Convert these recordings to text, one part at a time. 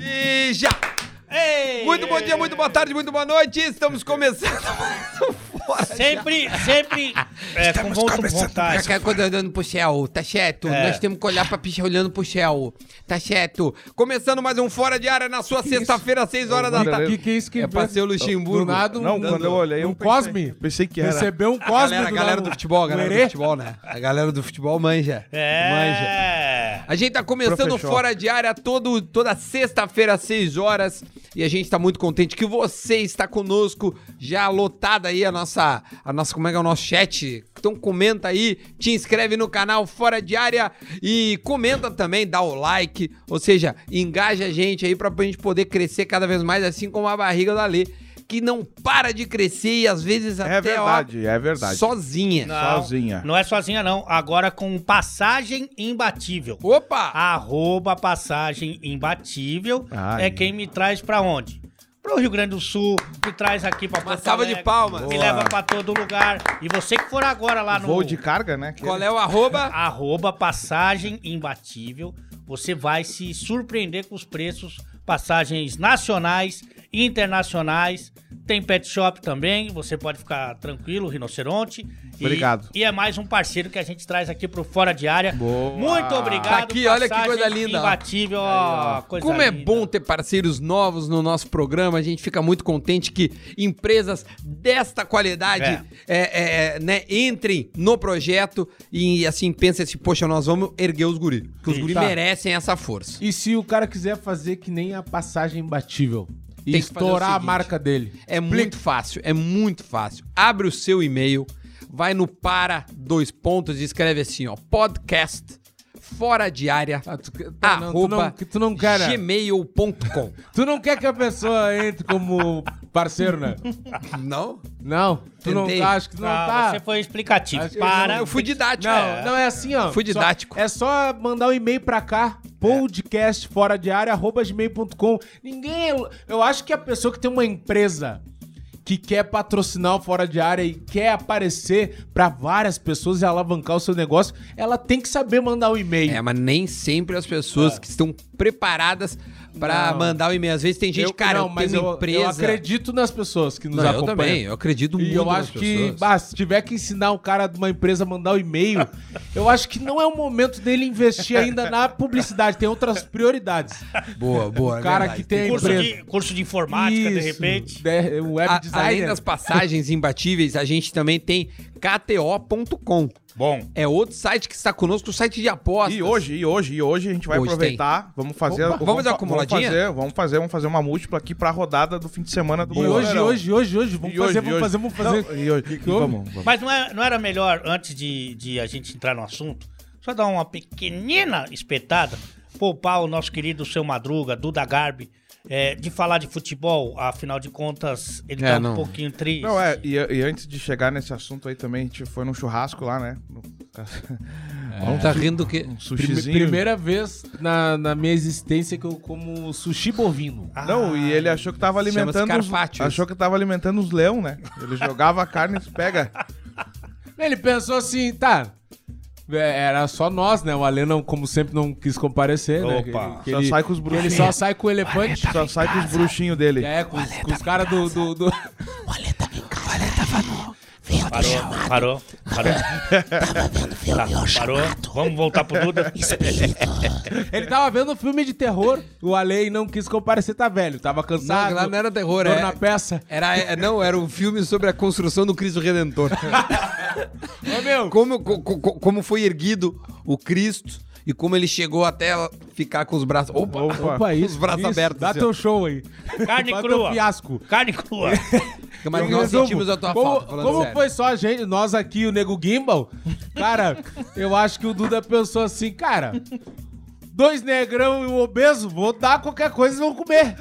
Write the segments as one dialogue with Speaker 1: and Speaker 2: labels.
Speaker 1: E já! Ei, muito bom dia, muito boa tarde, muito boa noite. Estamos começando mais um Fora
Speaker 2: sempre com vontade.
Speaker 1: Aquela coisa olhando pro céu, tá certo? Nós temos que olhar pra picha olhando pro céu, tá certo? Começando mais um Fora de Área na sua sexta-feira, às 6 horas da tarde.
Speaker 3: Que é isso que
Speaker 1: é pra ser o Luxemburgo.
Speaker 3: Do nada,
Speaker 4: quando eu olhei, eu
Speaker 3: pensei
Speaker 4: que era.
Speaker 3: Recebeu um Cosme
Speaker 1: a galera do futebol, né? A galera do futebol manja. Manja. A gente tá começando o Fora de Área toda sexta-feira, às 6 horas. E a gente tá muito contente que você está conosco, já lotada aí a nossa, como é que é o nosso chat? Então comenta aí, te inscreve no canal Fora de Área e comenta também, dá o like, ou seja, engaja a gente aí pra gente poder crescer cada vez mais, assim como a barriga da Lê, que não para de crescer e às vezes até,
Speaker 4: é verdade.
Speaker 1: Sozinha.
Speaker 2: Não é sozinha não, agora com passagem imbatível.
Speaker 1: Opa!
Speaker 2: @passagem imbatível é quem me traz pra onde? Pro Rio Grande do Sul, me traz aqui pra Porto
Speaker 1: salva
Speaker 2: Alegre,
Speaker 1: de palmas.
Speaker 2: Me leva pra todo lugar. E você que for agora lá no...
Speaker 4: Voo de carga, né?
Speaker 1: Qual é o arroba?
Speaker 2: @passagem imbatível. Você vai se surpreender com os preços, passagens nacionais, internacionais, tem pet shop também, você pode ficar tranquilo, Rinoceronte.
Speaker 4: Obrigado.
Speaker 2: E é mais um parceiro que a gente traz aqui pro Fora de Área.
Speaker 4: Boa.
Speaker 2: Muito obrigado.
Speaker 1: Tá aqui, olha que coisa linda.
Speaker 2: Imbatível, ó. Coisa
Speaker 1: Como
Speaker 2: linda.
Speaker 1: é bom ter parceiros novos no nosso programa, a gente fica muito contente que empresas desta qualidade né, entrem no projeto e assim, pensa assim, poxa, nós vamos erguer os guris, porque os guris merecem essa força.
Speaker 3: E se o cara quiser fazer que nem a passagem imbatível? E
Speaker 1: Tem que fazer
Speaker 3: estourar
Speaker 1: o
Speaker 3: a
Speaker 1: seguinte,
Speaker 3: marca dele.
Speaker 1: É muito fácil. Abre o seu e-mail, vai no e escreve assim, ó, podcast fora de área,
Speaker 3: tu não quer, né?
Speaker 1: gmail.com.
Speaker 3: Tu não quer que a pessoa entre como parceiro, né?
Speaker 1: Não?
Speaker 3: Não, tu
Speaker 1: Tentei.
Speaker 3: não acho que tu não tá.
Speaker 2: Você foi explicativo.
Speaker 1: Eu fui didático.
Speaker 3: Não é assim, ó.
Speaker 1: Fui didático.
Speaker 3: É só mandar um e-mail pra cá, podcastforadiária@gmail.com. Eu acho que a pessoa que tem uma empresa que quer patrocinar o Fora de Área e quer aparecer pra várias pessoas e alavancar o seu negócio, ela tem que saber mandar um e-mail.
Speaker 1: Mas nem sempre as pessoas que estão preparadas pra mandar o e-mail. Às vezes tem gente, eu tenho uma empresa...
Speaker 3: Eu acredito nas pessoas que nos acompanham.
Speaker 1: Eu também, eu acredito muito
Speaker 3: nas pessoas. E eu acho que, se tiver que ensinar um cara de uma empresa a mandar o e-mail, eu acho que não é o momento dele investir ainda na publicidade, tem outras prioridades.
Speaker 1: Boa.
Speaker 3: O cara que tem a empresa...
Speaker 2: Curso de informática, de repente.
Speaker 3: Web designer.
Speaker 1: Além das passagens imbatíveis, a gente também tem KTO.com.
Speaker 2: Bom.
Speaker 1: É outro site que está conosco, o site de apostas.
Speaker 4: E hoje a gente vai aproveitar, vamos fazer...
Speaker 1: Vamos fazer uma acumuladinha?
Speaker 4: Vamos fazer uma múltipla aqui pra rodada do fim de semana do
Speaker 3: Vamos fazer. Vamos
Speaker 2: Mas não era melhor, antes de a gente entrar no assunto, só dar uma pequenina espetada, poupar o nosso querido Seu Madruga, Duda Garbi, de falar de futebol, afinal de contas, ele tá um pouquinho triste.
Speaker 4: Não, e antes de chegar nesse assunto aí também, a gente foi num churrasco lá, né?
Speaker 1: Tá rindo do quê?
Speaker 4: Um sushizinho.
Speaker 3: Primeira vez na minha existência que eu como sushi bovino.
Speaker 4: Não, e ele achou que tava alimentando os leão, né? Ele jogava a carne e pega.
Speaker 3: Ele pensou assim, tá... Era só nós, né? O Alê, como sempre, não quis comparecer, né?
Speaker 4: Só sai com os bruxinhos.
Speaker 3: Ele só sai com o elefante.
Speaker 4: Só sai com os bruxinhos dele.
Speaker 3: Com os caras do...
Speaker 5: O Alê tava em casa. O Alê tava no... Veio do chamado.
Speaker 2: Parou.
Speaker 5: Tava vendo filme, o chamado.
Speaker 2: Vamos voltar pro Duda.
Speaker 5: Espírito.
Speaker 3: Ele tava vendo um filme de terror. O Alê não quis comparecer, tá velho. Tava cansado.
Speaker 1: Não era terror,
Speaker 3: na peça.
Speaker 1: Era um filme sobre a construção do Cristo Redentor.
Speaker 3: Ô, meu.
Speaker 1: Como foi erguido o Cristo e como ele chegou até ficar com os braços...
Speaker 3: Opa, isso.
Speaker 1: Os braços abertos.
Speaker 3: Dá
Speaker 1: assim,
Speaker 3: teu show aí.
Speaker 2: Carne
Speaker 3: Dá
Speaker 2: crua.
Speaker 3: teu fiasco.
Speaker 2: Carne crua.
Speaker 1: Mas nós sentimos a tua falta, falando
Speaker 3: Como
Speaker 1: sério.
Speaker 3: foi só a gente, nós aqui, o Nego Gimbal, cara, eu acho que o Duda pensou assim, cara, 2 negrão e um obeso, vou dar qualquer coisa e vão comer.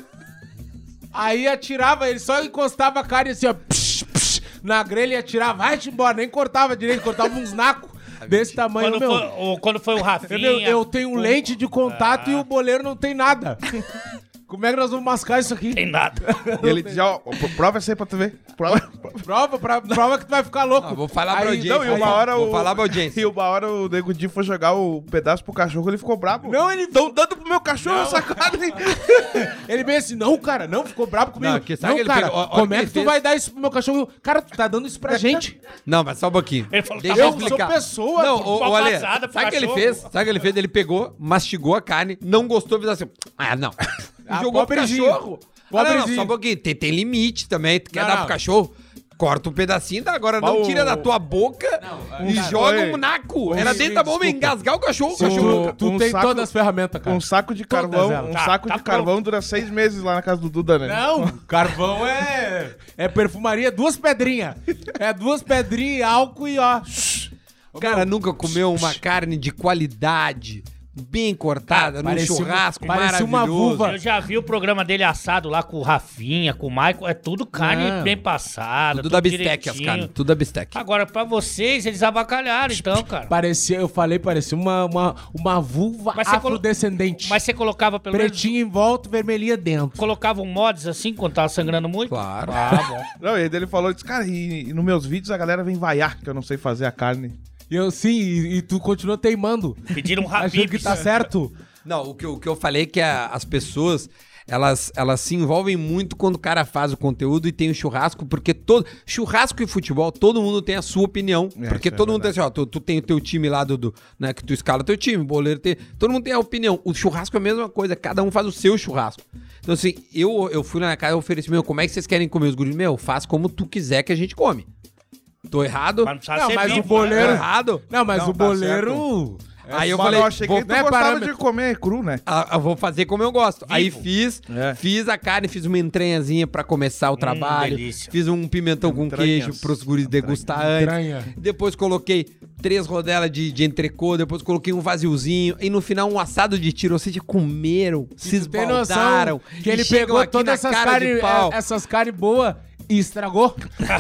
Speaker 3: Aí atirava, ele só encostava a cara e assim, ó, na grelha e atirava, vai-te embora, nem cortava direito, cortava uns nacos desse tamanho,
Speaker 2: quando foi o Rafinha...
Speaker 3: Eu tenho lente de contato e o boleiro não tem nada. Como é que nós vamos mascar isso aqui?
Speaker 2: Tem nada.
Speaker 4: E ele dizia, ó, prova isso aí pra tu ver. Prova
Speaker 3: que tu vai ficar louco.
Speaker 1: Não, vou falar pra audiência.
Speaker 4: Não, e uma hora
Speaker 1: vou falar pra audiência.
Speaker 4: E uma hora o Nego Di foi jogar o pedaço pro cachorro, ele ficou bravo.
Speaker 3: Não, eles
Speaker 4: estão dando pro meu cachorro essa carne.
Speaker 3: Ele bem assim, não, cara, não, ficou bravo comigo.
Speaker 1: Não, que sabe que ele
Speaker 3: cara,
Speaker 1: pegou-
Speaker 3: como é que tu vai dar isso pro meu cachorro? Cara, tu tá dando isso pra gente.
Speaker 1: Não, mas só um pouquinho.
Speaker 2: Ele falou,
Speaker 1: Deixa
Speaker 2: tá
Speaker 1: eu
Speaker 2: bom,
Speaker 1: explicar.
Speaker 3: sou pessoa,
Speaker 1: Não,
Speaker 3: pô,
Speaker 1: o Ale,
Speaker 2: passada pro
Speaker 1: sabe o que ele
Speaker 2: cachorro.
Speaker 1: fez? Sabe o que ele fez? Ele pegou, mastigou a carne, não gostou, fez assim, não. E jogou pro
Speaker 3: pobrezinho.
Speaker 1: cachorro. Não,
Speaker 3: Pobrezinho.
Speaker 1: só um pouquinho. Tem limite também. Tu quer
Speaker 3: Não,
Speaker 1: dar
Speaker 3: não.
Speaker 1: pro cachorro? Corta um pedacinho, tá? Agora não tira da tua boca e joga um naco. Era dentro da bomba engasgar o cachorro. O cachorro...
Speaker 3: Tu tem todas as ferramentas, cara.
Speaker 4: Um saco de
Speaker 3: Todas
Speaker 4: carvão,
Speaker 3: elas.
Speaker 4: um saco de carvão dura 6 meses lá na casa do Duda, né?
Speaker 3: Não, carvão é perfumaria, 2 pedrinhas. É 2 pedrinhas, álcool e ó.
Speaker 1: O cara nunca comeu uma carne de qualidade, bem cortada, num
Speaker 3: Parecia
Speaker 1: churrasco
Speaker 3: parecia uma
Speaker 1: maravilhoso.
Speaker 3: vulva.
Speaker 2: Eu já vi o programa dele assado lá com o Rafinha, com o Michael. É tudo carne
Speaker 3: Não.
Speaker 2: bem passada.
Speaker 1: Tudo da bistec, as
Speaker 2: direitinho.
Speaker 1: carnes. Tudo da bistec.
Speaker 2: Agora, pra vocês, eles avacalharam, então, cara.
Speaker 3: Parecia uma vulva
Speaker 2: Mas você
Speaker 3: afrodescendente.
Speaker 2: Mas você colocava pelo menos...
Speaker 3: Pretinha em volta, vermelhinha dentro.
Speaker 2: Colocavam mods assim, quando tava sangrando muito?
Speaker 1: Claro.
Speaker 2: Ah, bom.
Speaker 4: Não, e aí ele falou, disse, cara, e nos meus vídeos a galera vem vaiar que eu não sei fazer a carne.
Speaker 3: E eu sim, e tu continua teimando.
Speaker 2: Pediram um
Speaker 3: Achando que
Speaker 2: Habib's.
Speaker 3: tá certo.
Speaker 1: Não, o que eu falei é que as pessoas, elas se envolvem muito quando o cara faz o conteúdo e tem o churrasco, porque churrasco e futebol, todo mundo tem a sua opinião. Porque
Speaker 4: isso
Speaker 1: todo
Speaker 4: é
Speaker 1: mundo tem assim, ó, tu tem o teu time lá né, que tu escala teu time, o boleiro tem, todo mundo tem a opinião. O churrasco é a mesma coisa, cada um faz o seu churrasco. Então assim, eu fui lá na casa e ofereci, como é que vocês querem comer os guris? Faz como tu quiser que a gente come. Tô errado?
Speaker 2: Mas não precisa
Speaker 3: Não,
Speaker 2: ser
Speaker 3: mas
Speaker 2: vivo,
Speaker 3: o boleiro-
Speaker 1: Tô errado?
Speaker 3: Não, mas
Speaker 4: Não,
Speaker 3: o
Speaker 4: tá
Speaker 3: boleiro...
Speaker 1: Aí eu
Speaker 4: Mas
Speaker 1: falei,
Speaker 4: eu achei que tu
Speaker 3: não é
Speaker 4: gostava
Speaker 3: parâmetro.
Speaker 4: de comer cru, né?
Speaker 1: Eu vou fazer como eu gosto. Aí fiz
Speaker 4: É.
Speaker 1: a carne, fiz uma entranhazinha pra começar o trabalho.
Speaker 2: delícia.
Speaker 1: Fiz um pimentão com
Speaker 4: Entranhas.
Speaker 1: queijo pros guris degustar antes.
Speaker 3: Entranha.
Speaker 1: Depois coloquei 3 rodelas de entrecô, depois coloquei um vaziozinho. E no final um assado de tiro. Ou seja, comeram, se
Speaker 3: Tu tem noção
Speaker 1: esbaldaram.
Speaker 3: que ele
Speaker 1: e chegam
Speaker 3: pegou
Speaker 1: aqui
Speaker 3: todas
Speaker 1: na
Speaker 3: essas
Speaker 1: cara de
Speaker 3: carnes
Speaker 1: pau.
Speaker 3: essas carnes boas e estragou?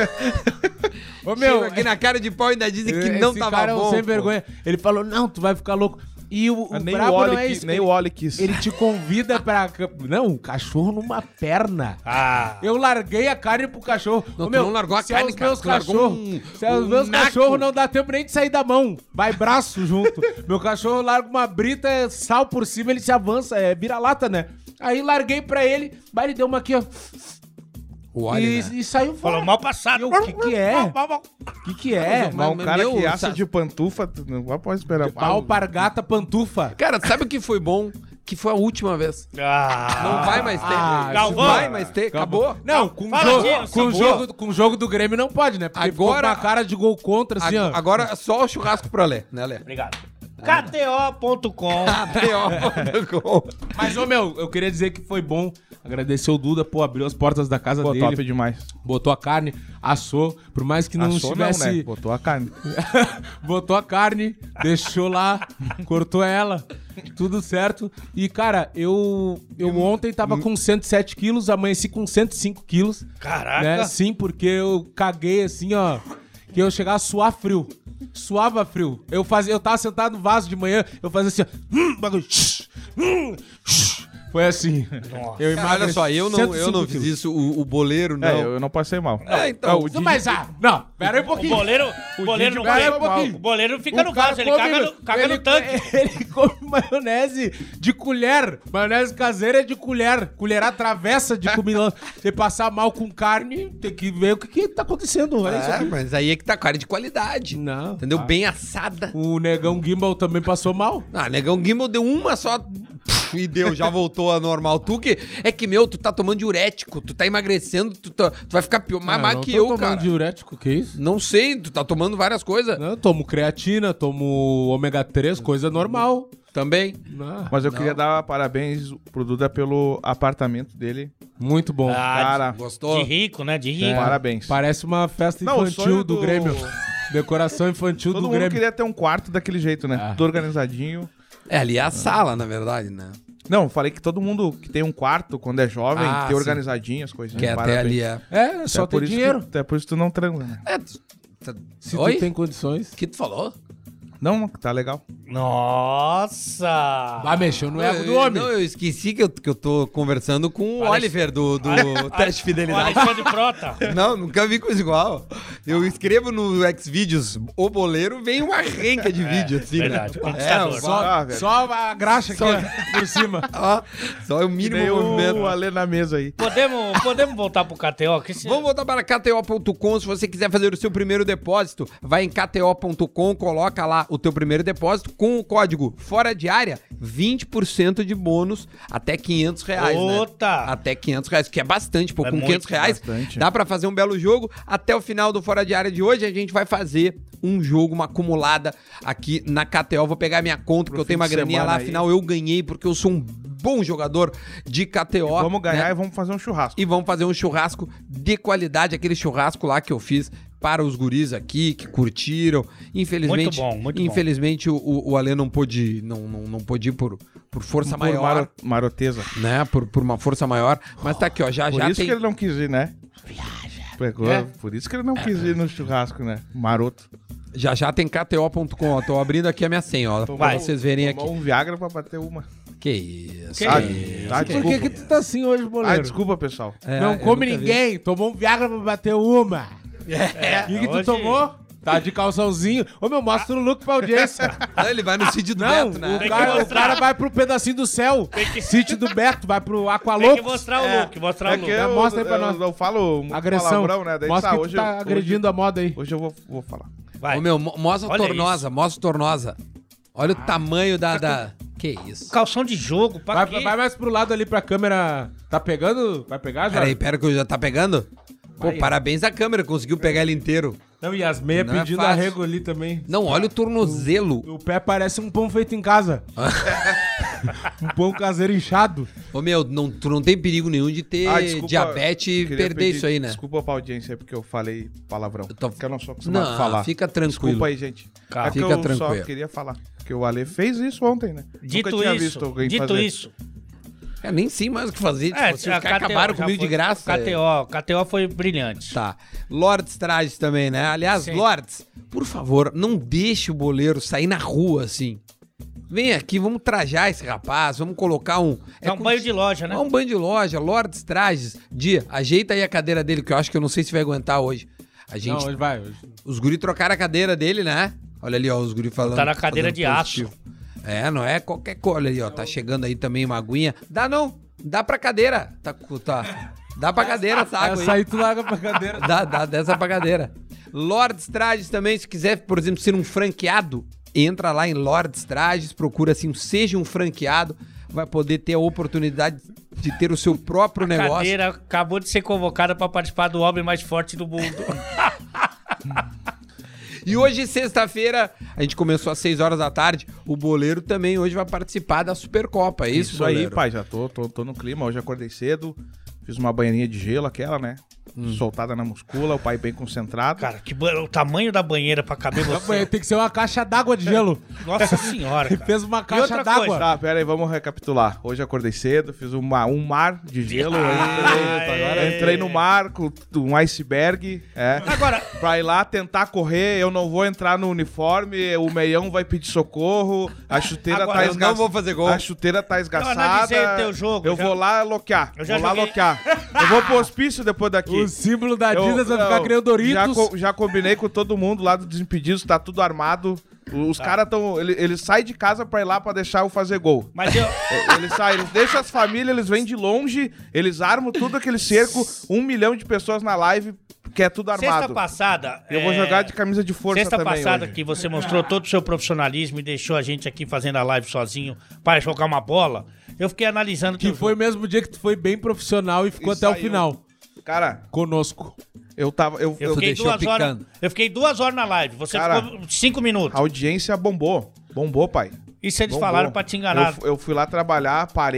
Speaker 3: Ô,
Speaker 1: Chegam aqui na cara de pau e ainda dizem que não
Speaker 3: esse
Speaker 1: tava
Speaker 3: cara é um
Speaker 1: bom.
Speaker 3: sem
Speaker 1: pô.
Speaker 3: vergonha. Ele falou, não, tu vai ficar louco. E o
Speaker 4: Nem
Speaker 3: brabo
Speaker 4: o Oli
Speaker 3: não é
Speaker 4: quis,
Speaker 3: isso.
Speaker 4: nem o Oli quis.
Speaker 3: Ele te convida pra... Não, um cachorro numa perna.
Speaker 2: Ah,
Speaker 3: Eu larguei a carne pro cachorro.
Speaker 1: Não,
Speaker 3: Ô,
Speaker 1: tu não largou a
Speaker 3: se
Speaker 1: carne,
Speaker 3: os
Speaker 1: cara,
Speaker 3: meus
Speaker 1: tu largou
Speaker 3: cachorros, se os
Speaker 1: um
Speaker 3: meus
Speaker 1: naco.
Speaker 3: cachorros não dá tempo nem de sair da mão. Vai braço junto. Meu cachorro larga uma brita, sal por cima, ele se avança, vira-lata, né? Aí larguei pra ele, ele deu uma aqui, ó.
Speaker 1: O Oli, né?
Speaker 3: E saiu fora.
Speaker 2: falou mal passado.
Speaker 3: E eu, o que é? O que é?
Speaker 4: Mas um
Speaker 1: Mas,
Speaker 4: cara
Speaker 1: meu,
Speaker 4: que assa
Speaker 1: sabe-
Speaker 4: de pantufa, tu não pode esperar.
Speaker 3: Alpargata pantufa.
Speaker 1: Cara, sabe o que foi bom? Que foi a última vez.
Speaker 2: Ah,
Speaker 1: Não vai mais ter.
Speaker 2: Galvão.
Speaker 1: Não vai mais ter. Acabou.
Speaker 3: Não, com
Speaker 2: Fala
Speaker 3: jogo,
Speaker 2: disso,
Speaker 3: com,
Speaker 2: acabou.
Speaker 3: jogo, com jogo do Grêmio não pode, né? Porque ficou
Speaker 1: Agora-
Speaker 3: com a cara de gol contra, assim, ó.
Speaker 1: Agora só o churrasco pro Alê, né, Alê?
Speaker 2: Obrigado. KTO.com.
Speaker 3: Mas, ô, meu, eu queria dizer que foi bom. Agradecer o Duda, pô, abriu as portas da casa
Speaker 4: Pô,
Speaker 3: dele.
Speaker 4: top demais.
Speaker 3: Botou a carne, assou. Por mais que não
Speaker 4: Assou
Speaker 3: estivesse...
Speaker 4: não, né? Botou a carne.
Speaker 3: Botou a carne, deixou lá, cortou ela, tudo certo. E, cara, eu ontem tava com 107 quilos, amanheci com 105 quilos.
Speaker 2: Caraca.
Speaker 3: Né? Sim, porque eu caguei assim, ó, que eu chegava a suar frio. Suava frio. Eu tava sentado no vaso de manhã, eu fazia assim, ó, bagulho. Foi assim.
Speaker 2: Nossa.
Speaker 3: Eu
Speaker 1: Cara, olha só, eu não
Speaker 3: 105
Speaker 1: fiz
Speaker 3: quilos.
Speaker 1: isso, o boleiro não.
Speaker 4: Eu não passei mal.
Speaker 1: Então,
Speaker 3: Não, mas não, pera aí um
Speaker 2: O
Speaker 3: pouquinho.
Speaker 2: boleiro não
Speaker 3: Pera aí um
Speaker 2: vai.
Speaker 3: pouquinho.
Speaker 2: O boleiro não fica no
Speaker 3: cara
Speaker 2: vaso, ele
Speaker 3: come-
Speaker 2: caga no tanque.
Speaker 3: Ele come maionese de colher. Maionese caseira é de colher. Colherada travessa de comilão. Você passar mal com carne, tem que ver o que tá acontecendo. Olha isso aqui.
Speaker 1: mas aí é que tá carne de qualidade.
Speaker 3: Não.
Speaker 1: Entendeu? Bem assada.
Speaker 3: O Negão Gimbal também passou mal.
Speaker 1: Negão Gimbal deu uma só e deu, já voltou a normal. Tu que... É que, tu tá tomando diurético, tu tá emagrecendo, tu vai ficar mais
Speaker 3: não
Speaker 1: que
Speaker 3: tô
Speaker 1: eu,
Speaker 3: tomando
Speaker 1: cara.
Speaker 3: diurético, que isso?
Speaker 1: Não sei, tu tá tomando várias coisas.
Speaker 3: Não, eu tomo creatina, tomo ômega 3, coisa normal.
Speaker 1: Também.
Speaker 3: Não.
Speaker 4: Mas eu queria dar parabéns pro Duda pelo apartamento dele.
Speaker 3: Muito bom.
Speaker 4: Cara,
Speaker 1: Gostou?
Speaker 2: De rico, né? De rico.
Speaker 4: parabéns.
Speaker 3: Parece uma festa
Speaker 4: Não, o
Speaker 3: infantil
Speaker 4: sonho
Speaker 3: do Grêmio. Decoração infantil
Speaker 4: Todo
Speaker 3: do
Speaker 4: mundo
Speaker 3: Grêmio.
Speaker 4: queria ter um quarto daquele jeito, né?
Speaker 3: Ah.
Speaker 4: Tudo organizadinho.
Speaker 1: Ali é a sala, na verdade, né?
Speaker 4: Não, falei que todo mundo que tem um quarto quando é jovem,
Speaker 1: Ah,
Speaker 4: tem
Speaker 1: sim.
Speaker 4: organizadinho as coisinhas.
Speaker 1: Que é até ali é...
Speaker 3: É, só
Speaker 4: Até
Speaker 3: ter dinheiro.
Speaker 4: até por isso tu não transa, né?
Speaker 1: É,
Speaker 3: Se
Speaker 1: Oi?
Speaker 3: tu tem condições.
Speaker 1: O que tu falou?
Speaker 4: Não, tá legal.
Speaker 2: Nossa!
Speaker 3: Vai mexer no ego do homem.
Speaker 1: Não, eu esqueci que eu tô conversando com o Oliver do Teste de Fidelidade.
Speaker 2: Alexandre Frota.
Speaker 1: Não, nunca vi coisa igual. Eu escrevo no Xvideos o boleiro, vem uma renca de vídeo, assim,
Speaker 2: verdade,
Speaker 1: né?
Speaker 2: conquistador.
Speaker 3: Só a graxa aqui por cima.
Speaker 1: Só o mínimo movimento.
Speaker 4: O Ale na mesa aí.
Speaker 2: Podemos voltar pro KTO?
Speaker 1: Vamos voltar para KTO.com. Se você quiser fazer o seu primeiro depósito, vai em KTO.com, coloca lá o teu primeiro depósito com o código Fora de Área, 20% de bônus até R$500, né? Até R$500, que é bastante, pô. Com R$500 dá pra fazer um belo jogo. Até o final do Fora de Área de hoje, a gente vai fazer um jogo, uma acumulada aqui na KTO. Vou pegar minha conta, porque eu tenho uma graninha lá. Afinal, eu ganhei, porque eu sou um bom jogador de KTO.
Speaker 4: Vamos ganhar, né? E vamos fazer um churrasco.
Speaker 1: E vamos fazer um churrasco de qualidade, aquele churrasco lá que eu fiz para os guris aqui, que curtiram. Infelizmente,
Speaker 2: muito
Speaker 1: bom. O Ale não pôde ir por força maior.
Speaker 4: Maroteza.
Speaker 1: Né? Por uma força maior. Mas tá aqui, ó. Já
Speaker 4: por isso
Speaker 1: tem...
Speaker 4: que ele não quis ir, né? Pegou. Por isso que ele não quis ir no churrasco, né? Maroto.
Speaker 1: Já tem KTO.com, ó. Tô abrindo aqui a minha senha, ó. Pra vocês verem aqui.
Speaker 4: Um Viagra pra bater uma.
Speaker 1: Que isso.
Speaker 3: Por que tu tá assim hoje, boleiro?
Speaker 4: Desculpa, pessoal.
Speaker 3: Não come ninguém. Tomou um Viagra pra bater uma. O que tu tomou? Tá de calçãozinho. Ô, meu, mostra o look pra audiência.
Speaker 1: Não, ele vai no sítio do Beto, né?
Speaker 3: O cara vai pro pedacinho do céu. Sítio do Beto, vai pro Aqualocos.
Speaker 2: Tem que mostrar o look, mostra
Speaker 3: Mostra aí pra nós.
Speaker 4: Eu falo
Speaker 3: agressão,
Speaker 4: palavrão, né? Daí
Speaker 3: mostra que
Speaker 4: hoje
Speaker 3: tu tá agredindo a moda aí.
Speaker 4: Hoje eu vou falar.
Speaker 1: Vai. Ô, meu, mostra a tornosa, mostra a tornosa. Olha o tamanho da... Que isso?
Speaker 2: Calção de jogo, pra quê?
Speaker 3: Vai mais pro lado ali pra câmera. Tá pegando? Vai pegar já?
Speaker 1: Pera que eu já tá pegando? Pô, parabéns à câmera, conseguiu pegar ele inteiro.
Speaker 3: Não, e as meias pedindo arrego ali também.
Speaker 1: Não, olha o tornozelo.
Speaker 3: O pé parece um pão feito em casa. Um pão caseiro inchado.
Speaker 1: Ô, meu, tu não tem perigo nenhum de ter diabetes e perder isso aí, né?
Speaker 4: Desculpa pra audiência aí, porque eu falei palavrão. Porque eu não sou acostumado a falar.
Speaker 1: Fica tranquilo.
Speaker 4: Desculpa aí, gente.
Speaker 1: Fica tranquilo.
Speaker 4: Só queria falar. Porque o Ale fez isso ontem, né?
Speaker 2: Dito isso.
Speaker 1: Nem sei mais o que fazer. Tipo, os caras acabaram comigo de graça.
Speaker 2: KTO foi brilhante.
Speaker 1: Tá. Lords Trajes também, né? Aliás, sim. Lords, por favor, não deixe o boleiro sair na rua assim. Vem aqui, vamos trajar esse rapaz, vamos colocar um...
Speaker 2: banho de loja, né?
Speaker 1: É um banho de loja, Lords Trajes. Dia, ajeita aí a cadeira dele, que eu acho que eu não sei se vai aguentar hoje. Não,
Speaker 3: hoje vai.
Speaker 1: Os guri trocaram a cadeira dele, né? Olha ali, ó, os guri falando...
Speaker 2: Tá na cadeira de aço.
Speaker 1: Não é qualquer coisa. Olha ali, ó, tá chegando aí também uma aguinha. Dá pra cadeira. Dá pra cadeira essa água aí.
Speaker 3: Essa aí tu larga pra cadeira.
Speaker 1: Dá dessa pra cadeira. Lords Trajes também, se quiser, por exemplo, ser um franqueado, entra lá em Lords Trajes, procura assim, seja um franqueado, vai poder ter a oportunidade de ter o seu próprio negócio. A
Speaker 2: cadeira acabou de ser convocada pra participar do homem mais forte do mundo.
Speaker 1: E hoje, sexta-feira, a gente começou às 6 horas da tarde. O boleiro também hoje vai participar da Supercopa, é isso,
Speaker 4: boleiro? Isso aí, pai, já tô no clima. Hoje acordei cedo, fiz uma banheirinha de gelo, aquela, né? Soltada na muscula, o pai bem concentrado.
Speaker 2: Cara, o tamanho da banheira pra caber você.
Speaker 3: Tem que ser uma caixa d'água de gelo.
Speaker 2: Nossa senhora, cara.
Speaker 3: Fez uma caixa d'água.
Speaker 4: Tá, pera aí, vamos recapitular. Hoje acordei cedo, fiz um mar de gelo. Entrei no mar com um iceberg.
Speaker 2: Agora,
Speaker 4: pra ir lá tentar correr, eu não vou entrar no uniforme, o meião vai pedir socorro, a chuteira tá esgaçada.
Speaker 1: Eu não vou fazer gol.
Speaker 4: A chuteira tá esgaçada.
Speaker 2: Teu jogo,
Speaker 4: eu vou lá loquear. Eu vou pro hospício depois daqui.
Speaker 3: O símbolo da Adidas vai ficar criando Doritos.
Speaker 4: Já combinei com todo mundo lá do Desimpedidos, tá tudo armado. Os caras estão... Eles saem de casa pra ir lá pra deixar eu fazer gol.
Speaker 2: Mas
Speaker 4: Eles saem, eles deixam as famílias, eles vêm de longe, eles armam tudo aquele cerco, 1 milhão de pessoas na live, que é tudo armado.
Speaker 2: Sexta passada...
Speaker 4: Eu vou jogar de camisa de força também
Speaker 2: Sexta passada
Speaker 4: hoje.
Speaker 2: Que você mostrou todo o seu profissionalismo e deixou a gente aqui fazendo a live sozinho para jogar uma bola, eu fiquei analisando...
Speaker 3: Que foi o mesmo dia que tu foi bem profissional e ficou até o final.
Speaker 4: Cara...
Speaker 3: Conosco.
Speaker 4: Eu
Speaker 2: fiquei 2 horas na live, você ficou 5 minutos.
Speaker 4: A audiência bombou, pai.
Speaker 2: Isso eles falaram pra te enganar.
Speaker 4: Eu fui lá trabalhar, parei,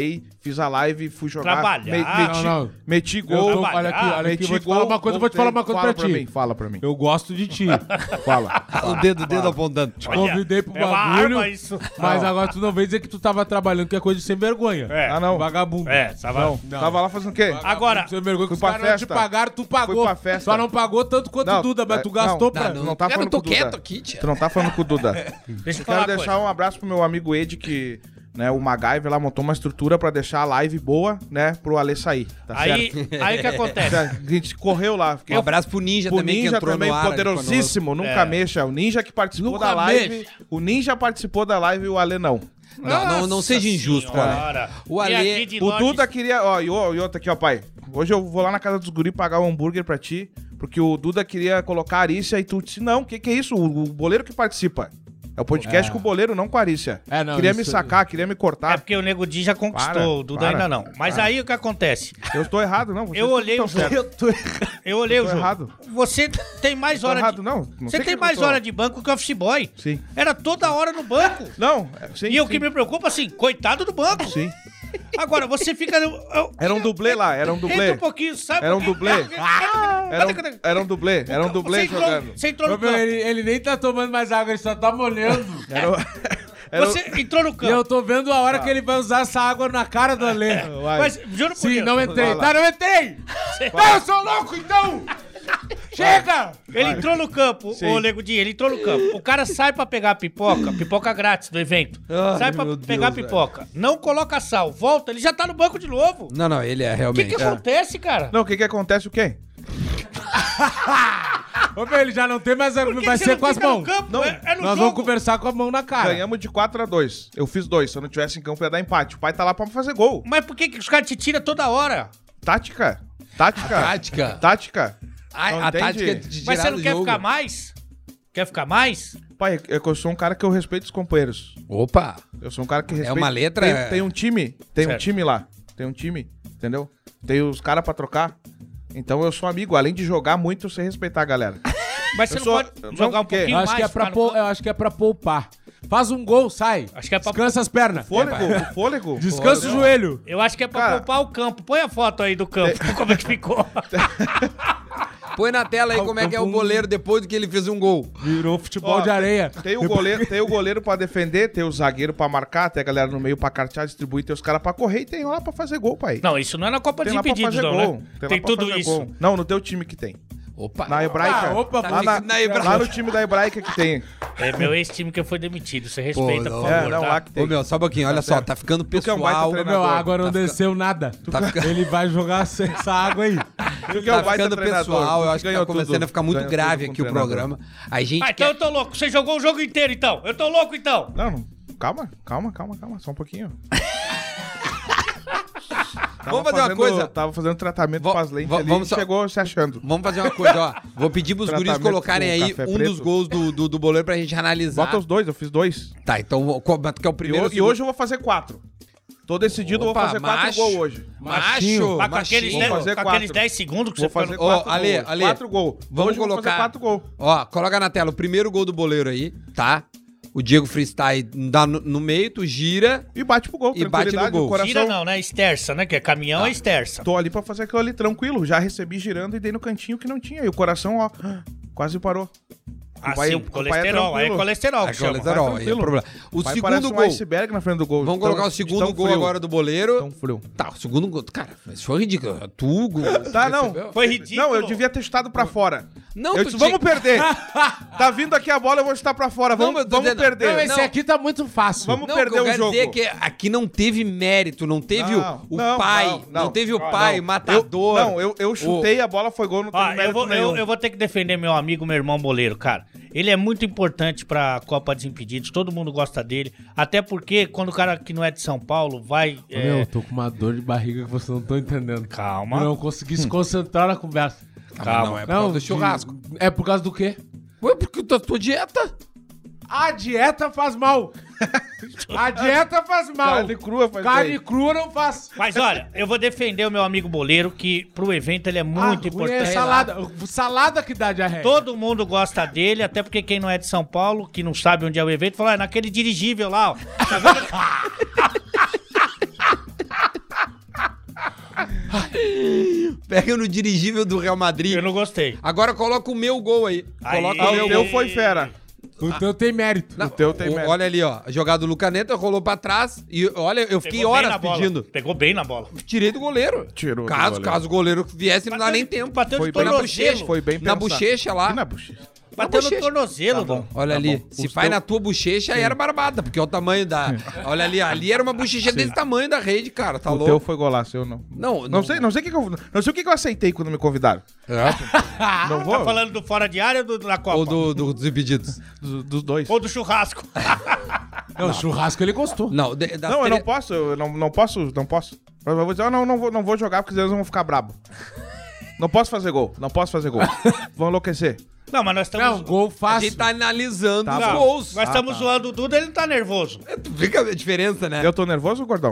Speaker 4: fiz a live e fui jogar.
Speaker 2: Trabalhar.
Speaker 4: Meti gol.
Speaker 3: Olha aqui, vou te falar uma coisa, pra ti.
Speaker 4: Fala pra mim.
Speaker 3: Eu gosto de ti.
Speaker 4: Fala.
Speaker 1: O dedo apontando.
Speaker 3: Te convidei pro bagulho, mas agora tu não veio dizer que tu tava trabalhando, que é coisa de sem vergonha.
Speaker 4: Não.
Speaker 3: Vagabundo.
Speaker 4: Tava lá fazendo o quê?
Speaker 2: Agora,
Speaker 3: sem vergonha, que os
Speaker 4: pra
Speaker 3: caras não te
Speaker 4: festa.
Speaker 3: pagaram, tu pagou.
Speaker 4: Fui pra festa.
Speaker 3: Só não pagou tanto quanto o Duda, mas tu gastou pra...
Speaker 4: Não tá falando com o Duda.
Speaker 1: quieto aqui, tia.
Speaker 4: Tu não tá falando com o Duda.
Speaker 2: deixa eu falar
Speaker 4: Quero
Speaker 2: uma
Speaker 4: deixar
Speaker 2: coisa.
Speaker 4: um abraço pro meu amigo Ed, que... Né, o MacGyver lá montou uma estrutura pra deixar a live boa, né, pro Ale sair, tá
Speaker 2: Aí o que acontece?
Speaker 4: certo? A gente correu lá.
Speaker 1: Um abraço pro Ninja
Speaker 4: Pro
Speaker 1: também,
Speaker 4: Ninja
Speaker 1: que entrou
Speaker 4: também,
Speaker 1: no ar.
Speaker 4: poderosíssimo, nunca mexa. O Ninja que participou
Speaker 3: Nunca
Speaker 4: da live.
Speaker 3: mexe.
Speaker 4: O Ninja participou da live e o Ale não.
Speaker 1: Não seja injusto, cara. O Ale...
Speaker 4: O Duda queria... Ó, e outra aqui, ó, pai. Hoje eu vou lá na casa dos guri pagar um hambúrguer pra ti, porque o Duda queria colocar a Arícia e tu disse, não, o que é isso? O boleiro que participa. É o podcast com o boleiro, não com a Arícia.
Speaker 3: Não,
Speaker 4: queria me sacar, queria me
Speaker 2: É
Speaker 4: cortar.
Speaker 2: porque o Nego Di já conquistou, o Duda ainda não. Mas aí o que acontece?
Speaker 4: Eu estou errado, não.
Speaker 2: Eu olhei o jogo. Eu olhei o jogo.
Speaker 4: errado.
Speaker 2: Você tem mais hora
Speaker 4: errado,
Speaker 2: de...
Speaker 4: não.
Speaker 2: Você
Speaker 4: sei
Speaker 2: tem
Speaker 4: que
Speaker 2: mais
Speaker 4: eu tô-
Speaker 2: hora de banco que office boy.
Speaker 4: Sim.
Speaker 2: Era toda hora no banco.
Speaker 4: Não, sim.
Speaker 2: E o que me preocupa, assim, coitado do banco.
Speaker 4: Sim.
Speaker 2: Agora, você fica...
Speaker 4: Era um dublê lá, era um dublê.
Speaker 2: Entra um pouquinho, sabe?
Speaker 4: Era um dublê. Era um dublê
Speaker 2: Você entrou,
Speaker 4: jogando.
Speaker 2: você entrou no
Speaker 3: Ô, meu,
Speaker 2: campo.
Speaker 3: ele nem tá tomando mais água, ele só tá molhando.
Speaker 2: Você entrou no
Speaker 3: E eu
Speaker 2: campo.
Speaker 3: tô vendo a hora que ele vai usar essa água na cara do Ale.
Speaker 2: Mas, juro por
Speaker 3: Sim,
Speaker 2: Deus.
Speaker 3: não entrei.
Speaker 4: Vai lá.
Speaker 3: Tá, não entrei! Não, eu sou louco, então! Chega!
Speaker 2: Ele entrou no campo,
Speaker 4: Sim.
Speaker 2: ô Nego Di, ele entrou no campo. O cara sai pra pegar a pipoca grátis do evento. Sai pra pegar a pipoca. Não coloca sal, volta, ele já tá no banco de novo.
Speaker 1: Não, ele é
Speaker 2: O
Speaker 1: realmente...
Speaker 2: que acontece, cara?
Speaker 4: Não, o que acontece o quê?
Speaker 3: Ô, meu, ele já não tem mais...
Speaker 2: Por que
Speaker 3: Vai
Speaker 2: que
Speaker 3: ser
Speaker 2: você
Speaker 3: com
Speaker 2: não
Speaker 3: as
Speaker 2: fica no
Speaker 3: mãos.
Speaker 2: campo?
Speaker 4: Não,
Speaker 2: É no
Speaker 3: Nós
Speaker 2: jogo.
Speaker 3: vamos conversar com a mão na cara.
Speaker 4: Ganhamos de 4-2. Eu fiz 2. Se eu não tivesse em campo, ia dar empate. O pai tá lá pra fazer gol.
Speaker 2: Mas por que os caras te tiram toda hora?
Speaker 4: Tática.
Speaker 1: Tática.
Speaker 4: Não
Speaker 1: A
Speaker 4: entende?
Speaker 1: tática é de
Speaker 2: Mas
Speaker 1: tirar
Speaker 2: você não
Speaker 1: do
Speaker 2: quer
Speaker 1: jogo.
Speaker 2: ficar mais? Quer ficar mais?
Speaker 4: Pai, eu sou um cara que eu respeito os companheiros.
Speaker 1: Opa!
Speaker 4: Eu sou um cara que respeita.
Speaker 1: uma letra-
Speaker 4: Tem um time. Tem um
Speaker 2: Certo.
Speaker 4: time lá. Tem um time. Entendeu? Tem os caras pra trocar. Então eu sou amigo. Além de jogar muito, eu sei respeitar a galera.
Speaker 2: Mas você
Speaker 4: Eu
Speaker 2: não
Speaker 4: sou-
Speaker 2: pode
Speaker 4: não,
Speaker 2: jogar um
Speaker 4: o quê?
Speaker 2: pouquinho
Speaker 3: Eu acho,
Speaker 2: mais?
Speaker 3: que é pra
Speaker 2: ficar no campo?
Speaker 3: eu acho que é pra poupar. Faz um gol, sai.
Speaker 2: Acho que é pra-
Speaker 3: Descansa as pernas.
Speaker 4: Fôlego?
Speaker 3: Descansa o joelho.
Speaker 2: Eu acho que é pra
Speaker 4: Cara,
Speaker 2: poupar o campo. Põe a foto aí do campo, como é que ficou.
Speaker 1: Põe na tela aí como é que é o goleiro depois que ele fez um gol.
Speaker 3: Virou futebol
Speaker 4: Ó,
Speaker 3: de areia.
Speaker 4: Tem o goleiro pra defender, tem o zagueiro pra marcar, tem a galera no meio pra cartear, distribuir, tem os caras pra correr e tem lá pra fazer gol, pai.
Speaker 2: Não, isso não é na Copa
Speaker 4: Tem
Speaker 2: dos
Speaker 4: lá pra
Speaker 2: Impedidos,
Speaker 4: fazer
Speaker 2: não,
Speaker 4: gol.
Speaker 2: né?
Speaker 4: lá
Speaker 2: Tem
Speaker 4: pra
Speaker 2: tudo
Speaker 4: fazer
Speaker 2: isso.
Speaker 4: gol. Não, no teu time que tem.
Speaker 1: Opa!
Speaker 4: Na Hebraica.
Speaker 3: opa,
Speaker 4: lá,
Speaker 1: na Hebraica.
Speaker 4: lá no time da Hebraica que tem.
Speaker 2: É meu ex-time que foi demitido. Você respeita,
Speaker 1: não.
Speaker 2: por favor,
Speaker 4: É, não,
Speaker 2: tá?
Speaker 4: lá que tem.
Speaker 1: Ô, meu, só um pouquinho, olha só, tá ficando
Speaker 4: Tu que é um baita
Speaker 1: pessoal.
Speaker 4: treinador.
Speaker 3: Meu, a água não
Speaker 1: Tá
Speaker 3: desceu nada.
Speaker 1: Tá ficando-
Speaker 3: Ele vai jogar essa água aí.
Speaker 4: Tu que é um
Speaker 1: Tá
Speaker 4: baita
Speaker 1: ficando
Speaker 4: treinador.
Speaker 1: pessoal, eu
Speaker 4: Tu
Speaker 1: acho que tá
Speaker 4: ganhou
Speaker 1: começando
Speaker 4: tudo.
Speaker 1: a ficar muito
Speaker 4: Ganhou
Speaker 1: grave
Speaker 4: tudo
Speaker 1: aqui
Speaker 4: com
Speaker 1: o
Speaker 4: treinador.
Speaker 1: programa. A gente
Speaker 2: Ah, então
Speaker 1: quer...
Speaker 2: eu tô louco. Você jogou o jogo inteiro, então. Eu tô louco, então.
Speaker 4: Não, calma. Só um pouquinho.
Speaker 1: Vamos fazer uma coisa.
Speaker 4: Tava fazendo tratamento
Speaker 1: Va-
Speaker 4: com as lentes
Speaker 1: va-
Speaker 4: ali
Speaker 1: vamos
Speaker 4: e
Speaker 1: só-
Speaker 4: chegou se achando.
Speaker 1: Vamos fazer uma coisa, ó. Vou pedir pros guris
Speaker 4: Tratamento
Speaker 1: colocarem
Speaker 4: com
Speaker 1: aí
Speaker 4: café
Speaker 1: um
Speaker 4: preto.
Speaker 1: dos gols do boleiro pra gente analisar.
Speaker 4: Bota os dois, eu fiz 2.
Speaker 1: Tá, então mas tu quer o primeiro
Speaker 4: E hoje eu vou fazer 4. Tô decidido, eu vou fazer 4 gols hoje.
Speaker 1: Macho!
Speaker 2: Mas com aqueles,
Speaker 4: Vou
Speaker 2: 10,
Speaker 4: fazer
Speaker 2: com aqueles
Speaker 4: 4.
Speaker 2: 10 segundos que
Speaker 4: Vou
Speaker 2: você
Speaker 4: fazer
Speaker 2: falou.
Speaker 4: 4
Speaker 1: Ó, Ale,
Speaker 4: gols.
Speaker 1: Ale,
Speaker 4: 4 gols.
Speaker 1: Vamos
Speaker 4: Hoje eu vou
Speaker 1: colocar...
Speaker 4: fazer 4 gols.
Speaker 1: Ó, coloca na tela o primeiro gol do boleiro aí, tá? O Diego Freestyle dá no meio, tu gira.
Speaker 4: E bate pro gol,
Speaker 1: E bate no
Speaker 4: tranquilidade,
Speaker 1: gol.
Speaker 4: o coração.
Speaker 2: Gira não, né? Esterça, né? Que é caminhão é esterça.
Speaker 4: Tô ali pra fazer aquilo ali tranquilo. Já recebi girando e dei no cantinho que não tinha. E o coração, ó, quase parou.
Speaker 2: Ah,
Speaker 4: pai-
Speaker 2: sim,
Speaker 4: o pai é
Speaker 2: colesterol. Aí é
Speaker 4: tranquilo.
Speaker 2: colesterol que
Speaker 1: É
Speaker 2: chama.
Speaker 1: colesterol, aí é
Speaker 4: tranquilo.
Speaker 1: problema. O
Speaker 4: Vai
Speaker 1: segundo
Speaker 4: parece um
Speaker 1: gol.
Speaker 4: iceberg na frente do gol.
Speaker 1: Vamos colocar o segundo
Speaker 4: tão
Speaker 1: gol
Speaker 4: frio.
Speaker 1: agora do boleiro.
Speaker 4: Tão frio.
Speaker 1: Tá, o segundo gol. Cara, isso foi ridículo. Tu, gol.
Speaker 4: Tá, não.
Speaker 2: Foi ridículo.
Speaker 4: Não, eu devia ter chutado pra fora.
Speaker 1: Não,
Speaker 4: Eu
Speaker 1: tu
Speaker 4: disse,
Speaker 1: tinha-
Speaker 4: vamos perder. Tá vindo aqui a bola, eu vou chutar pra fora.
Speaker 1: Não,
Speaker 4: Vamos,
Speaker 1: mas eu tô
Speaker 4: vamos
Speaker 1: dizendo-
Speaker 4: perder.
Speaker 3: Não, esse
Speaker 1: Não.
Speaker 3: aqui tá muito fácil.
Speaker 4: Vamos
Speaker 1: Não,
Speaker 4: perder
Speaker 1: o que eu
Speaker 4: o
Speaker 1: quero
Speaker 4: jogo.
Speaker 1: dizer é que aqui não teve mérito, não teve o pai, não teve o pai, matador.
Speaker 4: Eu chutei, a bola foi gol, não teve
Speaker 2: Ó,
Speaker 4: mérito nenhum.
Speaker 2: eu vou ter que defender meu amigo, meu irmão boleiro, cara. Ele é muito importante pra Copa Desimpedidos, todo mundo gosta dele. Até porque quando o cara que não é de São Paulo vai.
Speaker 3: Meu, eu tô com uma dor de barriga que vocês não estão entendendo.
Speaker 2: Calma.
Speaker 3: Eu não consegui se concentrar na conversa.
Speaker 1: Não, é por causa do churrasco.
Speaker 3: É por causa do quê?
Speaker 1: Ué, porque da tua dieta.
Speaker 3: A dieta faz mal. A dieta faz mal.
Speaker 4: Carne crua faz
Speaker 3: Carne
Speaker 4: bem.
Speaker 3: crua não faz.
Speaker 2: Mas olha, eu vou defender o meu amigo boleiro, que pro evento ele é muito
Speaker 3: ruim
Speaker 2: importante.
Speaker 3: é salada. Salada que dá diarreia.
Speaker 2: Todo mundo gosta dele, até porque quem não é de São Paulo, que não sabe onde é o evento, fala, naquele dirigível lá, ó. Tá vendo?
Speaker 1: Pega no dirigível do Real Madrid.
Speaker 2: Eu não gostei.
Speaker 1: Agora coloca o meu gol aí. Coloca o meu
Speaker 4: O teu
Speaker 1: gol.
Speaker 4: foi fera.
Speaker 3: O teu tem mérito.
Speaker 4: O teu tem mérito.
Speaker 1: Olha ali, ó. A jogada do Lucaneta rolou pra trás. E olha, eu fiquei
Speaker 2: Pegou bem
Speaker 1: horas
Speaker 2: na bola.
Speaker 1: pedindo.
Speaker 2: Pegou bem na bola.
Speaker 1: Tirei do goleiro.
Speaker 4: Tirou do
Speaker 1: Caso o goleiro viesse, não dá nem tempo.
Speaker 2: Bateu
Speaker 4: Foi
Speaker 2: no
Speaker 4: bem na
Speaker 2: tornozelo.
Speaker 4: bochecha. Foi bem
Speaker 1: Na
Speaker 4: pensado.
Speaker 1: bochecha lá.
Speaker 4: E na bochecha?
Speaker 2: Bateu no
Speaker 1: bochecha.
Speaker 2: tornozelo,
Speaker 4: Tá bom.
Speaker 2: Dom.
Speaker 1: Olha
Speaker 4: Tá
Speaker 1: ali,
Speaker 4: bom.
Speaker 1: se
Speaker 4: Os
Speaker 1: faz
Speaker 4: teu-
Speaker 1: na tua bochecha, aí era barbada, porque é o tamanho da... Olha ali, ali era uma bochecha desse tamanho da rede, cara, tá
Speaker 4: O
Speaker 1: louco?
Speaker 4: teu foi golaço, eu não.
Speaker 1: Não
Speaker 4: Não sei o que eu aceitei quando me convidaram. Não vou?
Speaker 2: Tá falando do fora de área ou da Copa?
Speaker 1: Ou dos impedidos.
Speaker 4: Dos dois.
Speaker 2: Ou do churrasco.
Speaker 3: Não, o churrasco ele gostou.
Speaker 1: Não,
Speaker 4: Não, eu não posso, eu não posso. Eu vou dizer, não vou jogar porque eles vão ficar brabo. Não posso fazer gol. Vão enlouquecer.
Speaker 2: Não, mas nós
Speaker 3: Não,
Speaker 2: estamos...
Speaker 3: gol
Speaker 1: A
Speaker 3: fácil.
Speaker 1: gente tá analisando
Speaker 4: Tá
Speaker 1: os
Speaker 4: bom.
Speaker 1: gols.
Speaker 2: Nós estamos zoando o Duda, ele não tá nervoso.
Speaker 1: Tu fica a diferença, né?
Speaker 4: Eu tô nervoso, gordão?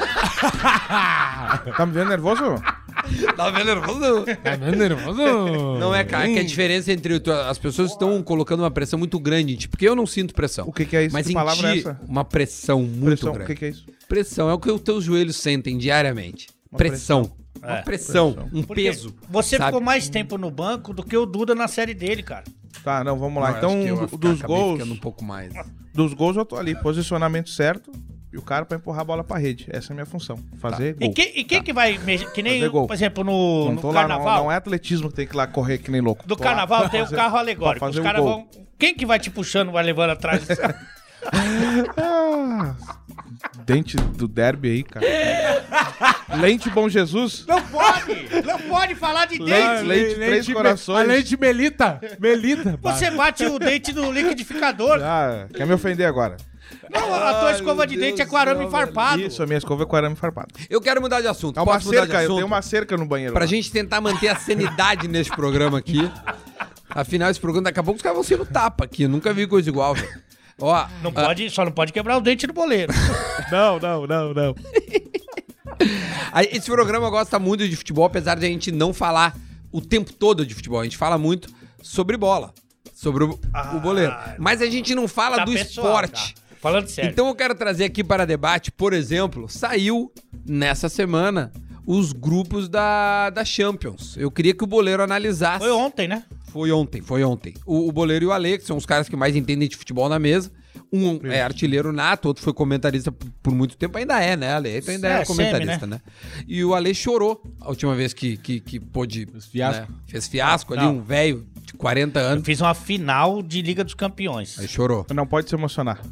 Speaker 4: Tá me vendo nervoso?
Speaker 1: Tá vendo nervoso?
Speaker 3: Tá vendo nervoso?
Speaker 1: Não é, cara, que a diferença entre as pessoas estão colocando uma pressão muito grande em ti, porque eu não sinto pressão.
Speaker 4: O que é isso?
Speaker 1: Mas
Speaker 4: Que
Speaker 1: em
Speaker 4: palavra é
Speaker 1: ti,
Speaker 4: essa?
Speaker 1: uma pressão muito
Speaker 4: Pressão,
Speaker 1: grande.
Speaker 4: o que é isso?
Speaker 1: Pressão é o que os teus joelhos sentem diariamente. Pressão. Uma pressão, um
Speaker 2: Porque
Speaker 1: peso.
Speaker 2: você
Speaker 1: sabe?
Speaker 2: ficou mais tempo no banco do que o Duda na série dele, cara.
Speaker 4: Tá, não, vamos lá.
Speaker 1: Não,
Speaker 4: Então,
Speaker 1: acho que eu acabei
Speaker 4: dos gols,
Speaker 1: ficando um pouco mais.
Speaker 4: dos gols eu tô ali, posicionamento certo e o cara pra empurrar a bola pra rede. Essa é a minha função, fazer gol.
Speaker 2: E quem que vai mexer? Que nem,
Speaker 4: Fazer gol.
Speaker 2: por exemplo, no
Speaker 4: Não tô lá,
Speaker 2: carnaval.
Speaker 4: não é atletismo que tem que ir lá correr que nem louco.
Speaker 2: Do
Speaker 4: Tô lá
Speaker 2: carnaval
Speaker 4: pra
Speaker 2: tem o
Speaker 4: fazer-
Speaker 2: carro
Speaker 4: pra
Speaker 2: alegórico.
Speaker 4: fazer
Speaker 2: Os
Speaker 4: o
Speaker 2: caras
Speaker 4: gol.
Speaker 2: vão... Quem que vai te puxando, vai levando atrás?
Speaker 4: Ah, dente do derby aí, cara. Lente Bom Jesus.
Speaker 2: Não pode falar de dente.
Speaker 4: Leite Três Corações.
Speaker 3: A lente Melita. Melita.
Speaker 2: Você bate o dente no liquidificador.
Speaker 4: Ah, quer me ofender agora?
Speaker 2: Não, a tua escova de
Speaker 1: meu
Speaker 2: dente é
Speaker 1: Deus
Speaker 2: com arame
Speaker 1: do céu,
Speaker 2: farpado.
Speaker 4: Isso, a minha escova é com arame farpado.
Speaker 1: Eu quero mudar de assunto.
Speaker 4: É uma
Speaker 1: Posso mudar de
Speaker 4: cerca, eu
Speaker 1: assunto?
Speaker 4: tenho uma cerca no banheiro.
Speaker 1: Pra
Speaker 4: lá.
Speaker 1: gente tentar manter a sanidade nesse programa aqui. Afinal, esse programa, daqui a pouco os caras vão ser no tapa aqui. Eu nunca vi coisa igual, velho. Ó,
Speaker 2: Não pode, só não pode quebrar o dente do boleiro.
Speaker 4: Não.
Speaker 1: esse programa gosta muito de futebol, apesar de a gente não falar o tempo todo de futebol. A gente fala muito sobre bola, sobre o boleiro. Mas a gente não fala
Speaker 2: Tá
Speaker 1: do
Speaker 2: pessoal,
Speaker 1: esporte.
Speaker 2: tá. Falando sério.
Speaker 1: Então eu quero trazer aqui para debate, por exemplo, saiu nessa semana os grupos da Champions. Eu queria que o boleiro analisasse.
Speaker 2: Foi ontem, né?
Speaker 1: Foi ontem. O Boleiro e o Ale, que são os caras que mais entendem de futebol na mesa. Um é artilheiro nato, outro foi comentarista por muito tempo. Ainda é, né, Ale? Tu ainda é comentarista, né? E o Ale chorou a última vez que pôde...
Speaker 3: fiasco.
Speaker 1: Né? Fez fiasco ali,
Speaker 2: Não.
Speaker 1: um velho de 40
Speaker 2: Eu
Speaker 1: anos.
Speaker 2: fiz uma final de Liga dos Campeões.
Speaker 1: Aí chorou.
Speaker 4: Não pode se emocionar.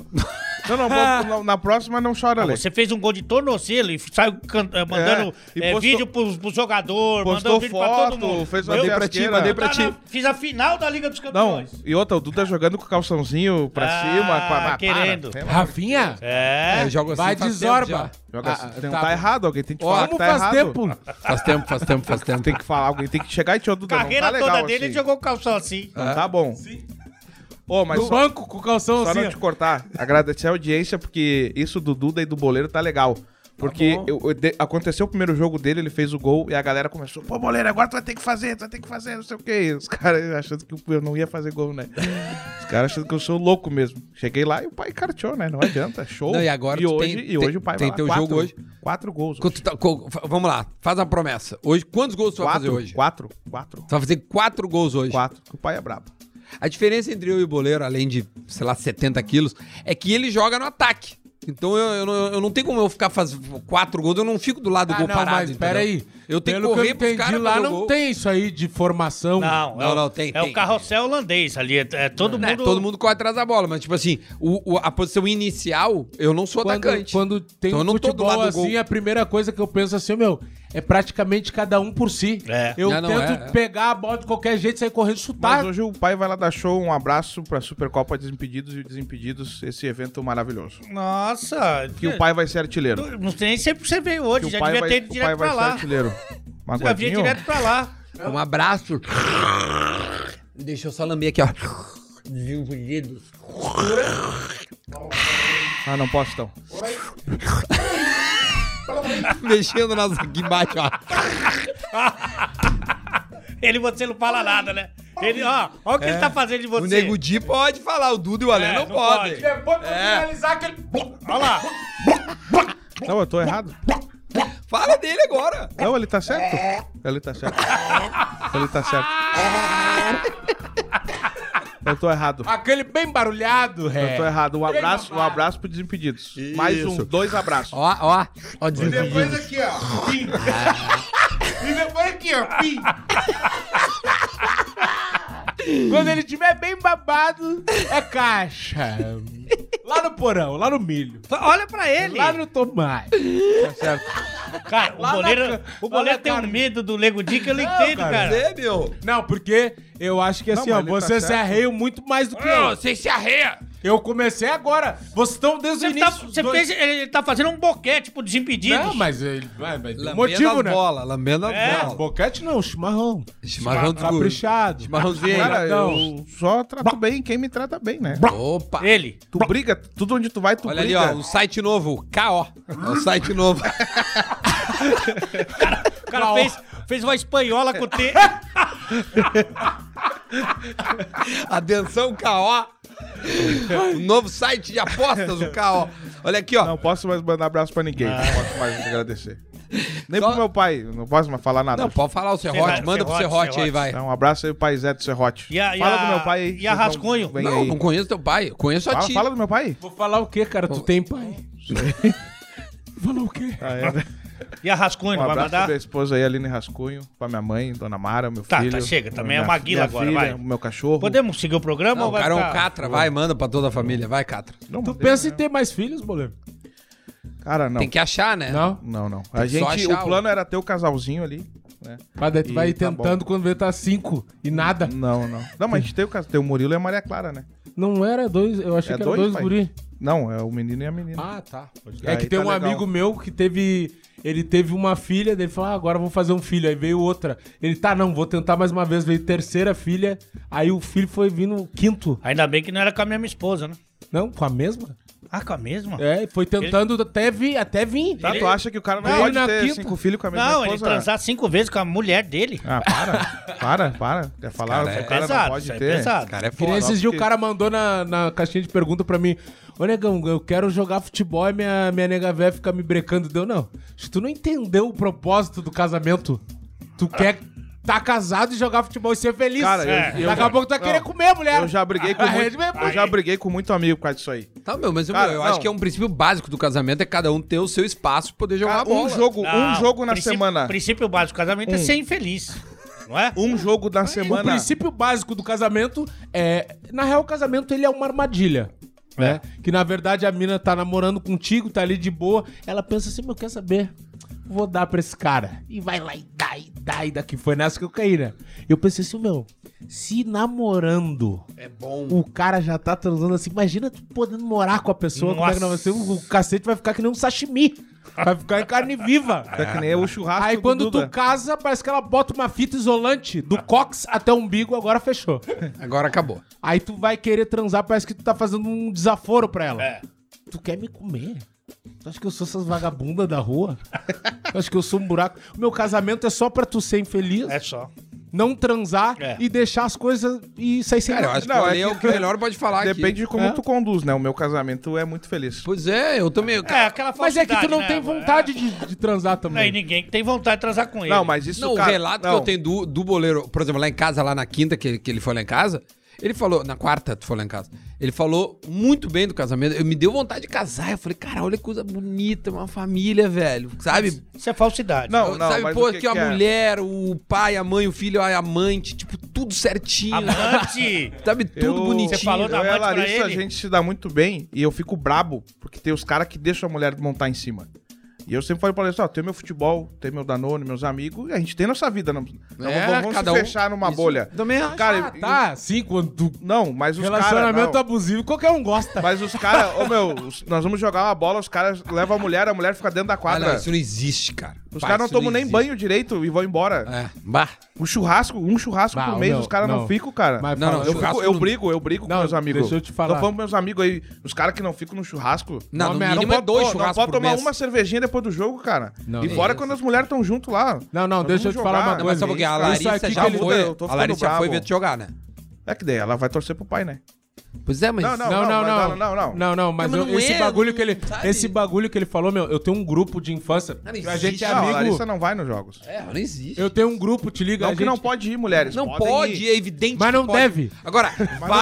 Speaker 4: Na próxima não chora, Ale.
Speaker 2: Você fez um gol de tornozelo e saiu mandando
Speaker 4: e postou-
Speaker 2: vídeo pro jogador,
Speaker 4: postou
Speaker 2: mandando vídeo pra todo
Speaker 4: foto,
Speaker 2: mundo.
Speaker 4: fez uma
Speaker 2: Eu-
Speaker 4: fiasqueira.
Speaker 1: mandei pra ti.
Speaker 2: Fiz a final da Liga dos
Speaker 4: Não,
Speaker 2: Campeões.
Speaker 4: e outra, o Duda jogando com o calçãozinho pra cima. Para,
Speaker 2: querendo.
Speaker 3: Rafinha?
Speaker 2: É.
Speaker 1: Eu jogo assim
Speaker 3: Vai de
Speaker 1: faz tempo
Speaker 3: Zorba.
Speaker 1: já.
Speaker 4: Joga assim. Não
Speaker 3: tá.
Speaker 4: tá errado, alguém tem que
Speaker 3: Ó,
Speaker 4: falar
Speaker 3: como
Speaker 4: que tá
Speaker 3: faz
Speaker 4: errado.
Speaker 3: tempo?
Speaker 1: Faz tempo.
Speaker 4: Tem que falar, alguém tem que chegar e te Duda,
Speaker 2: Carreira
Speaker 4: não tá legal
Speaker 2: toda dele,
Speaker 4: assim.
Speaker 2: ele jogou o calção assim.
Speaker 4: Não tá bom. Ô, mas
Speaker 3: No
Speaker 4: só,
Speaker 3: banco com o calção
Speaker 4: só
Speaker 3: assim.
Speaker 4: não
Speaker 3: ó.
Speaker 4: te cortar, agradecer a audiência, porque isso do Duda e do Boleiro tá legal. Porque aconteceu o primeiro jogo dele, ele fez o gol e a galera começou, pô, Boleiro, agora tu vai ter que fazer, não sei o quê. Os caras achando que eu não ia fazer gol, né? Os caras achando que eu sou louco mesmo. Cheguei lá e o pai carteou, né? Não adianta, show.
Speaker 1: Não, e agora tu
Speaker 4: hoje o pai
Speaker 1: tem
Speaker 4: vai lá,
Speaker 1: teu jogo hoje.
Speaker 4: 4 gols.
Speaker 1: Vamos lá, faz uma promessa. Hoje, quantos gols tu vai fazer hoje?
Speaker 4: 4.
Speaker 1: Tu vai fazer 4 gols hoje.
Speaker 4: 4. O pai é brabo.
Speaker 1: A diferença entre eu e o Boleiro, além de, sei lá, 70 quilos, é que ele joga no ataque. Então eu não tenho como eu ficar fazendo 4 gols, eu não fico do lado do gol
Speaker 3: não,
Speaker 1: parado.
Speaker 3: mas
Speaker 1: entendeu?
Speaker 3: peraí.
Speaker 1: Eu tenho que
Speaker 3: Pelo
Speaker 1: correr
Speaker 3: eu
Speaker 1: pros
Speaker 3: entendi
Speaker 1: caras
Speaker 3: lá,
Speaker 1: fazer o
Speaker 3: não
Speaker 1: gol.
Speaker 3: tem isso aí de formação.
Speaker 2: Não,
Speaker 1: tem.
Speaker 2: É o carrossel holandês ali. É todo
Speaker 1: Né,
Speaker 2: mundo.
Speaker 1: todo mundo corre atrás da bola, mas tipo assim, a posição inicial, eu não sou atacante.
Speaker 3: Quando tem
Speaker 1: Então eu
Speaker 3: um
Speaker 1: não tô do
Speaker 3: futebol
Speaker 1: lado do gol.
Speaker 3: assim, a primeira coisa que eu penso assim, é praticamente cada um por si.
Speaker 2: É.
Speaker 3: Eu
Speaker 1: Não,
Speaker 3: tento pegar a bola de qualquer jeito, sair correndo e chutar.
Speaker 4: Mas hoje o pai vai lá dar show, um abraço pra Supercopa Desimpedidos e Desimpedidos, esse evento maravilhoso.
Speaker 2: Nossa.
Speaker 4: Que o pai vai ser artilheiro.
Speaker 2: Não sei nem sempre você veio
Speaker 4: Que
Speaker 2: hoje,
Speaker 4: o
Speaker 2: já
Speaker 4: pai
Speaker 2: devia
Speaker 4: vai,
Speaker 2: ter ido
Speaker 4: o pai
Speaker 2: direto
Speaker 4: vai
Speaker 2: pra
Speaker 4: ser
Speaker 2: lá.
Speaker 4: artilheiro.
Speaker 2: Já vinha
Speaker 4: Magoadinho?
Speaker 2: direto pra lá.
Speaker 1: Um abraço. Deixa eu só lamber aqui, ó. Desimpedidos.
Speaker 4: Ah, não posso então.
Speaker 1: Mexendo nas aqui embaixo, ó.
Speaker 2: Você não fala nada, né? Olha o que ele tá fazendo de você.
Speaker 1: O Nego Di pode falar, o Duda e o Alê não podem.
Speaker 3: Depois pra finalizar aquele...
Speaker 2: Olha lá.
Speaker 4: Não, eu tô errado.
Speaker 1: Fala dele agora.
Speaker 4: Não, ele tá certo. Ele tá certo. Ele tá certo. Eu tô errado.
Speaker 3: Aquele bem barulhado,
Speaker 4: Eu tô errado. Um abraço pro Desimpedidos.
Speaker 1: Isso.
Speaker 4: Mais 2 abraços.
Speaker 1: Ó,
Speaker 3: E depois aqui, ó. Pim. E depois aqui, ó. Pim. Quando ele tiver bem babado, é caixa. Lá no porão, lá no milho.
Speaker 2: Olha pra ele.
Speaker 3: Lá no tomate.
Speaker 4: Tá certo.
Speaker 2: Cara, o goleiro tem um medo do Nego Di que eu não entendo, cara.
Speaker 1: É, meu.
Speaker 3: Não, porque eu acho que assim,
Speaker 4: Não,
Speaker 3: ó,
Speaker 4: mas ele
Speaker 3: você
Speaker 4: tá
Speaker 3: se
Speaker 4: certo.
Speaker 3: arreia muito mais do que eu.
Speaker 1: Você se arreia.
Speaker 3: Eu comecei agora. Vocês estão desde o início.
Speaker 2: Ele tá fazendo um boquete pro Desimpedidos.
Speaker 3: Não, mas ele vai tem
Speaker 1: Lambendo
Speaker 3: motivo,
Speaker 1: as
Speaker 3: né?
Speaker 1: bola, lambendo as
Speaker 2: É.
Speaker 1: bolas.
Speaker 3: Boquete não, chimarrão.
Speaker 1: Chimarrão dos guri.
Speaker 3: Caprichado.
Speaker 1: Chimarrãozinho.
Speaker 4: Cara,
Speaker 3: Não.
Speaker 4: eu só trato bem quem me trata bem, né?
Speaker 1: Opa.
Speaker 2: Ele.
Speaker 4: Tu briga, tudo onde tu vai, tu
Speaker 1: Olha ali,
Speaker 4: briga.
Speaker 1: ó, o site novo, KO. É o site novo.
Speaker 2: O cara fez uma espanhola com T.
Speaker 1: Atenção, KO. O novo site de apostas, o KO. Olha aqui, ó.
Speaker 4: Não posso mais mandar abraço pra ninguém. Não posso mais agradecer. Nem
Speaker 1: Só-
Speaker 4: pro meu pai, não posso mais falar nada.
Speaker 1: Não, pode falar o Serrote.
Speaker 2: Serrote,
Speaker 1: Manda pro
Speaker 2: Serrote,
Speaker 1: Serrote aí,
Speaker 2: Serrote.
Speaker 1: vai.
Speaker 4: Então, um abraço aí pro pai Zé do Serrote. Fala do meu pai aí.
Speaker 2: E a
Speaker 4: vocês
Speaker 2: Rascunho?
Speaker 4: vem
Speaker 1: Não,
Speaker 4: aí.
Speaker 1: não conheço teu pai. Conheço a
Speaker 4: Fala,
Speaker 1: ti.
Speaker 4: fala do meu pai.
Speaker 3: Vou falar o quê, cara? Tu tem pai? Falou o quê?
Speaker 4: Ah, é.
Speaker 2: E a Rascunho,
Speaker 4: Um
Speaker 2: não vai
Speaker 4: abraço pra
Speaker 2: mandar?
Speaker 4: minha esposa aí, Aline Rascunho, pra minha mãe, Dona Mara, meu
Speaker 2: Tá,
Speaker 4: filho.
Speaker 2: tá, chega, também
Speaker 4: minha-
Speaker 2: é uma guila
Speaker 4: minha
Speaker 2: agora,
Speaker 4: filha,
Speaker 2: vai.
Speaker 4: O meu cachorro.
Speaker 2: Podemos seguir o programa
Speaker 1: Não,
Speaker 2: ou
Speaker 1: o
Speaker 2: vai
Speaker 1: cara é um
Speaker 2: ficar...
Speaker 1: catra. Vai, manda pra toda a família. Vai, catra.
Speaker 4: Não,
Speaker 3: Tu
Speaker 4: mas
Speaker 3: pensa em
Speaker 4: ele-
Speaker 3: ter mais filhos, boleiro?
Speaker 4: Cara, não.
Speaker 1: Tem que achar, né?
Speaker 3: Não?
Speaker 4: Não.
Speaker 1: Tem
Speaker 4: A
Speaker 1: que só
Speaker 4: gente,
Speaker 1: achar
Speaker 4: o plano era ter o casalzinho ali, né?
Speaker 3: Mas daí tu
Speaker 4: E
Speaker 3: vai
Speaker 4: tá
Speaker 3: tentando
Speaker 4: bom.
Speaker 3: quando vê tá 5 e nada.
Speaker 4: Não. Não, mas a gente tem o Murilo e a Maria Clara, né?
Speaker 3: Não era 2, eu achei
Speaker 4: É
Speaker 3: que era 2
Speaker 4: dois, pai?
Speaker 3: guri.
Speaker 4: Não, é o menino e a menina.
Speaker 3: Ah, tá.
Speaker 4: Aí
Speaker 3: É que tem
Speaker 4: tá
Speaker 3: um
Speaker 4: legal.
Speaker 3: amigo meu que ele teve uma filha, daí ele falou, agora eu vou fazer um filho. Aí veio outra. Ele, não, vou tentar mais uma vez. Veio terceira filha, aí o filho foi vindo quinto.
Speaker 2: Ainda bem que não era com a mesma esposa, né?
Speaker 3: Não, com a mesma?
Speaker 2: Ah, com a mesma?
Speaker 3: É, foi tentando até vir.
Speaker 4: Tá, tu acha que o cara não
Speaker 3: Veio
Speaker 4: pode
Speaker 3: na
Speaker 4: ter
Speaker 3: quinta.
Speaker 4: 5 filhos com a mesma
Speaker 2: Não, ele
Speaker 4: esposa?
Speaker 2: transar 5 vezes com a mulher dele.
Speaker 4: Ah, para. Quer falar?
Speaker 1: cara é
Speaker 4: O cara
Speaker 2: pesado,
Speaker 4: não pode
Speaker 2: isso é
Speaker 4: ter.
Speaker 2: pesado.
Speaker 1: O cara é
Speaker 3: Que nem
Speaker 1: foda.
Speaker 3: esses dias
Speaker 4: porque-
Speaker 3: o cara mandou na caixinha de pergunta pra mim: Ô negão, eu quero jogar futebol e minha nega véia fica me brecando. Deu, não. Acho que tu não entendeu o propósito do casamento. Tu quer tá casado e jogar futebol e ser feliz.
Speaker 4: Cara,
Speaker 3: Daqui a pouco tu vai querer comer a mulher.
Speaker 4: Eu já briguei com
Speaker 3: A
Speaker 4: muito,
Speaker 3: rede vai-
Speaker 4: eu já briguei com muito amigo por causa disso aí.
Speaker 1: Tá, meu, mas
Speaker 4: Cara,
Speaker 1: eu
Speaker 4: não.
Speaker 1: acho que é um princípio básico do casamento, é cada um ter o seu espaço pra poder jogar
Speaker 4: Cara,
Speaker 1: a bola.
Speaker 4: um jogo na semana.
Speaker 2: O princípio básico do casamento é ser infeliz. Não é?
Speaker 4: Um jogo na
Speaker 3: O
Speaker 4: semana.
Speaker 3: princípio básico do casamento é... Na real, o casamento ele é uma armadilha. Né? Que na verdade a mina tá namorando contigo, tá ali de boa. Ela pensa assim, meu, quer saber? Vou dar pra esse cara. E vai lá e dá, e daqui. Foi nessa que eu caí, né? Eu pensei assim, meu, se namorando
Speaker 1: É bom.
Speaker 3: o cara já tá transando assim, imagina tu podendo morar com a pessoa, como é que não vai ser? O cacete vai ficar que nem um sashimi. Vai ficar em carne viva.
Speaker 4: É que nem o churrasco
Speaker 3: Aí
Speaker 4: do
Speaker 3: quando
Speaker 4: Duda.
Speaker 3: tu casa, parece que ela bota uma fita isolante do cox até o umbigo, agora fechou.
Speaker 1: Agora acabou.
Speaker 3: Aí tu vai querer transar, parece que tu tá fazendo um desaforo pra ela.
Speaker 2: É.
Speaker 3: Tu quer me comer? Tu acha que eu sou essas vagabundas da rua? Tu acha que eu sou um buraco? O meu casamento é só pra tu ser infeliz,
Speaker 2: É só.
Speaker 3: não transar
Speaker 2: É.
Speaker 3: e deixar as coisas e sair sem
Speaker 1: Cara, eu
Speaker 3: nada.
Speaker 1: acho que
Speaker 4: Não,
Speaker 1: o
Speaker 4: é
Speaker 1: Ale é o
Speaker 4: que-
Speaker 1: que melhor pode falar aqui.
Speaker 4: Depende de como
Speaker 3: É.
Speaker 4: tu conduz, né? O meu casamento é muito feliz.
Speaker 1: Pois é, eu também.
Speaker 2: É, aquela
Speaker 3: Mas é que tu
Speaker 2: falsidade,
Speaker 3: não
Speaker 2: né?
Speaker 3: tem vontade de transar
Speaker 2: Não, e
Speaker 3: também.
Speaker 2: ninguém tem vontade de transar com ele.
Speaker 4: Não, mas isso,
Speaker 1: Não,
Speaker 4: cara...
Speaker 1: o relato
Speaker 4: não.
Speaker 1: que eu tenho do boleiro, por exemplo, lá em casa, lá na quinta, que ele foi lá em casa, ele falou, na quarta tu foi lá em casa, ele falou muito bem do casamento, me deu vontade de casar, eu falei, cara, olha que coisa bonita, uma família, velho, sabe?
Speaker 2: Isso é falsidade.
Speaker 4: Não,
Speaker 1: Sabe,
Speaker 4: mas
Speaker 1: pô,
Speaker 4: o que
Speaker 1: aqui a
Speaker 4: que é?
Speaker 1: mulher, o pai, a mãe, o filho, a amante, tipo, tudo certinho,
Speaker 2: Amante.
Speaker 1: sabe, tudo bonitinho.
Speaker 2: Você falou da
Speaker 4: Eu e a
Speaker 2: amante pra
Speaker 4: Larissa, a
Speaker 2: ele?
Speaker 4: gente se dá muito bem e eu fico brabo, porque tem os caras que deixam a mulher montar em cima. E eu sempre falo pra eles, ó, tem meu futebol, tem meu Danone, meus amigos, e a gente tem nossa vida. Não vamos
Speaker 1: cada
Speaker 4: se
Speaker 1: um-
Speaker 4: fechar numa
Speaker 1: isso
Speaker 4: bolha.
Speaker 1: Também acho.
Speaker 4: Cara,
Speaker 3: Tá, sim, quando tu...
Speaker 4: não, mas os caras...
Speaker 3: Relacionamento abusivo, qualquer um gosta.
Speaker 4: Mas os caras, nós vamos jogar uma bola, os caras levam a mulher fica dentro da
Speaker 1: Ah,
Speaker 4: quadra.
Speaker 1: não, isso não existe, cara.
Speaker 4: Os
Speaker 1: Pai,
Speaker 4: caras não
Speaker 1: isso
Speaker 4: tomam nem
Speaker 1: existe.
Speaker 4: banho direito e vão embora.
Speaker 1: É, bah.
Speaker 4: Um churrasco
Speaker 3: Bah,
Speaker 4: por mês,
Speaker 3: meu,
Speaker 4: os caras não
Speaker 3: não.
Speaker 4: ficam, cara.
Speaker 3: Mas
Speaker 1: Não,
Speaker 3: fala,
Speaker 1: não,
Speaker 4: Eu,
Speaker 1: churrasco
Speaker 4: eu
Speaker 1: não-
Speaker 4: brigo com
Speaker 3: Não,
Speaker 4: meus amigos.
Speaker 3: deixa eu te falar.
Speaker 4: Tô falando pros meus amigos aí, os caras que não ficam no churrasco.
Speaker 1: Não, no
Speaker 3: merda.
Speaker 1: mínimo é dois
Speaker 4: não
Speaker 1: churrascos
Speaker 4: pode
Speaker 1: por
Speaker 4: tomar
Speaker 1: mês.
Speaker 4: uma cervejinha depois do jogo, cara.
Speaker 3: Não,
Speaker 4: e
Speaker 3: não.
Speaker 4: fora quando as mulheres estão junto lá.
Speaker 3: Não,
Speaker 4: Nós
Speaker 3: deixa eu
Speaker 4: vamos
Speaker 3: te falar
Speaker 4: jogar.
Speaker 3: uma
Speaker 1: Não, mas
Speaker 3: coisa.
Speaker 1: sabe o que? A
Speaker 3: Isso
Speaker 1: Larissa
Speaker 3: aqui
Speaker 1: já
Speaker 3: que ele-
Speaker 1: foi.
Speaker 4: eu tô
Speaker 1: A
Speaker 4: ficando
Speaker 1: Larissa já foi
Speaker 4: bravo.
Speaker 1: ver tu jogar, né?
Speaker 4: É que daí ela vai torcer pro pai, né?
Speaker 1: Pois é, mas...
Speaker 3: Não, mas esse bagulho que ele falou, meu, eu tenho um grupo de infância, a gente é amigo...
Speaker 4: A Larissa não vai nos jogos.
Speaker 1: Não existe.
Speaker 3: Eu tenho um grupo, te liga,
Speaker 4: não que não pode ir, mulheres.
Speaker 1: Não pode, é evidente
Speaker 3: mas não deve.
Speaker 1: Agora,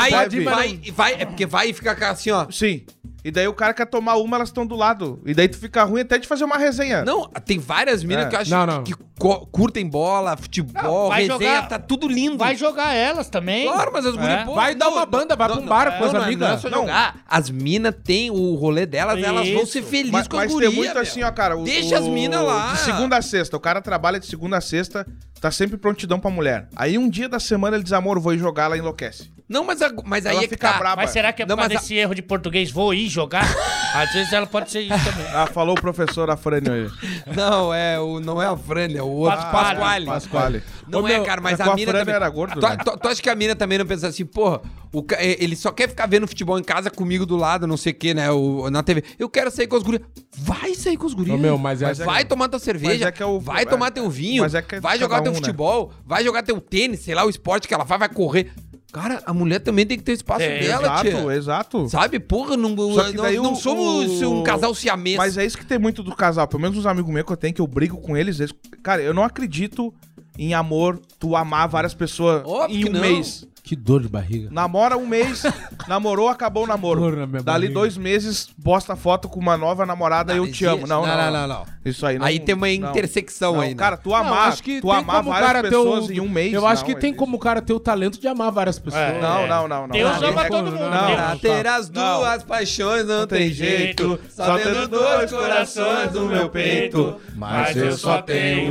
Speaker 1: vai, é porque vai e fica assim, ó.
Speaker 4: Sim. E daí o cara quer tomar uma, elas estão do lado. E daí tu fica ruim até de fazer uma resenha.
Speaker 1: Não, tem várias minas que eu acho que curtem bola, futebol, resenha, tá tudo lindo.
Speaker 2: Vai jogar elas também.
Speaker 1: Claro, mas as gurias...
Speaker 3: Vai dar uma banda, vai pra um bar com as amigas.
Speaker 1: Não é só jogar. As minas têm o rolê delas, elas vão ser felizes com as gurias.
Speaker 4: Mas tem muito assim, ó, cara.
Speaker 1: Deixa as minas lá.
Speaker 4: De segunda a sexta. O cara trabalha de segunda a sexta, tá sempre prontidão pra mulher. Aí um dia da semana ele diz, amor, vou ir jogar, ela enlouquece.
Speaker 1: Não, mas aí
Speaker 4: ela
Speaker 1: é que
Speaker 4: fica
Speaker 1: tá.
Speaker 4: braba.
Speaker 2: Mas será que é por causa desse erro de português, vou ir jogar? Às vezes ela pode ser isso também.
Speaker 4: Falou o professor Afrânio aí.
Speaker 1: Não, não é a Frânia, é o outro
Speaker 4: Pasquale.
Speaker 1: Não é, cara, mas a mina também...
Speaker 4: era gordo,
Speaker 1: Tu acha que a mina também não pensa assim, porra, ele só quer ficar vendo futebol em casa comigo do lado, não sei o que, né, na TV. Eu quero sair com as gurias. Vai sair com as gurias. Vai tomar tua cerveja, vai tomar teu vinho, vai jogar teu futebol, vai jogar teu tênis, sei lá, o esporte que ela faz, vai correr. Cara, a mulher também tem que ter espaço dela, tia.
Speaker 4: Exato.
Speaker 1: Sabe? Porra, não somos um casal siamês.
Speaker 4: Mas é isso que tem muito do casal. Pelo menos os amigos meus que eu tenho, que eu brigo com eles. Cara, eu não acredito em amor, tu amar várias pessoas em um mês.
Speaker 3: Que dor de barriga.
Speaker 4: Namora um mês, namorou, acabou o namoro. Dali 2 meses, posta foto com uma nova namorada e eu te amo. Não. Isso aí não.
Speaker 1: Aí tem uma intersecção aí, né?
Speaker 4: Cara, tu amar várias pessoas em um mês.
Speaker 3: Eu acho que tem como o cara ter o talento de amar várias pessoas.
Speaker 4: Não.
Speaker 2: Deus ama todo mundo.
Speaker 1: Pra ter as duas paixões não tem jeito. Só tendo 2 corações no meu peito. Mas eu só tenho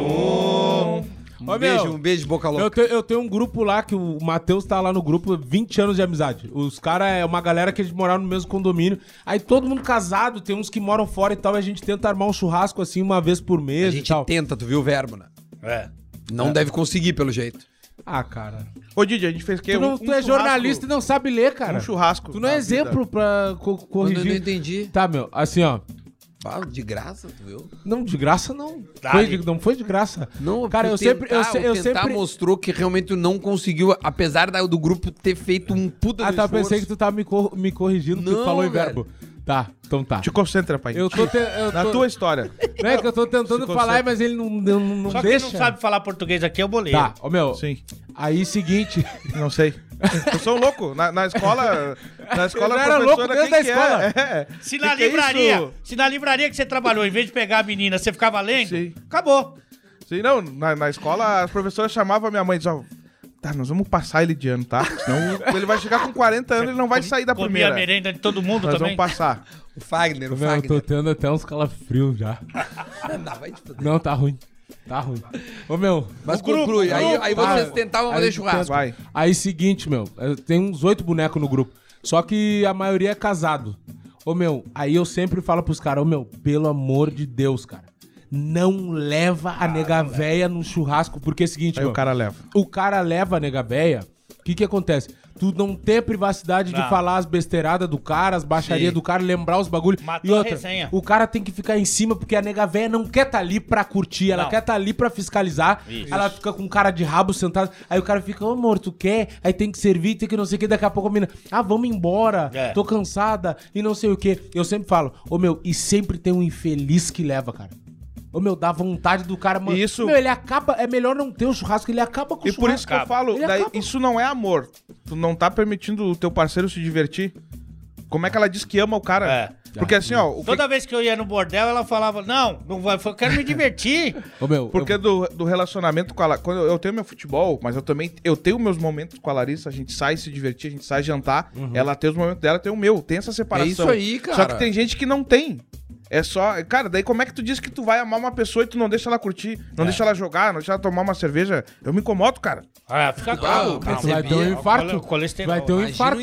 Speaker 1: um. Um beijo, boca louca.
Speaker 3: Eu tenho um grupo lá que o Matheus tá lá no grupo, 20 anos de amizade. Os caras é uma galera que a gente morava no mesmo condomínio. Aí todo mundo casado, tem uns que moram fora e tal, e a gente tenta armar um churrasco assim uma vez por mês.
Speaker 1: A gente tenta, tu viu o verbo, né? Não deve conseguir, pelo jeito.
Speaker 3: Ah, cara.
Speaker 4: Ô, Didi, a gente fez o quê?
Speaker 3: Tu é jornalista e não sabe ler, cara.
Speaker 4: Um churrasco.
Speaker 3: Tu não é exemplo pra corrigir.
Speaker 1: Eu não entendi.
Speaker 3: Tá, meu, assim, ó.
Speaker 1: De graça, tu viu?
Speaker 3: Não, de graça não. Não foi de graça.
Speaker 1: Não,
Speaker 3: cara, eu sempre
Speaker 1: mostrou que realmente tu não conseguiu, apesar do grupo ter feito um puta
Speaker 3: de esforço. Pensei que tu tava me corrigindo porque tu falou em verbo. Tá, então tá.
Speaker 4: Te concentra, pai. Na tua história.
Speaker 3: Não é que eu tô tentando falar, mas ele não
Speaker 2: só
Speaker 3: deixa.
Speaker 2: Só quem não sabe falar português aqui é o boleiro.
Speaker 3: Tá, ô meu.
Speaker 4: Sim.
Speaker 3: Aí, seguinte...
Speaker 4: Não sei. Eu sou um louco. Na escola... Na escola,
Speaker 3: eu era louco dentro da escola.
Speaker 2: Se na livraria que você trabalhou, em vez de pegar a menina, você ficava lendo,
Speaker 4: sim.
Speaker 2: Acabou.
Speaker 4: Sim, não. Na escola, as professoras chamavam a minha mãe e diziam... Tá, nós vamos passar ele de ano, tá? Senão ele vai chegar com 40 anos e ele não vai sair da primeira.
Speaker 2: Comia a merenda de todo mundo
Speaker 4: nós
Speaker 2: também.
Speaker 4: Vamos passar.
Speaker 1: O Fagner.
Speaker 3: Eu tô tendo até uns calafrios já. Não, tá ruim. Tá ruim. Ô, meu...
Speaker 1: Mas conclui. Aí vocês tentavam fazer churrasco.
Speaker 4: Vai.
Speaker 3: Aí, seguinte, meu. Tem uns 8 bonecos no grupo. Só que a maioria é casado. Ô, meu, aí eu sempre falo pros caras, ô, meu, pelo amor de Deus, cara. Não leva a nega véia no churrasco, porque é o seguinte,
Speaker 4: aí o cara leva.
Speaker 3: O cara leva a nega véia, o que acontece? Tu não tem a privacidade de falar as besteiradas do cara, as baixarias do cara, lembrar os bagulhos.
Speaker 2: Matou e outra, a resenha.
Speaker 3: O cara tem que ficar em cima, porque a nega véia não quer tá ali pra curtir, ela quer tá ali pra fiscalizar. Isso. Ela fica com cara de rabo sentado, aí o cara fica, ô amor, tu quer? Aí tem que servir, tem que não sei o que, daqui a pouco a menina, vamos embora, tô cansada e não sei o que. Eu sempre falo, ô meu, e sempre tem um infeliz que leva, cara. Ô, meu, dá vontade do cara... Mano,
Speaker 4: isso...
Speaker 3: Meu, ele acaba... É melhor não ter o churrasco, ele acaba com o churrasco.
Speaker 4: E por isso que eu falo, isso não é amor. Tu não tá permitindo o teu parceiro se divertir. Como é que ela diz que ama o cara? Porque assim, ó...
Speaker 2: Toda vez que eu ia no bordel, ela falava, não vai, eu quero me divertir.
Speaker 4: Ô, meu, porque do relacionamento com ela... Quando eu tenho meu futebol, mas eu tenho meus momentos com a Larissa, a gente sai se divertir, a gente sai jantar, ela tem os momentos dela, tem o meu, tem essa separação.
Speaker 1: É isso aí, cara.
Speaker 4: Só que tem gente que não tem. É só... Cara, daí como é que tu diz que tu vai amar uma pessoa e tu não deixa ela curtir, não deixa ela jogar, não deixa ela tomar uma cerveja? Eu me incomodo, cara.
Speaker 2: Fica bravo.
Speaker 3: Vai ter um infarto.
Speaker 2: Vai
Speaker 3: ter um infarto.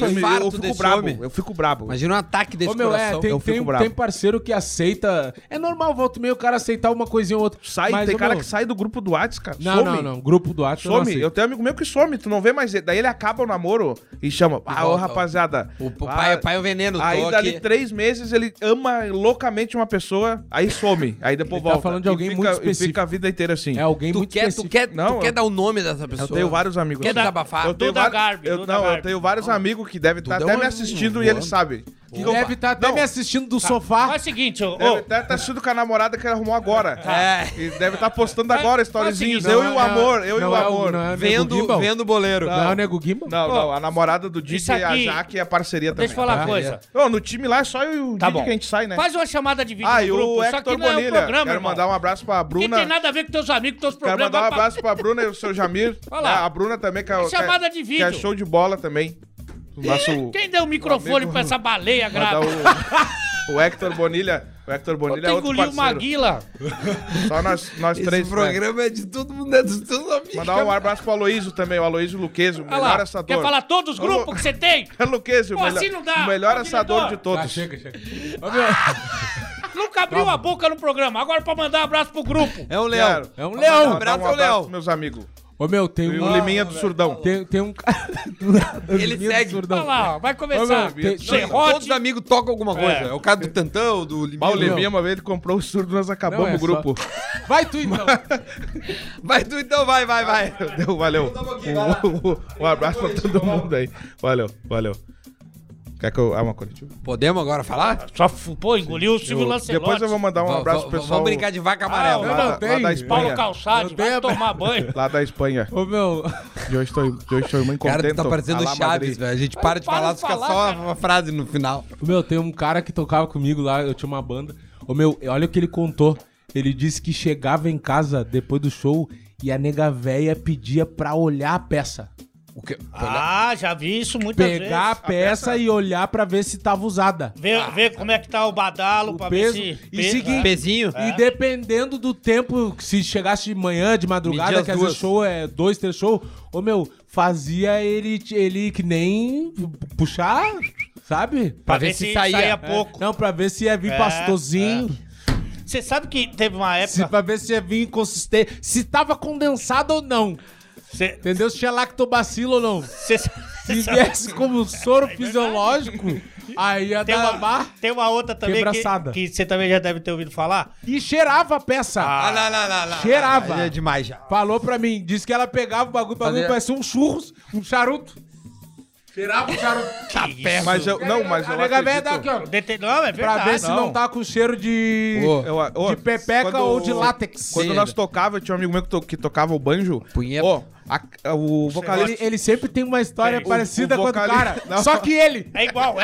Speaker 4: Eu fico brabo.
Speaker 1: Imagina um ataque desse
Speaker 3: coração. Tem parceiro que aceita... É normal, volta meio o cara aceitar uma coisinha ou outra.
Speaker 4: Tem cara que sai do grupo do WhatsApp, cara.
Speaker 3: Não. Grupo do WhatsApp
Speaker 4: some. Eu tenho amigo meu que some, tu não vê mais. Daí ele acaba o namoro e chama. Ô, rapaziada.
Speaker 1: O pai é o veneno.
Speaker 4: Aí dali 3 meses ele ama loucamente promete uma pessoa, aí some. Aí depois
Speaker 3: Ele tá
Speaker 4: volta.
Speaker 3: falando de alguém
Speaker 4: E
Speaker 3: muito específico.
Speaker 4: E fica a vida inteira assim.
Speaker 3: É alguém
Speaker 1: Tu
Speaker 3: muito
Speaker 1: quer
Speaker 3: específico.
Speaker 4: Não,
Speaker 1: dar o nome dessa pessoa?
Speaker 4: Eu tenho vários amigos.
Speaker 1: Quer
Speaker 4: assim.
Speaker 1: desabafar?
Speaker 4: Eu tenho
Speaker 2: Duda
Speaker 4: vários-
Speaker 2: Garbi,
Speaker 4: eu-
Speaker 2: Duda
Speaker 4: Não, eu
Speaker 2: Garbi.
Speaker 4: tenho vários amigos que devem estar
Speaker 1: Duda
Speaker 4: até
Speaker 1: é
Speaker 4: me
Speaker 1: um
Speaker 4: assistindo e
Speaker 1: voando.
Speaker 4: eles sabem.
Speaker 3: Que deve estar até
Speaker 4: Não.
Speaker 3: me assistindo do sofá.
Speaker 2: Faz o seguinte, ô.
Speaker 4: Deve até estar assistindo com a namorada que ele arrumou agora.
Speaker 1: É.
Speaker 4: E deve estar postando agora storyzinhos.
Speaker 2: Não,
Speaker 4: Eu e o amor, eu e
Speaker 3: não
Speaker 4: o
Speaker 3: é
Speaker 4: amor.
Speaker 3: não é o Nego
Speaker 1: Vendo
Speaker 3: Gimbal?
Speaker 1: o boleiro.
Speaker 3: Não é o Nego Gimbal?
Speaker 4: Não, a namorada do Didi
Speaker 2: Isso
Speaker 4: e a
Speaker 2: aqui-
Speaker 4: Jaque é a parceria também.
Speaker 2: Deixa eu falar uma coisa.
Speaker 4: Ô, no time lá é só eu e o
Speaker 2: Tá
Speaker 4: Didi
Speaker 2: bom.
Speaker 4: que a gente sai, né?
Speaker 2: Faz uma chamada de vídeo
Speaker 4: Ah,
Speaker 2: no
Speaker 4: e
Speaker 2: grupo.
Speaker 4: o
Speaker 2: Isso
Speaker 4: Hector
Speaker 2: aqui não é um
Speaker 4: Bonilha.
Speaker 2: programa,
Speaker 4: Quero
Speaker 2: irmão.
Speaker 4: mandar um abraço pra
Speaker 2: Que
Speaker 4: Bruna.
Speaker 2: tem nada a ver com teus amigos, teus
Speaker 4: Quero
Speaker 2: programas.
Speaker 4: mandar um
Speaker 2: Vai pra-
Speaker 4: abraço pra Bruna e o seu Jamir.
Speaker 2: Vai lá.
Speaker 4: É, a Bruna também, que é,
Speaker 2: chamada de
Speaker 4: que
Speaker 2: vídeo.
Speaker 4: é show de bola também. O nosso...
Speaker 2: Quem deu o microfone
Speaker 4: amigo-
Speaker 2: pra essa baleia
Speaker 4: Mandar
Speaker 2: grávida?
Speaker 4: o Hector Bonilha. O Hector Bonilha é
Speaker 2: Tu
Speaker 4: outro
Speaker 2: engoliu o
Speaker 4: parceiro.
Speaker 2: Maguila.
Speaker 4: Só nós
Speaker 1: Esse
Speaker 4: três. né?
Speaker 1: programa é de todo mundo, é dos teus amigos.
Speaker 4: Mandar um abraço pro Aloísio também, o Aloísio Luquezzi, o
Speaker 2: Olha
Speaker 4: melhor
Speaker 2: lá,
Speaker 4: assador.
Speaker 2: quer falar todos os grupos que você tem?
Speaker 4: É Luquezzi,
Speaker 2: Pô, assim não dá.
Speaker 4: o melhor
Speaker 2: Ô,
Speaker 4: assador
Speaker 2: diretor.
Speaker 4: de todos.
Speaker 3: chega. Ô, meu,
Speaker 2: Nunca abriu a boca no programa. Agora pra mandar um abraço pro grupo.
Speaker 1: É um leão.
Speaker 4: Quero.
Speaker 3: é um
Speaker 4: Mandar
Speaker 3: leão.
Speaker 1: Abraço
Speaker 4: um
Speaker 1: ao
Speaker 4: abraço
Speaker 1: Léo.
Speaker 4: pros meus amigos.
Speaker 3: Ô, meu, tem
Speaker 4: E
Speaker 3: um...
Speaker 4: o Liminha do Surdão.
Speaker 3: Tem um cara...
Speaker 1: Ele segue.
Speaker 2: Olha lá, vai começar.
Speaker 3: Ô, meu, tem-
Speaker 1: Todos
Speaker 2: Serrote.
Speaker 1: os amigos tocam alguma coisa.
Speaker 2: É.
Speaker 1: É o cara do Tantão, do
Speaker 4: Bah, o
Speaker 1: Liminha.
Speaker 4: Liminha, uma vez ele comprou o surdo, nós acabamos
Speaker 3: Não, é
Speaker 4: o grupo.
Speaker 3: Vai tu, então.
Speaker 1: Vai tu então, vai.
Speaker 4: Deu, valeu. Um abraço pra todo mundo aí. Valeu. Quer que eu... Ah, uma coletiva?
Speaker 1: Podemos agora falar?
Speaker 2: Pô, engoliu o Silvio Lancelotti.
Speaker 4: Depois eu vou mandar um abraço pro pessoal
Speaker 1: Vamos brincar de vaca amarela.
Speaker 3: não,
Speaker 4: lá,
Speaker 3: não tem.
Speaker 4: lá da
Speaker 2: Paulo
Speaker 4: Espanha.
Speaker 2: Calçade,
Speaker 3: Eu
Speaker 2: vai
Speaker 3: tenho-
Speaker 2: tomar banho.
Speaker 4: Lá da Espanha.
Speaker 3: Ô, meu...
Speaker 4: De hoje estou muito
Speaker 1: Cara,
Speaker 4: contente.
Speaker 1: tu tá parecendo
Speaker 4: A
Speaker 1: o
Speaker 4: lá
Speaker 1: Chaves,
Speaker 4: Madrid.
Speaker 1: velho. A gente para de
Speaker 2: Para
Speaker 1: falar,
Speaker 2: de
Speaker 1: fica
Speaker 2: falar,
Speaker 1: só
Speaker 2: cara.
Speaker 1: uma frase no final.
Speaker 3: Ô, meu, tem um cara que tocava comigo lá, eu tinha uma banda. Ô, meu, olha o que ele contou. Ele disse que chegava em casa depois do show e a nega véia pedia pra olhar a peça.
Speaker 1: O quê?
Speaker 2: Ah, já vi isso muitas
Speaker 3: Pegar a
Speaker 2: vezes.
Speaker 3: peça e olhar pra ver se tava usada.
Speaker 2: Ver como é que tá o badalo,
Speaker 3: O
Speaker 2: pra
Speaker 3: peso.
Speaker 2: ver se...
Speaker 3: E seguir.
Speaker 1: Pezinho?
Speaker 3: E dependendo do tempo, se chegasse de manhã, de madrugada,
Speaker 1: Media as
Speaker 3: que às vezes
Speaker 1: duas.
Speaker 3: show é 2, 3 shows, ô meu, fazia ele que nem puxar, sabe?
Speaker 2: Pra ver se saía pouco.
Speaker 3: Não, pra ver se ia vir pastosinho,
Speaker 2: Você sabe que teve uma época...
Speaker 3: pra ver se ia vir inconsistente, se tava condensado ou não,
Speaker 2: Cê-
Speaker 3: entendeu? Se tinha lactobacilo ou não.
Speaker 2: cê-
Speaker 3: Se
Speaker 2: cê sabe-
Speaker 3: viesse como soro fisiológico, aí ia
Speaker 2: Tem
Speaker 3: dar
Speaker 2: uma, tem uma outra também
Speaker 3: Quebraçada.
Speaker 2: que você também já deve ter ouvido falar.
Speaker 3: E cheirava a peça.
Speaker 1: Ah, não.
Speaker 3: Cheirava.
Speaker 1: É demais já.
Speaker 3: Falou pra mim, disse que ela pegava o bagulho
Speaker 1: Fazia-
Speaker 3: parecia um churros, um charuto. Cheirava o charuto.
Speaker 4: Mas eu
Speaker 3: A nega velha dá
Speaker 4: acredito.
Speaker 3: aqui, ó.
Speaker 2: Não, é
Speaker 3: Pra
Speaker 2: verdade.
Speaker 3: ver se não tá com cheiro de...
Speaker 1: Ô,
Speaker 3: de pepeca
Speaker 4: quando-
Speaker 3: ou de látex.
Speaker 4: Quando
Speaker 1: Sim.
Speaker 4: nós tocava, tinha um amigo meu que tocava o banjo.
Speaker 1: Punheta.
Speaker 4: Ó, o vocalista...
Speaker 3: Ele sempre tem uma história
Speaker 2: Tem.
Speaker 3: parecida
Speaker 4: O
Speaker 3: com a do
Speaker 4: vocalista-
Speaker 3: cara.
Speaker 4: Não.
Speaker 3: Só que ele.
Speaker 2: É igual.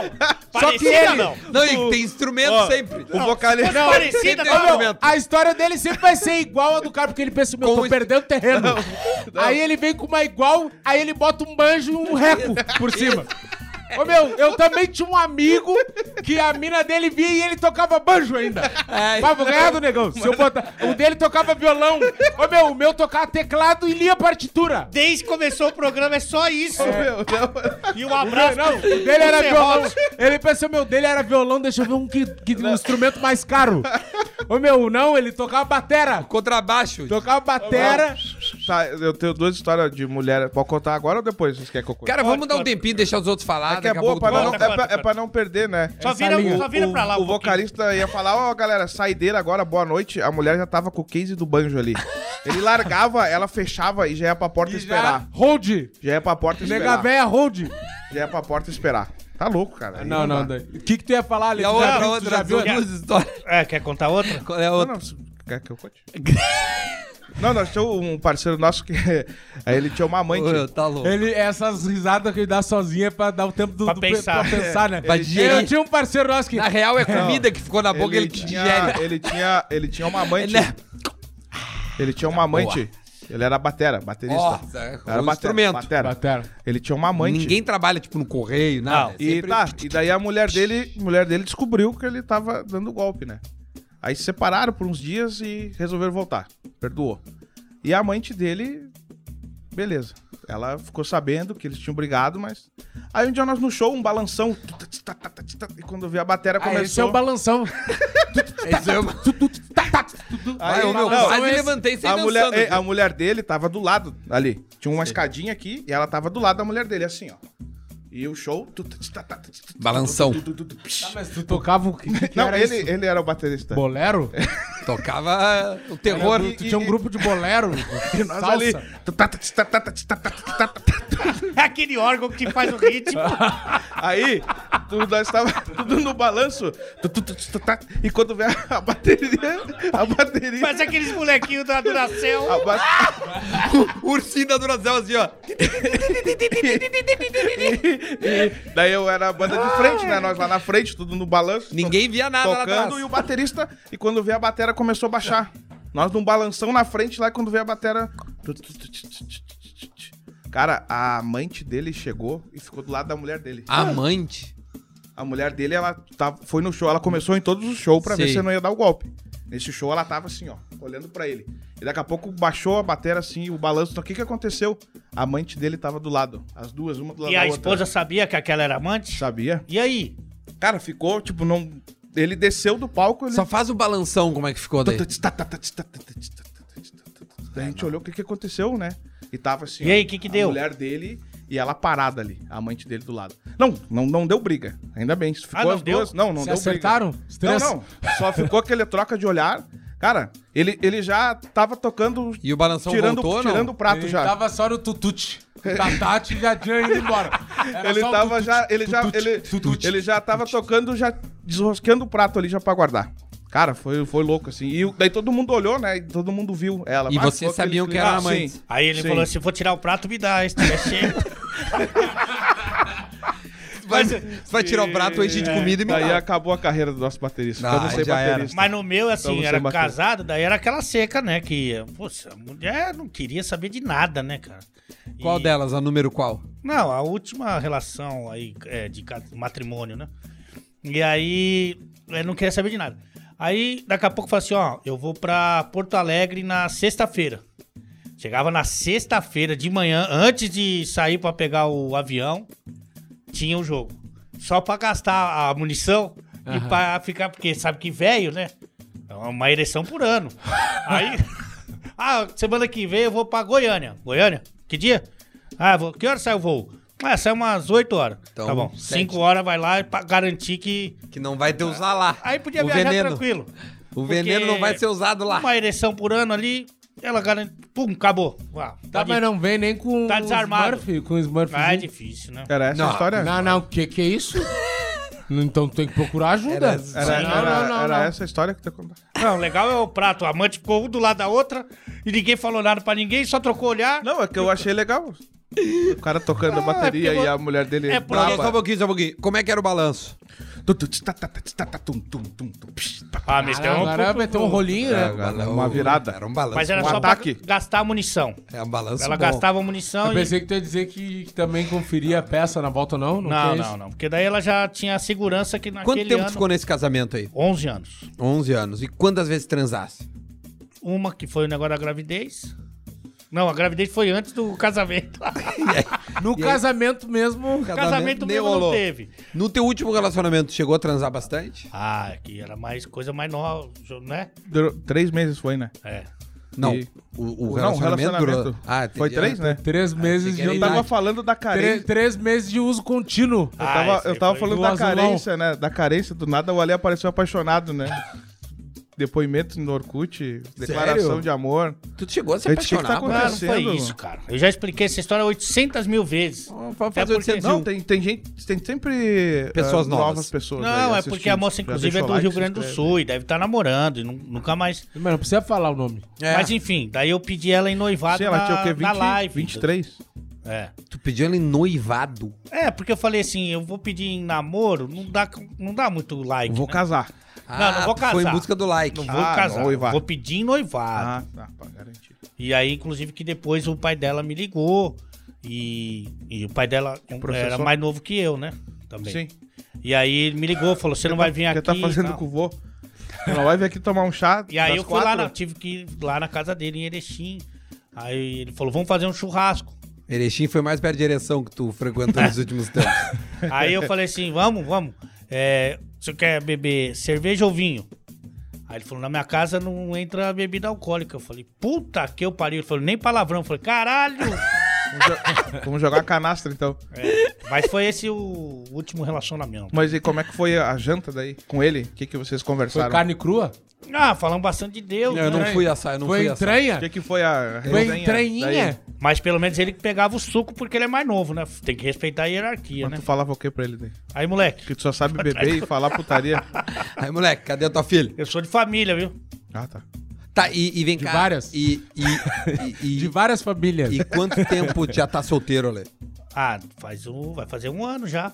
Speaker 3: Só que
Speaker 2: Parecida,
Speaker 3: ele...
Speaker 2: não.
Speaker 1: Não, e tem instrumento
Speaker 4: Ó,
Speaker 1: sempre.
Speaker 4: O vocalista...
Speaker 2: Não, parecida,
Speaker 1: tem
Speaker 2: não.
Speaker 1: instrumento.
Speaker 3: A história dele sempre vai ser igual a do cara, porque ele pensa, meu,
Speaker 1: Com
Speaker 3: tô
Speaker 1: esse-
Speaker 3: perdendo terreno. Aí ele vem com uma igual, aí ele bota um banjo e um reco por cima. Ô, meu, eu também tinha um amigo que a mina dele via e ele tocava banjo ainda. Mas vou ganhar do negão. Se eu botar... O dele tocava violão. Ô, meu, o meu tocava teclado e lia partitura.
Speaker 2: Desde que começou o programa é só isso.
Speaker 4: Meu, não.
Speaker 2: E um abraço
Speaker 3: Não, o dele era violão. Ele pensou, meu, dele era violão, deixa eu ver um instrumento mais caro. Ô, meu, não, ele tocava batera.
Speaker 1: Contrabaixo.
Speaker 3: Tocava batera.
Speaker 4: Tá, eu tenho duas histórias de mulher. Pode contar agora ou depois? Vocês querem que eu conte?
Speaker 1: Cara, vamos dar um tempinho, deixar os outros falar.
Speaker 4: É que é
Speaker 1: daqui a
Speaker 4: boa,
Speaker 1: pouco
Speaker 4: pra
Speaker 1: tu
Speaker 4: não,
Speaker 1: volta.
Speaker 2: Conta.
Speaker 4: é pra não perder, né?
Speaker 2: Só vira pra lá
Speaker 4: O
Speaker 2: um pouquinho.
Speaker 4: vocalista ia falar, ó, galera, saideira agora, boa noite. A mulher já tava com o case do banjo ali. Ele largava, ela fechava e já ia pra porta esperar.
Speaker 3: Hold.
Speaker 4: Já ia pra porta
Speaker 3: Nega
Speaker 4: esperar.
Speaker 3: véia, hold.
Speaker 4: Já ia pra porta esperar. Tá louco, cara. Aí
Speaker 3: Não, não.
Speaker 4: dá.
Speaker 3: O que tu ia falar, Ale?
Speaker 1: E a
Speaker 3: Tu já
Speaker 1: outra,
Speaker 3: viu? Tu já viu?
Speaker 1: duas histórias.
Speaker 2: Quer contar outra?
Speaker 1: Qual é a
Speaker 4: Não,
Speaker 1: outra?
Speaker 4: não, quer que eu conte? Não, nós tínhamos um parceiro nosso que aí ele tinha uma amante.
Speaker 1: Ô, tá louco.
Speaker 3: Essas risadas que ele dá sozinho é pra dar o tempo
Speaker 2: Pra pensar.
Speaker 3: pra pensar, né?
Speaker 1: Pra digerir.
Speaker 3: Eu tinha um parceiro nosso que...
Speaker 1: Na real é comida que ficou na boca e ele te digere.
Speaker 4: Ele tinha uma amante.
Speaker 1: Né?
Speaker 4: Ele tinha uma amante. Ele era baterista.
Speaker 1: Nossa,
Speaker 4: Era
Speaker 1: um instrumento.
Speaker 3: Batera.
Speaker 4: Ele tinha uma amante.
Speaker 1: Ninguém trabalha, tipo, no correio, nada.
Speaker 2: Não.
Speaker 4: E tá, e daí a mulher dele descobriu que ele tava dando golpe, né? Aí se separaram por uns dias e resolveram voltar. Perdoou. E a amante dele, beleza. Ela ficou sabendo que eles tinham brigado, mas... Aí um dia nós no show, um balanção. E quando eu vi a bateria
Speaker 3: Esse é
Speaker 4: começou...
Speaker 3: o balanção.
Speaker 1: Esse é uma...
Speaker 4: Aí,
Speaker 1: Ô, meu,
Speaker 4: não,
Speaker 1: quase
Speaker 3: esse-
Speaker 1: levantei sem
Speaker 4: a mulher,
Speaker 1: dançando.
Speaker 4: a mulher dele tava do lado ali. Tinha uma escadinha aqui e ela tava do lado da mulher dele, assim, ó. E o show...
Speaker 1: Balanção.
Speaker 3: Tá, mas tu tocava o que
Speaker 4: Não,
Speaker 3: era isso?
Speaker 4: ele era o baterista.
Speaker 3: Bolero?
Speaker 1: Tocava o terror.
Speaker 3: Tu tinha um grupo de bolero?
Speaker 4: E nós
Speaker 3: Salsa?
Speaker 4: ali...
Speaker 2: É aquele órgão que faz o ritmo.
Speaker 4: Aí, nós tava tudo no balanço. E quando vem a bateria...
Speaker 2: Faz aqueles molequinhos da Duracell.
Speaker 1: O ursinho da Duracell assim, ó.
Speaker 4: E daí eu era a banda de frente, né? Nós lá na frente, tudo no balanço.
Speaker 1: Ninguém via nada lá
Speaker 4: Tocando
Speaker 1: atrás.
Speaker 4: e o baterista. E quando veio a batera começou a baixar. Nós num balanção na frente lá e quando veio a batera. Cara, a amante dele chegou e ficou do lado da mulher dele.
Speaker 1: Amante?
Speaker 4: A mulher dele, ela foi no show, ela começou em todos os shows pra ver
Speaker 1: Sei.
Speaker 4: se não ia dar o golpe. Nesse show ela tava assim, ó, olhando pra ele. E daqui a pouco baixou a batera assim, o balanço. Então o que aconteceu? A amante dele tava do lado. As duas, uma do lado
Speaker 2: E
Speaker 4: da
Speaker 2: a
Speaker 4: outra.
Speaker 2: esposa sabia que aquela era amante?
Speaker 4: Sabia?
Speaker 2: E aí?
Speaker 4: Cara, ficou, tipo, não... Ele desceu do palco, ele...
Speaker 1: Só faz o balanção, como é que ficou daí?
Speaker 4: Daí a gente olhou o que aconteceu, né? E tava assim,
Speaker 2: E aí,
Speaker 4: ó,
Speaker 2: que
Speaker 4: a
Speaker 2: deu?
Speaker 4: mulher dele e ela parada ali, a amante dele do lado. Não deu briga, ainda bem. Ficou
Speaker 2: não
Speaker 4: as
Speaker 2: deu?
Speaker 4: duas... Não
Speaker 3: Se
Speaker 4: deu
Speaker 3: acertaram?
Speaker 4: briga.
Speaker 3: Os três?
Speaker 4: Não. Só ficou aquele troca de olhar. Cara, ele já tava tocando...
Speaker 1: E o balanção
Speaker 4: tirando,
Speaker 1: voltou, não?
Speaker 4: tirando o prato
Speaker 3: Ele
Speaker 4: já.
Speaker 3: tava só no tutute. O Tatati já tinha ido embora. Era
Speaker 4: Ele
Speaker 3: só o
Speaker 4: tava
Speaker 3: tutute,
Speaker 4: já...
Speaker 3: tutute.
Speaker 4: Ele já tava tocando, já desrosqueando o prato ali já pra guardar. Cara, foi louco, assim. E daí todo mundo olhou, né? E todo mundo viu ela.
Speaker 1: E
Speaker 4: Mas
Speaker 1: vocês
Speaker 4: ficou aquele
Speaker 1: sabiam que
Speaker 4: clima-
Speaker 1: era
Speaker 4: Ah,
Speaker 1: amante.
Speaker 4: sim.
Speaker 2: Aí ele
Speaker 4: Sim.
Speaker 2: falou assim, vou tirar o prato, me dá, se tiver cheio.
Speaker 1: Você vai tirar o prato, enche de comida e me
Speaker 4: Daí
Speaker 1: dá.
Speaker 4: acabou a carreira do nosso baterista.
Speaker 1: Ah,
Speaker 4: Ficamos sem
Speaker 1: já era.
Speaker 4: baterista.
Speaker 2: Mas no meu, assim,
Speaker 4: Estamos
Speaker 2: era
Speaker 4: sem bater.
Speaker 2: casado, daí era aquela seca, né? Que, poxa, a mulher não queria saber de nada, né, cara?
Speaker 1: Qual
Speaker 2: E-
Speaker 1: delas? A número qual?
Speaker 2: Não, a última relação aí de matrimônio, né? E aí, eu não queria saber de nada. Aí, daqui a pouco, eu falei assim, ó, eu vou pra Porto Alegre na sexta-feira. Chegava na sexta-feira de manhã, antes de sair pra pegar o avião, tinha o jogo. Só pra gastar a munição e pra ficar, porque sabe que velho, né? É uma ereção por ano. Aí, semana que vem eu vou pra Goiânia. Goiânia? Que dia? Que hora sai o voo? Sai umas 8 horas.
Speaker 1: Então,
Speaker 2: Tá bom.
Speaker 1: 7.
Speaker 2: 5 horas vai lá pra garantir que...
Speaker 1: Que não vai ter usar lá.
Speaker 2: Aí podia
Speaker 1: o
Speaker 2: viajar
Speaker 1: veneno.
Speaker 2: tranquilo.
Speaker 1: O veneno não vai ser usado lá.
Speaker 2: Uma ereção por ano ali, ela garante... Pum, acabou.
Speaker 3: Tá,
Speaker 2: Pode
Speaker 3: mas
Speaker 2: ir.
Speaker 3: não vem nem com
Speaker 2: Tá desarmado.
Speaker 3: Com o Smurf.
Speaker 2: É difícil, né?
Speaker 4: Era essa
Speaker 1: Não.
Speaker 4: a história?
Speaker 3: Não, que é isso? Então tu tem que procurar ajuda.
Speaker 4: Era essa a história que tu ia contar.
Speaker 2: Não, legal é o prato. A amante ficou um do lado da outra e ninguém falou nada pra ninguém, só trocou olhar.
Speaker 4: Não, é que eu achei legal. O cara tocando a bateria
Speaker 2: porque
Speaker 4: e a mulher dele...
Speaker 2: É porque-
Speaker 1: Só um pouquinho, só um pouquinho. Como é que era o balanço?
Speaker 2: Mas tem
Speaker 3: Agora vai ter um rolinho, né?
Speaker 4: Uma virada.
Speaker 1: Era um balanço.
Speaker 2: Mas era
Speaker 4: um
Speaker 2: só
Speaker 4: ataque.
Speaker 2: pra gastar munição.
Speaker 1: É um balanço
Speaker 2: Ela
Speaker 1: bom.
Speaker 2: gastava munição
Speaker 3: Eu pensei que tu ia dizer que também conferia a peça na volta, não?
Speaker 2: Não. Porque daí ela já tinha a segurança que naquele
Speaker 1: Quanto tempo
Speaker 2: ano...
Speaker 1: ficou nesse casamento aí?
Speaker 2: 11 anos.
Speaker 1: 11 anos. E quantas vezes transasse?
Speaker 2: Uma que foi o negócio da gravidez. Não, a gravidez foi antes do casamento.
Speaker 3: No casamento mesmo.
Speaker 2: O casamento
Speaker 1: nem
Speaker 2: mesmo não
Speaker 1: rolou.
Speaker 2: teve.
Speaker 1: No teu último relacionamento, chegou a transar bastante?
Speaker 2: Que era mais coisa mais nova, né?
Speaker 4: Durou 3 meses foi, né?
Speaker 2: É.
Speaker 1: Não.
Speaker 4: E-
Speaker 1: O
Speaker 4: Não,
Speaker 1: relacionamento durou...
Speaker 4: Foi
Speaker 1: entendi.
Speaker 4: 3, né?
Speaker 3: 3 meses
Speaker 1: que era
Speaker 3: de.
Speaker 4: Eu tava falando da carência.
Speaker 3: 3 meses de uso contínuo.
Speaker 4: Eu tava falando da
Speaker 3: azulão.
Speaker 4: carência, né? Da carência, do nada o Ale apareceu apaixonado, né? Depoimento no Orkut, declaração de amor.
Speaker 1: Tu chegou a se
Speaker 4: Gente, o que que tá
Speaker 1: apaixonar,
Speaker 2: Não,
Speaker 1: mano?
Speaker 2: não foi
Speaker 4: acontecendo?
Speaker 2: isso, cara. Eu já expliquei essa história 800 mil vezes.
Speaker 1: Pode
Speaker 2: Até
Speaker 1: fazer
Speaker 2: porque-
Speaker 1: 801.
Speaker 4: Não, tem gente, tem sempre
Speaker 1: Pessoas novas.
Speaker 4: pessoas.
Speaker 2: Não,
Speaker 4: aí
Speaker 2: é porque a
Speaker 4: assistindo.
Speaker 2: moça,
Speaker 4: Já
Speaker 2: inclusive, é
Speaker 4: deixou
Speaker 2: do
Speaker 4: like,
Speaker 2: Rio
Speaker 4: se
Speaker 2: Grande do
Speaker 4: inscreve.
Speaker 2: Sul e deve estar namorando e nunca mais.
Speaker 3: Mas não precisa falar o nome.
Speaker 1: É.
Speaker 2: Mas enfim, daí eu pedi ela em noivado
Speaker 4: Sim, ela tinha o quê?
Speaker 2: na live.
Speaker 4: 23?
Speaker 2: É.
Speaker 1: Tu pediu ela em noivado.
Speaker 2: Porque eu falei assim, eu vou pedir em namoro, não dá muito like.
Speaker 4: Vou
Speaker 2: né?
Speaker 4: casar.
Speaker 2: Não vou casar.
Speaker 1: Foi em busca do like.
Speaker 2: Não vou casar,
Speaker 4: noivar.
Speaker 2: vou pedir em noivado.
Speaker 4: Tá, pra garantir.
Speaker 2: E aí, inclusive, que depois o pai dela me ligou e o pai dela
Speaker 4: processou?
Speaker 2: era mais novo que eu, né? Também.
Speaker 4: Sim.
Speaker 2: E aí ele me ligou, falou, você não vai vir
Speaker 4: O que
Speaker 2: aqui
Speaker 4: tá
Speaker 2: e
Speaker 4: fazendo
Speaker 2: tal.
Speaker 4: com o vô? Ela vai vir aqui tomar um chá.
Speaker 2: E aí
Speaker 4: das
Speaker 2: eu fui lá,
Speaker 4: 4?
Speaker 2: tive que ir lá na casa dele em Erechim. Aí ele falou, vamos fazer um churrasco.
Speaker 1: Erechim foi mais perto de ereção que tu frequentou nos últimos tempos.
Speaker 2: Aí eu falei assim, vamos. Você quer beber cerveja ou vinho? Aí ele falou, na minha casa não entra bebida alcoólica. Eu falei, puta que eu pariu. Ele falou, nem palavrão. Eu falei, caralho!
Speaker 4: Vamos jogar canastra, então.
Speaker 2: Mas foi esse o último relacionamento.
Speaker 4: Mas e como é que foi a janta daí com ele? O que vocês conversaram?
Speaker 3: Foi carne crua?
Speaker 2: Ah, falamos bastante de Deus.
Speaker 1: Eu não fui assar, eu não
Speaker 3: Foi
Speaker 1: fui assar.
Speaker 3: entranha?
Speaker 4: O que foi a
Speaker 3: Foi
Speaker 4: resenha
Speaker 3: entranhinha?
Speaker 4: daí?
Speaker 2: Mas pelo menos ele que pegava o suco porque ele é mais novo, né? Tem que respeitar a hierarquia,
Speaker 4: Mas
Speaker 2: né?
Speaker 4: tu falava o que pra ele daí?
Speaker 2: Aí, moleque,
Speaker 4: Que tu só sabe beber e falar putaria.
Speaker 1: Aí, moleque, cadê a tua filha?
Speaker 2: eu sou de família, viu?
Speaker 4: Ah, tá.
Speaker 1: Tá, e vem
Speaker 3: De
Speaker 1: cá.
Speaker 3: várias. De várias famílias.
Speaker 1: E quanto tempo já tá solteiro, Ale?
Speaker 2: Ah, vai fazer um ano já.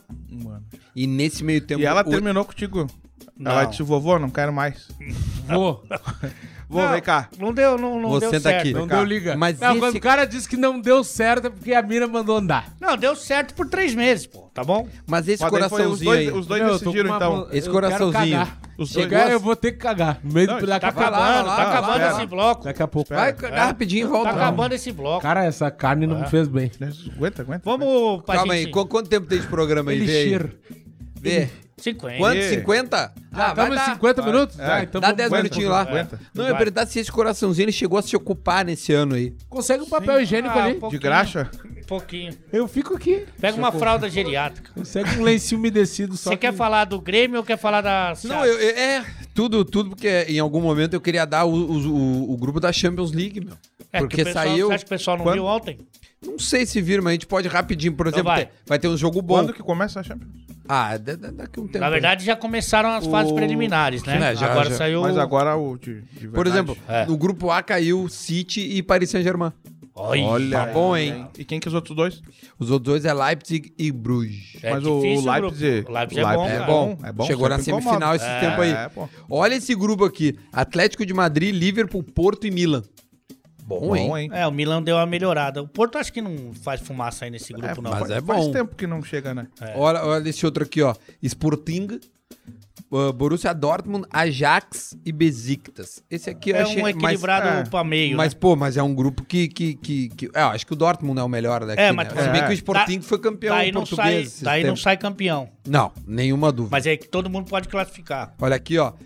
Speaker 1: E nesse meio tempo...
Speaker 4: E ela terminou contigo?
Speaker 2: Não.
Speaker 4: Ela disse, vovô, não quero mais.
Speaker 3: Vou.
Speaker 4: Vou, vem cá.
Speaker 2: Não deu
Speaker 1: Você tá
Speaker 2: certo.
Speaker 1: aqui.
Speaker 3: Não
Speaker 4: cá.
Speaker 3: deu liga.
Speaker 1: Mas
Speaker 3: Não,
Speaker 1: esse-
Speaker 3: quando o cara disse que não deu certo é porque a mina mandou andar.
Speaker 2: Não, deu certo por 3 meses, pô. Tá bom?
Speaker 1: Mas esse
Speaker 4: Mas daí foi
Speaker 1: coraçãozinho aí...
Speaker 4: os dois
Speaker 3: Meu, eu tô
Speaker 4: decidiram,
Speaker 3: com uma
Speaker 4: então.
Speaker 3: von-
Speaker 1: Esse
Speaker 3: eu
Speaker 1: coraçãozinho.
Speaker 3: quero cagar.
Speaker 4: Os
Speaker 3: Se
Speaker 4: dois-
Speaker 3: cagar, eu vou ter que cagar. No meio do...
Speaker 4: Não,
Speaker 3: Daqui
Speaker 2: Tá
Speaker 3: a pouco.
Speaker 2: acabando,
Speaker 1: lá,
Speaker 2: tá acabando
Speaker 4: espera.
Speaker 2: esse bloco.
Speaker 3: Daqui a pouco.
Speaker 1: Vai cagar rapidinho e volta.
Speaker 2: Tá acabando esse bloco.
Speaker 3: Cara, essa carne não me fez bem.
Speaker 4: Aguenta.
Speaker 2: Vamos pra
Speaker 1: Calma
Speaker 2: gente...
Speaker 1: aí, quanto tempo tem de programa aí? Vê aí.
Speaker 3: Elixir.
Speaker 1: Vê.
Speaker 2: 50.
Speaker 1: Quanto? 50?
Speaker 3: Ah, estamos em 50 minutos?
Speaker 4: É.
Speaker 3: Ah, então
Speaker 1: Dá
Speaker 3: vamos-
Speaker 1: 10
Speaker 4: aguenta,
Speaker 1: minutinhos lá.
Speaker 4: aguenta.
Speaker 1: Não, eu ia perguntar se esse coraçãozinho ele chegou a se ocupar nesse ano aí.
Speaker 3: Consegue um papel higiênico
Speaker 2: Ah,
Speaker 3: ali?
Speaker 2: pouquinho,
Speaker 4: De graxa?
Speaker 2: Pouquinho.
Speaker 3: Eu fico aqui.
Speaker 2: Pega uma fralda geriátrica.
Speaker 3: Consegue um lencinho umedecido só
Speaker 2: Você quer falar do Grêmio ou quer falar da...
Speaker 1: Não, tudo, porque em algum momento eu queria dar o grupo da Champions League, meu.
Speaker 2: É,
Speaker 1: Porque
Speaker 2: que o pessoal,
Speaker 1: saiu...
Speaker 2: Você acha que o pessoal não
Speaker 4: Quando?
Speaker 2: viu ontem?
Speaker 1: Não sei se viram, mas a gente pode rapidinho, por exemplo,
Speaker 2: vai.
Speaker 1: vai ter um jogo bom.
Speaker 4: Quando que começa a Champions?
Speaker 1: Ah, daqui a um tempo.
Speaker 2: Na verdade, já começaram as fases preliminares, né?
Speaker 1: É, já-
Speaker 2: Agora
Speaker 1: já.
Speaker 2: saiu...
Speaker 4: Mas agora o de verdade.
Speaker 1: Por exemplo,
Speaker 2: É.
Speaker 1: no grupo A caiu City e Paris Saint-Germain.
Speaker 2: Olha,
Speaker 1: Tá bom, hein?
Speaker 4: E quem que é os outros dois?
Speaker 1: Os outros dois é Leipzig e Bruges.
Speaker 2: é
Speaker 4: Mas o
Speaker 2: difícil
Speaker 4: Leipzig...
Speaker 2: grupo. O Leipzig é bom,
Speaker 1: É
Speaker 2: cara.
Speaker 1: bom.
Speaker 4: É bom,
Speaker 1: Chegou na
Speaker 4: sempre
Speaker 1: semifinal
Speaker 4: incomoda.
Speaker 1: esse tempo aí.
Speaker 4: pô.
Speaker 1: Olha esse grupo aqui. Atlético de Madrid, Liverpool, Porto e Milan. Bom, hein?
Speaker 4: Bom, hein?
Speaker 2: É, o Milan deu uma melhorada. O Porto acho que não faz fumaça aí nesse grupo, não.
Speaker 1: mas
Speaker 4: faz,
Speaker 1: é
Speaker 4: faz
Speaker 1: bom.
Speaker 4: tempo que não chega, né?
Speaker 1: Olha esse outro aqui, ó. Sporting, Borussia Dortmund, Ajax e Besiktas. Esse aqui eu
Speaker 2: É
Speaker 1: achei
Speaker 2: um equilibrado
Speaker 4: é.
Speaker 2: pra meio,
Speaker 1: mas,
Speaker 2: né?
Speaker 1: pô, mas é um grupo que eu acho que o Dortmund é o melhor daqui,
Speaker 2: É, mas
Speaker 1: né?
Speaker 2: tipo,
Speaker 1: Se bem
Speaker 4: é.
Speaker 1: que o Sporting foi campeão
Speaker 2: Daí não
Speaker 1: português.
Speaker 2: sai,
Speaker 1: esses
Speaker 2: daí não
Speaker 1: tempos.
Speaker 2: sai campeão.
Speaker 1: Não, nenhuma dúvida.
Speaker 2: Mas é que todo mundo pode classificar.
Speaker 1: Olha aqui, ó.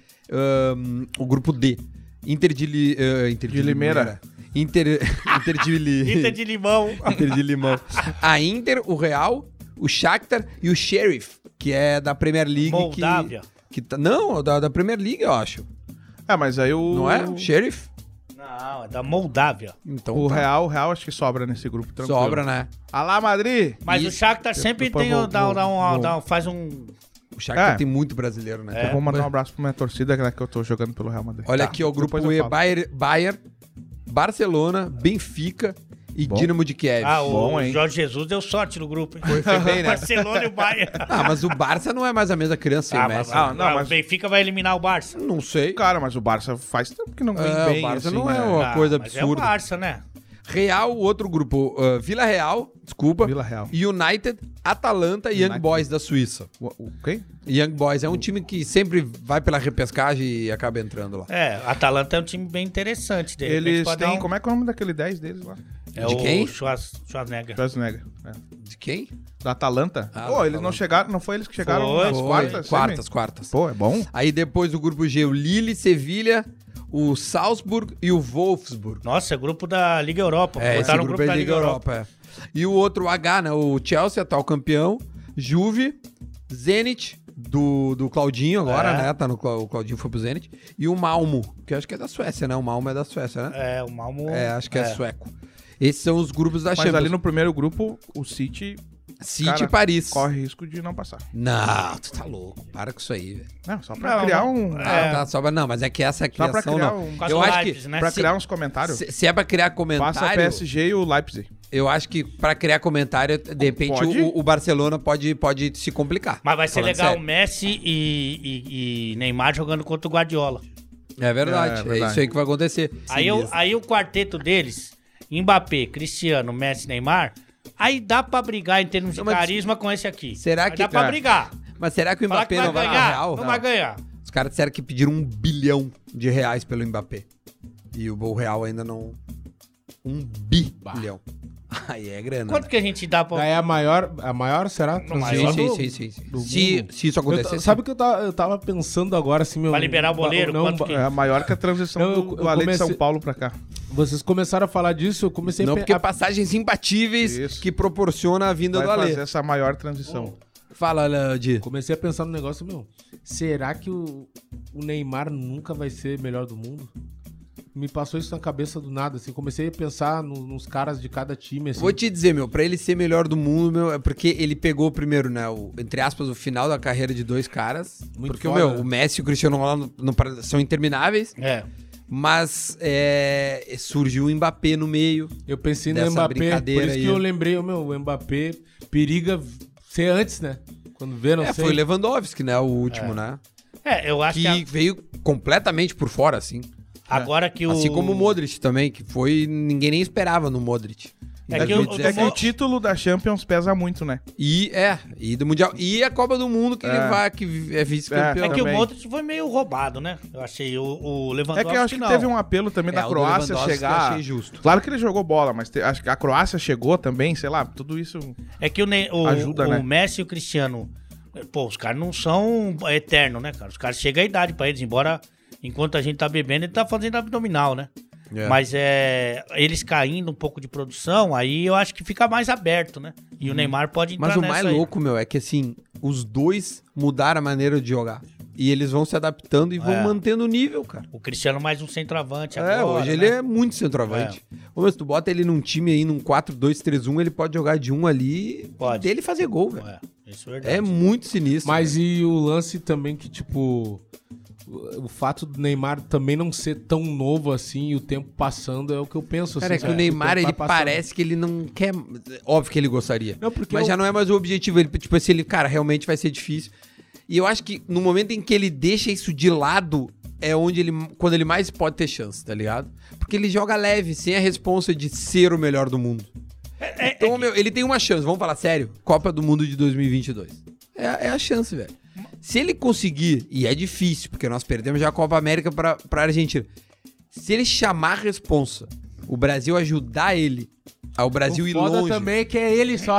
Speaker 1: O grupo D. Inter de
Speaker 4: Limeira.
Speaker 1: Inter
Speaker 2: Inter de Limão.
Speaker 1: Inter de Limão. A Inter, o Real, o Shakhtar e o Sheriff, que é da Premier League.
Speaker 2: Moldávia.
Speaker 1: Não, da Premier League, eu acho.
Speaker 4: É, mas aí o...
Speaker 1: Não é? Sheriff?
Speaker 2: Não, é da Moldávia.
Speaker 1: Então
Speaker 4: O
Speaker 1: tá.
Speaker 4: Real acho que sobra nesse grupo, tranquilo.
Speaker 1: Sobra, né?
Speaker 4: Alá, Madrid!
Speaker 2: Mas
Speaker 1: E-
Speaker 2: o Shakhtar sempre
Speaker 4: depois
Speaker 2: tem,
Speaker 4: vou-
Speaker 2: faz um...
Speaker 1: O Shakhtar
Speaker 4: É.
Speaker 1: tem muito brasileiro, né?
Speaker 4: Eu vou mandar um abraço pra minha torcida, que eu tô jogando pelo Real Madrid.
Speaker 1: Olha
Speaker 4: Tá,
Speaker 1: aqui, ó, o grupo
Speaker 4: depois eu
Speaker 1: E,
Speaker 4: falo.
Speaker 1: Bayern, Barcelona, Benfica e
Speaker 4: Bom.
Speaker 1: Dinamo de Kiev.
Speaker 2: Ah, o
Speaker 4: Bom, hein?
Speaker 2: Jorge Jesus deu sorte no grupo. hein?
Speaker 1: Foi bem, né?
Speaker 2: Barcelona e o Bayern.
Speaker 1: Ah, mas o Barça não é mais a mesma criança sem o Messi.
Speaker 4: mas-
Speaker 2: o Benfica vai eliminar o Barça.
Speaker 1: Não sei.
Speaker 4: Cara, mas o Barça faz tempo que não vem
Speaker 1: É,
Speaker 4: bem,
Speaker 1: o Barça
Speaker 4: assim,
Speaker 1: não é
Speaker 4: né?
Speaker 1: uma coisa
Speaker 2: mas
Speaker 1: absurda.
Speaker 2: é o Barça, né?
Speaker 1: Real, outro grupo. Vila Real, desculpa.
Speaker 4: Vila Real.
Speaker 1: United, Atalanta e Young
Speaker 4: United.
Speaker 1: Boys da Suíça.
Speaker 4: O quem?
Speaker 1: Young Boys é um time que sempre vai pela repescagem e acaba entrando lá.
Speaker 2: É, a Atalanta é um time bem interessante. De repente
Speaker 4: Eles
Speaker 2: pode dar
Speaker 4: têm...
Speaker 2: um-
Speaker 4: Como é que é o nome daquele 10 deles lá?
Speaker 2: É
Speaker 1: De
Speaker 2: o
Speaker 1: quem?
Speaker 2: Schwarzenegger.
Speaker 4: Schwarzenegger. É.
Speaker 1: De quem?
Speaker 4: Da Atalanta?
Speaker 1: Ah,
Speaker 4: Pô,
Speaker 1: da
Speaker 4: eles não
Speaker 1: Atalanta.
Speaker 4: chegaram... Não foi eles que chegaram
Speaker 2: Foi,
Speaker 4: nas
Speaker 2: foi.
Speaker 4: quartas?
Speaker 1: Quartas.
Speaker 4: Pô, é bom.
Speaker 1: Aí depois o grupo G, o Lille, Sevilha, o Salzburg e o Wolfsburg.
Speaker 2: Nossa, é grupo da Liga Europa.
Speaker 1: É, esse
Speaker 2: Botaram o
Speaker 1: grupo é da Liga Europa. É. E o outro H, né? O Chelsea, atual campeão, Juve, Zenit, do Claudinho agora,
Speaker 2: É.
Speaker 1: né? O Claudinho foi pro Zenit. E o Malmo, que eu acho que é da Suécia, né? O Malmo é da Suécia, né?
Speaker 2: É, o Malmo...
Speaker 1: É, acho que é sueco. Esses são os grupos da
Speaker 4: Mas
Speaker 1: Champions.
Speaker 4: ali no primeiro grupo, o City
Speaker 1: City
Speaker 4: cara,
Speaker 1: e Paris.
Speaker 4: corre risco de não passar.
Speaker 1: Não, tu tá louco. Para com isso aí, velho.
Speaker 4: Não, só pra
Speaker 2: Não,
Speaker 4: criar
Speaker 2: não.
Speaker 4: um...
Speaker 1: Tá, só, não, mas é que essa
Speaker 4: Só pra
Speaker 1: criação
Speaker 4: criar
Speaker 1: não.
Speaker 4: um...
Speaker 2: Quase
Speaker 1: Eu
Speaker 2: o
Speaker 1: acho
Speaker 2: Leipzig,
Speaker 1: que
Speaker 2: né?
Speaker 4: Pra
Speaker 1: se-
Speaker 4: criar uns comentários,
Speaker 1: se é pra criar
Speaker 4: passa
Speaker 1: comentário,
Speaker 4: PSG e o Leipzig.
Speaker 1: eu acho que pra criar comentário, de repente
Speaker 4: Pode?
Speaker 1: o Barcelona pode se complicar.
Speaker 2: Mas vai ser
Speaker 1: Falando
Speaker 2: legal o
Speaker 1: sério.
Speaker 2: Messi e Neymar jogando contra o Guardiola.
Speaker 1: É verdade,
Speaker 4: É verdade.
Speaker 1: isso aí que vai acontecer.
Speaker 2: Aí o quarteto deles, Mbappé, Cristiano, Messi, Neymar, aí dá pra brigar em termos de
Speaker 1: Não, mas
Speaker 2: carisma com esse aqui.
Speaker 1: será
Speaker 2: Aí
Speaker 1: que-
Speaker 2: dá pra
Speaker 4: é.
Speaker 2: brigar.
Speaker 1: Mas será que o
Speaker 2: Falar que
Speaker 1: Mbappé
Speaker 2: vai
Speaker 1: não vai pra
Speaker 2: ganhar,
Speaker 1: Real?
Speaker 2: não vai ganhar.
Speaker 1: Os caras disseram que pediram R$1 bilhão pelo Mbappé. E o Real ainda não... R$1 bilhão. Aí é grana.
Speaker 2: Quanto que a gente dá pra...
Speaker 3: Daí é a maior será?
Speaker 1: Sim. Se isso acontecer...
Speaker 3: Sabe o que eu tava pensando agora, assim, meu...
Speaker 2: Pra liberar o boleiro? Quanto que...
Speaker 4: É maior que a transição do Ale de São Paulo pra cá.
Speaker 3: Vocês começaram a falar disso, eu comecei
Speaker 1: Não, porque passagens imbatíveis
Speaker 4: Isso.
Speaker 1: que proporciona a vinda
Speaker 4: Vai
Speaker 1: do Ale.
Speaker 4: fazer essa maior transição.
Speaker 1: Fala, Di.
Speaker 3: Comecei a pensar no negócio, meu, será que o Neymar nunca vai ser melhor do mundo? Me passou isso na cabeça do nada, assim, comecei a pensar nos caras de cada time, assim.
Speaker 1: Vou te dizer, meu, pra ele ser melhor do mundo, meu, é porque ele pegou primeiro, né, entre aspas, o final da carreira de dois caras.
Speaker 3: Muito
Speaker 1: porque,
Speaker 3: foda,
Speaker 1: meu, o Messi e o Cristiano Ronaldo são intermináveis. Mas surgiu o Mbappé no meio.
Speaker 3: Eu pensei no
Speaker 1: dessa
Speaker 3: Mbappé, por
Speaker 1: brincadeira
Speaker 3: isso que
Speaker 1: aí.
Speaker 3: eu lembrei, o Mbappé periga ser antes, né? Quando vê, não sei.
Speaker 1: Foi o Lewandowski, né, o último, né?
Speaker 2: Eu acho que...
Speaker 1: veio completamente por fora, assim.
Speaker 2: Agora que o...
Speaker 1: Assim como o Modric também, que ninguém nem esperava no Modric.
Speaker 2: É que
Speaker 4: o título da Champions pesa muito, né?
Speaker 1: E do Mundial. E a Copa do Mundo que ele vai, que é vice-campeão.
Speaker 2: É que
Speaker 4: também.
Speaker 2: o Modric foi meio roubado, né? Eu achei o Lewandowski
Speaker 4: É que eu acho que teve um apelo também da
Speaker 1: o
Speaker 4: Croácia
Speaker 1: Lewandowski
Speaker 4: chegar.
Speaker 1: eu achei justo.
Speaker 4: Claro que ele jogou bola, mas acho que a Croácia chegou também, sei lá, tudo isso.
Speaker 2: É que
Speaker 4: ajuda, né?
Speaker 2: O Messi e o Cristiano, pô, os caras não são eternos, né, cara? Os caras chegam a idade pra eles, embora enquanto a gente tá bebendo, ele tá fazendo abdominal, né? Mas eles caindo um pouco de produção, aí eu acho que fica mais aberto, né? E o Neymar pode entrar
Speaker 1: Mas o
Speaker 2: nessa
Speaker 1: mais
Speaker 2: aí.
Speaker 1: louco, meu, é que assim, os dois mudaram a maneira de jogar. E eles vão se adaptando e vão mantendo o nível, cara.
Speaker 2: O Cristiano mais um centroavante agora,
Speaker 1: Hoje ele é muito centroavante. Mas tu bota ele num time aí, num 4-2-3-1, ele pode jogar de um ali e dele fazer gol, velho.
Speaker 2: Isso é verdade.
Speaker 1: É muito sinistro.
Speaker 3: Mas e o lance também que, tipo... O fato do Neymar também não ser tão novo assim e o tempo passando é o que eu penso.
Speaker 1: Cara,
Speaker 3: assim,
Speaker 1: é que o Neymar, ele parece que ele não quer... Óbvio que ele gostaria.
Speaker 3: Não, porque
Speaker 1: mas já não é mais o objetivo. Ele, tipo assim, ele, realmente vai ser difícil. E eu acho que no momento em que ele deixa isso de lado, é quando ele mais pode ter chance, tá ligado? Porque ele joga leve, sem a responsa de ser o melhor do mundo. Então, meu, ele tem uma chance, vamos falar sério. Copa do Mundo de 2022. É a chance, velho. Se ele conseguir, e é difícil, porque nós perdemos já a Copa América pra Argentina. Se ele chamar a responsa, o Brasil ajudar ele, ao Brasil ir longe...
Speaker 3: O foda também é que é ele só.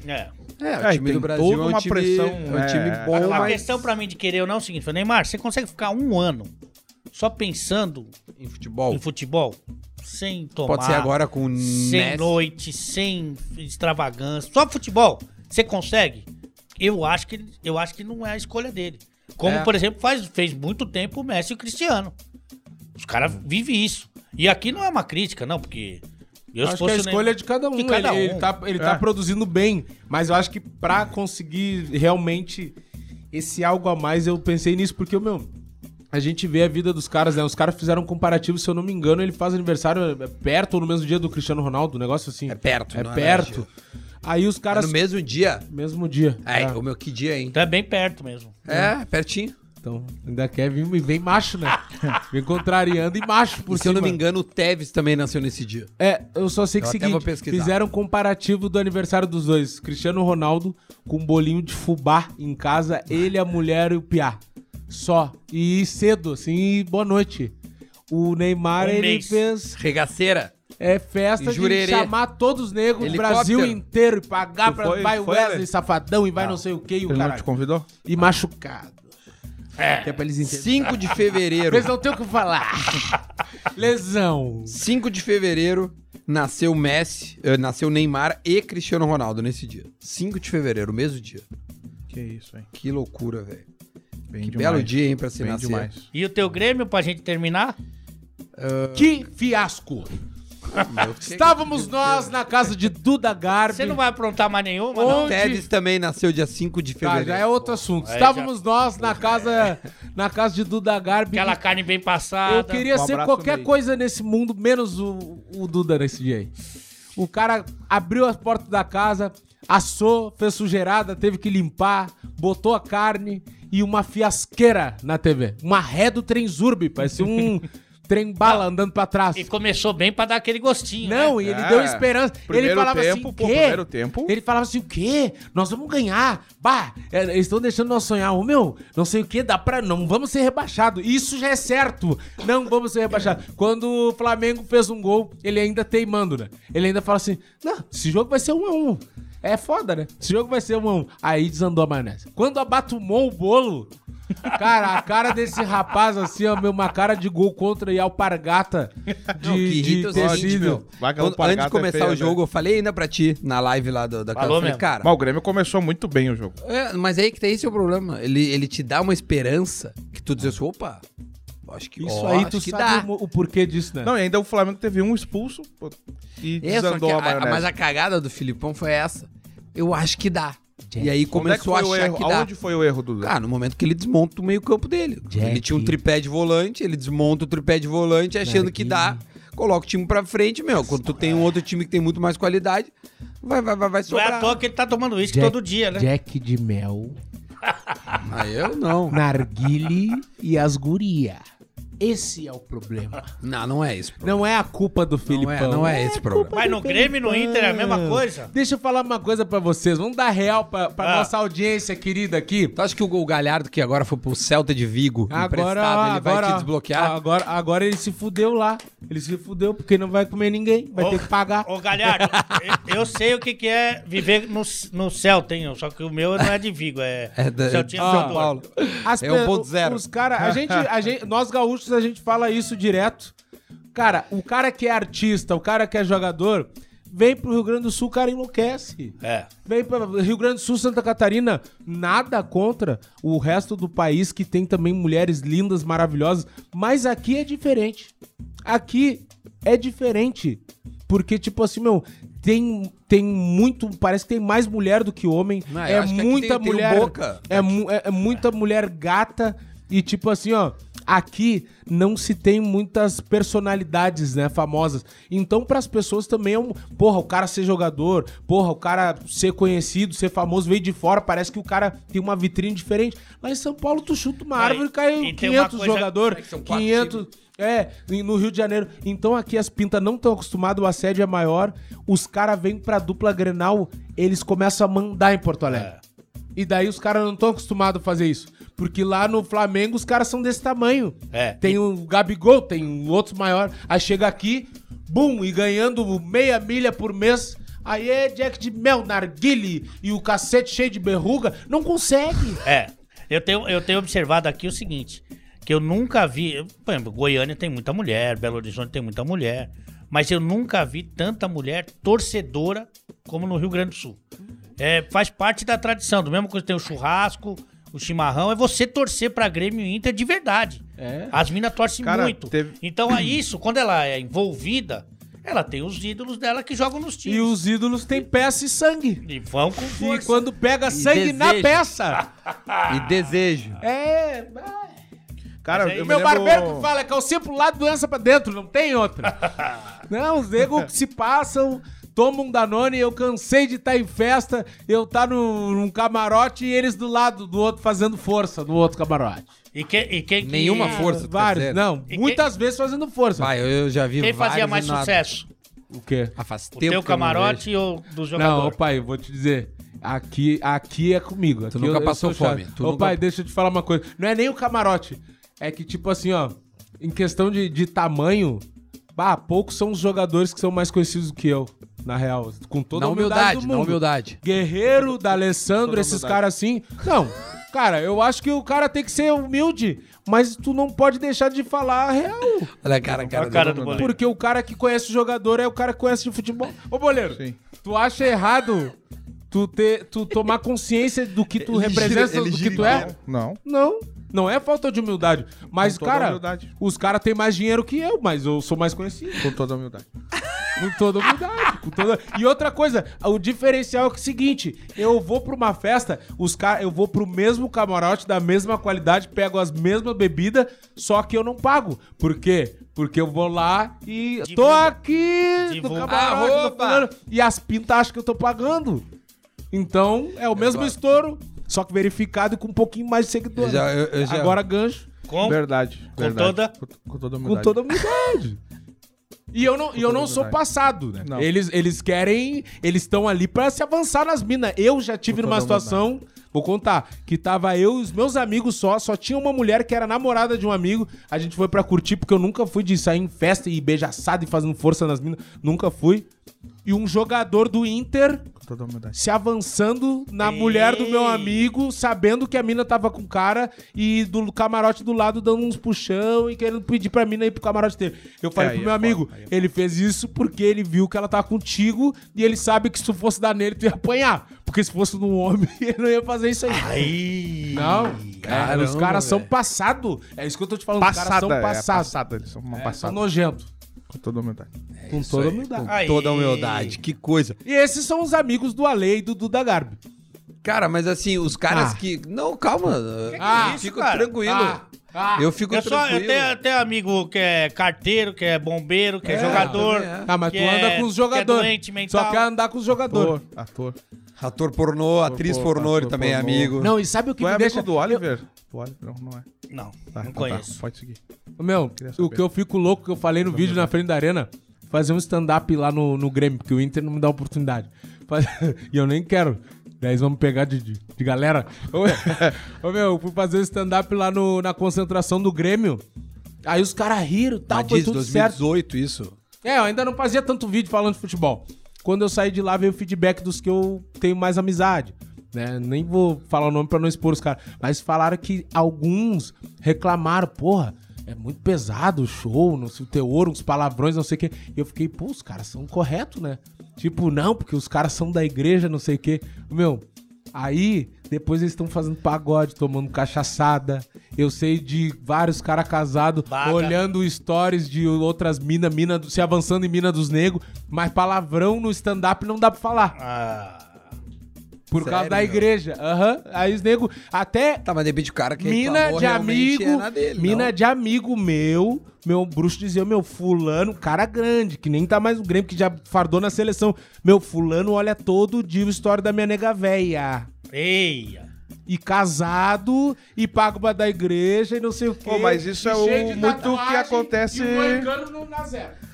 Speaker 1: o time do Brasil
Speaker 4: toda uma pressão,
Speaker 1: é um time bom,
Speaker 2: A questão pra mim de querer ou não é o seguinte, Neymar, você consegue ficar um ano só pensando
Speaker 1: em futebol,
Speaker 2: sem tomar...
Speaker 1: Pode ser agora com o
Speaker 2: sem
Speaker 1: Messi.
Speaker 2: noite, sem extravagância, só futebol. Você consegue? Eu acho que não é a escolha dele. Como, por exemplo, fez muito tempo o Messi e o Cristiano. Os caras vivem isso. E aqui não é uma crítica, não, porque...
Speaker 3: Acho que a escolha é de cada um. Ele tá produzindo bem, mas eu acho que pra conseguir realmente esse algo a mais, eu pensei nisso, porque, a gente vê a vida dos caras, né? Os caras fizeram um comparativo, se eu não me engano, ele faz aniversário perto ou no mesmo dia do Cristiano Ronaldo, um negócio assim.
Speaker 1: É perto.
Speaker 3: É perto. Aí os caras...
Speaker 1: É no mesmo dia?
Speaker 3: Mesmo dia.
Speaker 1: O meu, que dia, hein?
Speaker 2: Então é bem perto mesmo.
Speaker 1: Pertinho.
Speaker 3: Então, ainda quer vir bem macho, né? Vem contrariando e macho por
Speaker 1: cima. Se eu não me engano, o Tevez também nasceu nesse dia.
Speaker 3: Eu só sei que é o seguinte, fizeram um comparativo do aniversário dos dois. Cristiano Ronaldo com um bolinho de fubá em casa, ele, a mulher e o piá. Só. E cedo, assim, boa noite. O Neymar, ele fez...
Speaker 1: Regaceira.
Speaker 3: Festa de chamar todos os negros do Brasil inteiro e pagar pra... Vai o Wesley, safadão, e vai não sei o que, e o cara.
Speaker 4: Ele não te convidou?
Speaker 3: E machucado. Que é pra eles entenderem.
Speaker 1: 5 de fevereiro.
Speaker 3: Eles não tem o que falar. Lesão.
Speaker 1: 5 de fevereiro nasceu Messi, nasceu Neymar e Cristiano Ronaldo nesse dia. 5 de fevereiro, o mesmo dia.
Speaker 4: Que isso, hein?
Speaker 1: Que loucura, velho.
Speaker 4: Que
Speaker 1: belo dia, hein, pra se nascer.
Speaker 4: Demais.
Speaker 2: E o teu Grêmio, pra gente terminar?
Speaker 3: Que fiasco. Estávamos nós na casa de Duda Garbi.
Speaker 2: Você não vai aprontar mais nenhuma, não?
Speaker 1: O Tevez também nasceu dia 5 de fevereiro.
Speaker 3: Já é outro assunto. Estávamos nós na casa de Duda Garbi.
Speaker 2: Aquela carne bem passada.
Speaker 3: Eu queria ser qualquer coisa nesse mundo, menos o Duda nesse dia aí. O cara abriu as portas da casa, assou, fez sujeirada, teve que limpar, botou a carne e uma fiasqueira na TV. Uma ré do Trenzurbe, parecia um trem bala andando pra trás.
Speaker 2: E começou bem pra dar aquele gostinho,
Speaker 3: Não,
Speaker 2: né?
Speaker 3: e ele deu esperança. Ele falava
Speaker 4: tempo,
Speaker 3: assim,
Speaker 4: primeiro tempo.
Speaker 3: Ele falava assim, o quê? Nós vamos ganhar. Bah, eles estão deixando nós sonhar. Ô, meu, não sei o quê, não vamos ser rebaixados. Isso já é certo. Não vamos ser rebaixados. Quando o Flamengo fez um gol, ele ainda teimando, né? Ele ainda fala assim, não, esse jogo vai ser 1-1. É foda, né? Esse jogo vai ser 1-1. Aí desandou a maionese. Quando abatumou o bolo, cara, a cara desse rapaz, assim, ó, uma cara de gol contra e alpargata de tecido.
Speaker 1: Antes de começar o jogo, eu falei ainda pra ti, na live lá da
Speaker 2: Falou mesmo.
Speaker 1: cara...
Speaker 4: Mas o Grêmio começou muito bem o jogo.
Speaker 1: Mas aí que tá esse o problema. Ele te dá uma esperança que tu diz assim, opa... Acho que
Speaker 3: isso aí tu sabe o porquê disso, né?
Speaker 4: Não, e ainda o Flamengo teve um expulso e desandou a maionese.
Speaker 1: Mas a cagada do Filipão foi essa. Eu acho que dá. E aí começou a achar que dá.
Speaker 4: Aonde foi o erro do...
Speaker 1: Ah, no momento que ele desmonta o meio campo dele. Ele tinha um tripé de volante, ele desmonta o tripé de volante achando que dá. Coloca o time pra frente, meu. Quando tu tem um outro time que tem muito mais qualidade, vai sobrar.
Speaker 2: Não é à toa que ele tá tomando uísque todo dia, né?
Speaker 3: Jack de mel.
Speaker 1: Eu não.
Speaker 3: Narguile e as guria. Esse é o problema.
Speaker 1: Não é isso.
Speaker 3: Não é a culpa do Filipão.
Speaker 1: Não é esse problema.
Speaker 2: Mas no Grêmio e no Inter é a mesma coisa?
Speaker 3: Deixa eu falar uma coisa pra vocês. Vamos dar real pra nossa audiência querida aqui.
Speaker 1: Tu acha que o Galhardo, que agora foi pro Celta de Vigo, emprestado, ele vai te desbloquear?
Speaker 3: Agora ele se fudeu lá. Ele se fudeu porque não vai comer ninguém. Vai ter que pagar.
Speaker 2: Ô, Galhardo, eu sei o que é viver no Celta, hein? Só que o meu não é de Vigo, é
Speaker 1: Celtinha de São Paulo.
Speaker 3: É 1.0. Os caras, nós gaúchos, a gente fala isso direto. Cara, o cara que é artista, o cara que é jogador, vem pro Rio Grande do Sul, o cara enlouquece. Vem pro Rio Grande do Sul, Santa Catarina, nada contra o resto do país, que tem também mulheres lindas, maravilhosas, mas aqui é diferente. Aqui é diferente. Porque, tipo assim, meu, tem muito, parece que tem mais mulher do que homem. É muita mulher. É muita mulher gata. E, tipo assim, ó, aqui não se tem muitas personalidades, né, famosas. Então, pras pessoas também é porra, o cara ser jogador, porra, o cara ser conhecido, ser famoso, veio de fora, parece que o cara tem uma vitrine diferente. Lá em São Paulo, tu chuta uma árvore e cai 500 jogadores, 500... no Rio de Janeiro. Então aqui as pintas não estão acostumadas, o assédio é maior. Os caras vêm pra dupla Grenal, eles começam a mandar em Porto Alegre. E daí os caras não estão acostumados a fazer isso. Porque lá no Flamengo os caras são desse tamanho. Tem o Gabigol, tem outros maiores. Aí chega aqui, bum, e ganhando meia milha por mês. Aí é Jack de mel, narguile e o cacete cheio de berruga. Não consegue.
Speaker 2: Eu tenho observado aqui o seguinte, que eu nunca vi... Por exemplo, Goiânia tem muita mulher, Belo Horizonte tem muita mulher, mas eu nunca vi tanta mulher torcedora como no Rio Grande do Sul. Faz parte da tradição, do mesmo que tem o churrasco, o chimarrão, é você torcer pra Grêmio e Inter de verdade. As minas torcem muito. Então, isso, quando ela é envolvida, ela tem os ídolos dela que jogam nos times.
Speaker 3: E os ídolos têm peça e sangue.
Speaker 2: E vão com força.
Speaker 3: E quando pega sangue na peça.
Speaker 1: E desejo.
Speaker 3: Cara, meu barbeiro que fala que eu sempre lá doença pra dentro, não tem outra. Não, os negros se passam, tomam um Danone, eu cansei de estar em festa, eu tá num camarote e eles do lado do outro fazendo força no outro camarote.
Speaker 2: E quem
Speaker 1: Nenhuma força,
Speaker 3: vários, não, muitas vezes fazendo força.
Speaker 1: Eu já vi
Speaker 2: quem fazia mais sucesso?
Speaker 3: O quê?
Speaker 1: Faz tempo
Speaker 2: o teu camarote ou do jogador?
Speaker 3: Não, pai, eu vou te dizer. Aqui é comigo.
Speaker 1: Tu nunca passou fome.
Speaker 3: Pai, deixa eu te falar uma coisa. Não é nem o camarote. É que, tipo assim, ó, em questão de tamanho, poucos são os jogadores que são mais conhecidos do que eu, na real. Com toda a humildade do mundo.
Speaker 1: Na humildade.
Speaker 3: Guerreiro, D'Alessandro, esses caras assim. Não, cara, eu acho que o cara tem que ser humilde, mas tu não pode deixar de falar a real.
Speaker 1: Olha a cara
Speaker 2: do Boleiro.
Speaker 3: Porque o cara que conhece o jogador é o cara que conhece de futebol. Ô, Boleiro, tu acha errado tu tomar consciência do que tu representa, do que tu é?
Speaker 4: Não.
Speaker 3: Não é falta de humildade. Mas, cara, os caras têm mais dinheiro que eu, mas eu sou mais conhecido.
Speaker 4: Com toda a humildade.
Speaker 3: Com toda humildade. E outra coisa, o diferencial é o seguinte, eu vou pra uma festa, eu vou pro mesmo camarote, da mesma qualidade, pego as mesmas bebidas, só que eu não pago. Por quê? Porque eu vou lá e tô aqui do camarote, e as pintas acham que eu tô pagando. Então, é o mesmo estouro, só que verificado e com um pouquinho mais de seguidores.
Speaker 1: Eu já...
Speaker 3: Agora gancho.
Speaker 4: Verdade.
Speaker 2: Com toda
Speaker 3: Com toda humildade. E eu não sou passado, né?
Speaker 4: Não.
Speaker 3: Eles querem... Eles estão ali pra se avançar nas minas. Eu já tive numa situação... Vou contar, que tava eu e os meus amigos só tinha uma mulher que era namorada de um amigo, a gente foi pra curtir, porque eu nunca fui de sair em festa e beijaçada e fazendo força nas minas, nunca fui. E um jogador do Inter se avançando na mulher do meu amigo, sabendo que a mina tava com o cara e do camarote do lado dando uns puxão e querendo pedir pra mina ir pro camarote dele. Eu falei pro meu amigo, ele fez isso porque ele viu que ela tava contigo e ele sabe que se tu fosse dar nele, tu ia apanhar. Porque se fosse num homem, ele não ia fazer isso aí. Não, caramba, os caras são passados. É isso que eu tô te falando, os caras são passados.
Speaker 4: Eles são uma
Speaker 3: São
Speaker 4: passada.
Speaker 3: nojentos.
Speaker 4: Com toda humildade.
Speaker 3: Com toda humildade.
Speaker 1: Com toda humildade, que coisa.
Speaker 3: E esses são os amigos do Ale e do Duda Garbi.
Speaker 1: Cara, mas assim, os caras que... Não, calma.
Speaker 2: é
Speaker 1: Eu
Speaker 2: isso,
Speaker 1: fico
Speaker 2: cara?
Speaker 1: tranquilo. Eu fico tranquilo.
Speaker 2: Eu tenho amigo que é carteiro, que é bombeiro, que é jogador.
Speaker 3: Ah, mas tu
Speaker 2: que
Speaker 3: anda com os jogadores.
Speaker 2: Que é doente mental.
Speaker 3: Só quer andar com os jogadores.
Speaker 4: Ator.
Speaker 1: Ator pornô, atriz pornô, ele também é amigo.
Speaker 3: Não, e sabe o que
Speaker 4: Tu é
Speaker 3: me
Speaker 4: amigo
Speaker 3: deixa...
Speaker 4: do Oliver? Do Oliver? Não é.
Speaker 2: Não,
Speaker 4: Tá,
Speaker 2: não
Speaker 4: então
Speaker 2: conheço.
Speaker 4: Tá, pode seguir.
Speaker 3: Meu, o que eu fico louco, que eu falei no vídeo na frente da arena, fazer um stand-up lá no Grêmio, porque o Inter não me dá oportunidade. E eu nem quero. Daí eles vão me pegar de galera. Ô, meu, eu fui fazer um stand-up lá na concentração do Grêmio. Aí os caras riram e tal, foi tudo
Speaker 1: 2018
Speaker 3: certo.
Speaker 1: isso.
Speaker 3: Eu ainda não fazia tanto vídeo falando de futebol. Quando eu saí de lá, veio o feedback dos que eu tenho mais amizade. Né? Nem vou falar o nome pra não expor os caras. Mas falaram que alguns reclamaram, porra, é muito pesado o show, não sei, o teor, uns palavrões, não sei o quê. E eu fiquei, pô, os caras são corretos, né? Tipo, não, porque os caras são da igreja, não sei o quê. Meu, aí, depois eles estão fazendo pagode, tomando cachaçada. Eu sei de vários caras casados olhando stories de outras minas se avançando em mina dos negros. Mas palavrão no stand-up não dá pra falar. Por causa da igreja. Aí os negros até...
Speaker 1: Tá, mas de repente o cara que
Speaker 3: mina de amigo,
Speaker 1: é na dele,
Speaker 3: mina
Speaker 1: não.
Speaker 3: de amigo meu bruxo dizia, meu fulano, cara grande, que nem tá mais no Grêmio, que já fardou na seleção. Meu fulano olha todo dia a história da minha nega véia.
Speaker 2: Eia.
Speaker 3: E casado, e pago pra da igreja, e não sei o quê.
Speaker 4: Pô, mas isso é muito o que acontece...
Speaker 3: E o moicano na zero.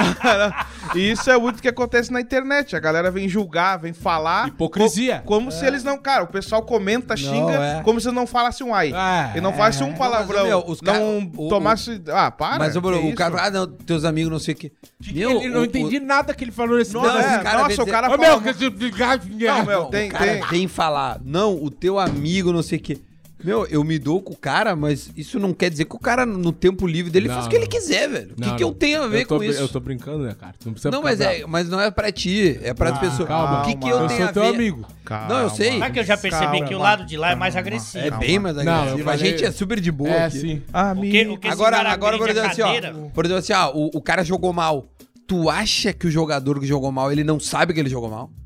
Speaker 4: E isso é muito o que acontece na internet. A galera vem julgar, vem falar.
Speaker 3: Hipocrisia.
Speaker 4: Como se eles não... Cara, o pessoal comenta, xinga, como se não falasse um ai. E não falasse um palavrão.
Speaker 1: Mas, meu, os
Speaker 4: não tomasse... para.
Speaker 1: Mas o cara... não, teus amigos não sei o quê.
Speaker 3: Eu não entendi nada que ele falou nesse
Speaker 1: Nossa,
Speaker 3: o cara
Speaker 1: fala...
Speaker 3: Não,
Speaker 1: tem que falar. Não, o teu amigo não sei o quê. Meu, eu me dou com o cara, mas isso não quer dizer que o cara, no tempo livre dele, faz o que ele quiser, velho. O que eu tenho a ver com isso?
Speaker 3: Eu tô brincando, né, cara? Tu não precisa
Speaker 1: mas não é pra ti, é pras pessoas.
Speaker 3: Calma,
Speaker 1: o que eu tenho a ver?
Speaker 3: Eu sou teu amigo.
Speaker 1: Não, eu sei.
Speaker 2: Sabe que eu já percebi que o lado de lá é mais agressivo.
Speaker 1: É bem mais agressivo. A gente é super de boa aqui.
Speaker 3: Sim.
Speaker 1: Agora eu vou dizer assim, ó. Por exemplo assim, o cara jogou mal. Tu acha que o jogador que jogou mal, ele não sabe que ele jogou mal?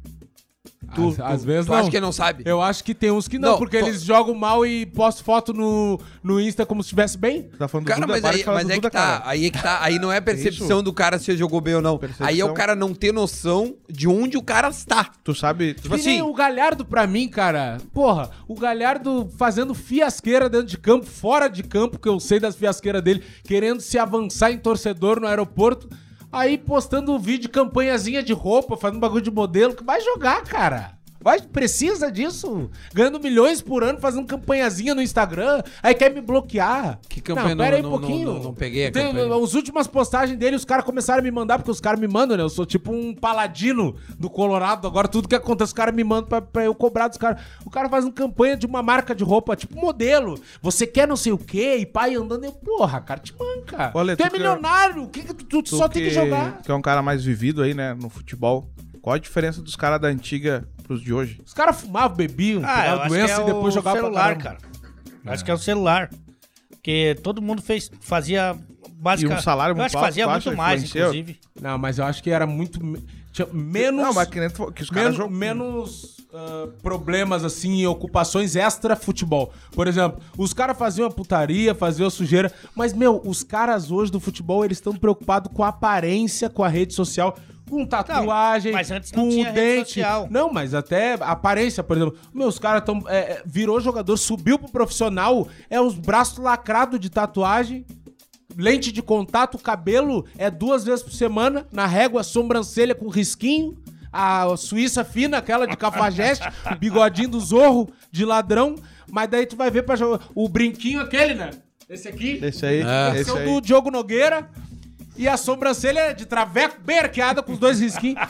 Speaker 3: Às vezes
Speaker 1: tu
Speaker 3: não.
Speaker 1: acha que ele não sabe?
Speaker 3: Eu acho que tem uns que não, porque eles jogam mal e postam foto no Insta como se estivesse bem.
Speaker 4: Tá falando
Speaker 1: cara,
Speaker 4: do Duda,
Speaker 1: mas é que tá. Aí é que tá. Aí não é percepção do cara se ele jogou bem ou não. Aí é o cara não ter noção de onde o cara está.
Speaker 4: Tu sabe...
Speaker 1: Tipo assim...
Speaker 3: O Galhardo, pra mim, cara... Porra, o Galhardo fazendo fiasqueira dentro de campo, fora de campo, que eu sei das fiasqueiras dele, querendo se avançar em torcedor no aeroporto... Aí postando vídeo, campanhazinha de roupa, fazendo bagulho de modelo, que vai jogar, cara. Precisa disso. Ganhando milhões por ano, fazendo campanhazinha no Instagram, aí quer me bloquear.
Speaker 1: Que campanha?
Speaker 3: Pera aí um pouquinho.
Speaker 1: Não peguei a campanha.
Speaker 3: As últimas postagens dele, os caras começaram a me mandar, porque os caras me mandam, né? Eu sou tipo um paladino do Colorado, agora tudo que acontece, os caras me mandam pra eu cobrar dos caras. O cara faz uma campanha de uma marca de roupa, tipo modelo. Você quer não sei o quê, e pai andando, eu, porra, cara, te manca.
Speaker 4: Olha,
Speaker 3: tu é milionário, o que tu só tem que jogar?
Speaker 4: Tu é um cara mais vivido aí, né, no futebol. Qual a diferença dos caras da antiga pros de hoje?
Speaker 3: Os caras fumavam, bebiam, pegavam doença e depois jogavam
Speaker 2: celular, cara. Acho que é o celular. Porque todo mundo fazia basicamente...
Speaker 4: E um salário muito
Speaker 2: alto. Eu acho que fazia muito mais, inclusive.
Speaker 3: Não, mas eu acho que era muito... Tinha menos...
Speaker 4: Não, mas que os caras
Speaker 3: menos problemas, assim, ocupações extra futebol. Por exemplo, os caras faziam a putaria, faziam a sujeira, mas, meu, os caras hoje do futebol, eles estão preocupados com a aparência, com a rede social. Com tatuagem,
Speaker 2: mas antes não
Speaker 3: com
Speaker 2: tinha
Speaker 3: o
Speaker 2: rede
Speaker 3: dente.
Speaker 2: social.
Speaker 3: Não, mas até aparência, por exemplo. Meus caras estão... virou jogador, subiu pro profissional, os braços lacrados de tatuagem, lente de contato, cabelo 2 vezes por semana, na régua, sobrancelha com risquinho, a Suíça fina, aquela de cafajeste, o bigodinho do Zorro de ladrão, mas daí tu vai ver o brinquinho aquele, né? Esse aqui.
Speaker 4: Esse aí.
Speaker 3: Esse é o do Diogo Nogueira. E a sobrancelha de traveco bem arqueada com os 2 risquinhos.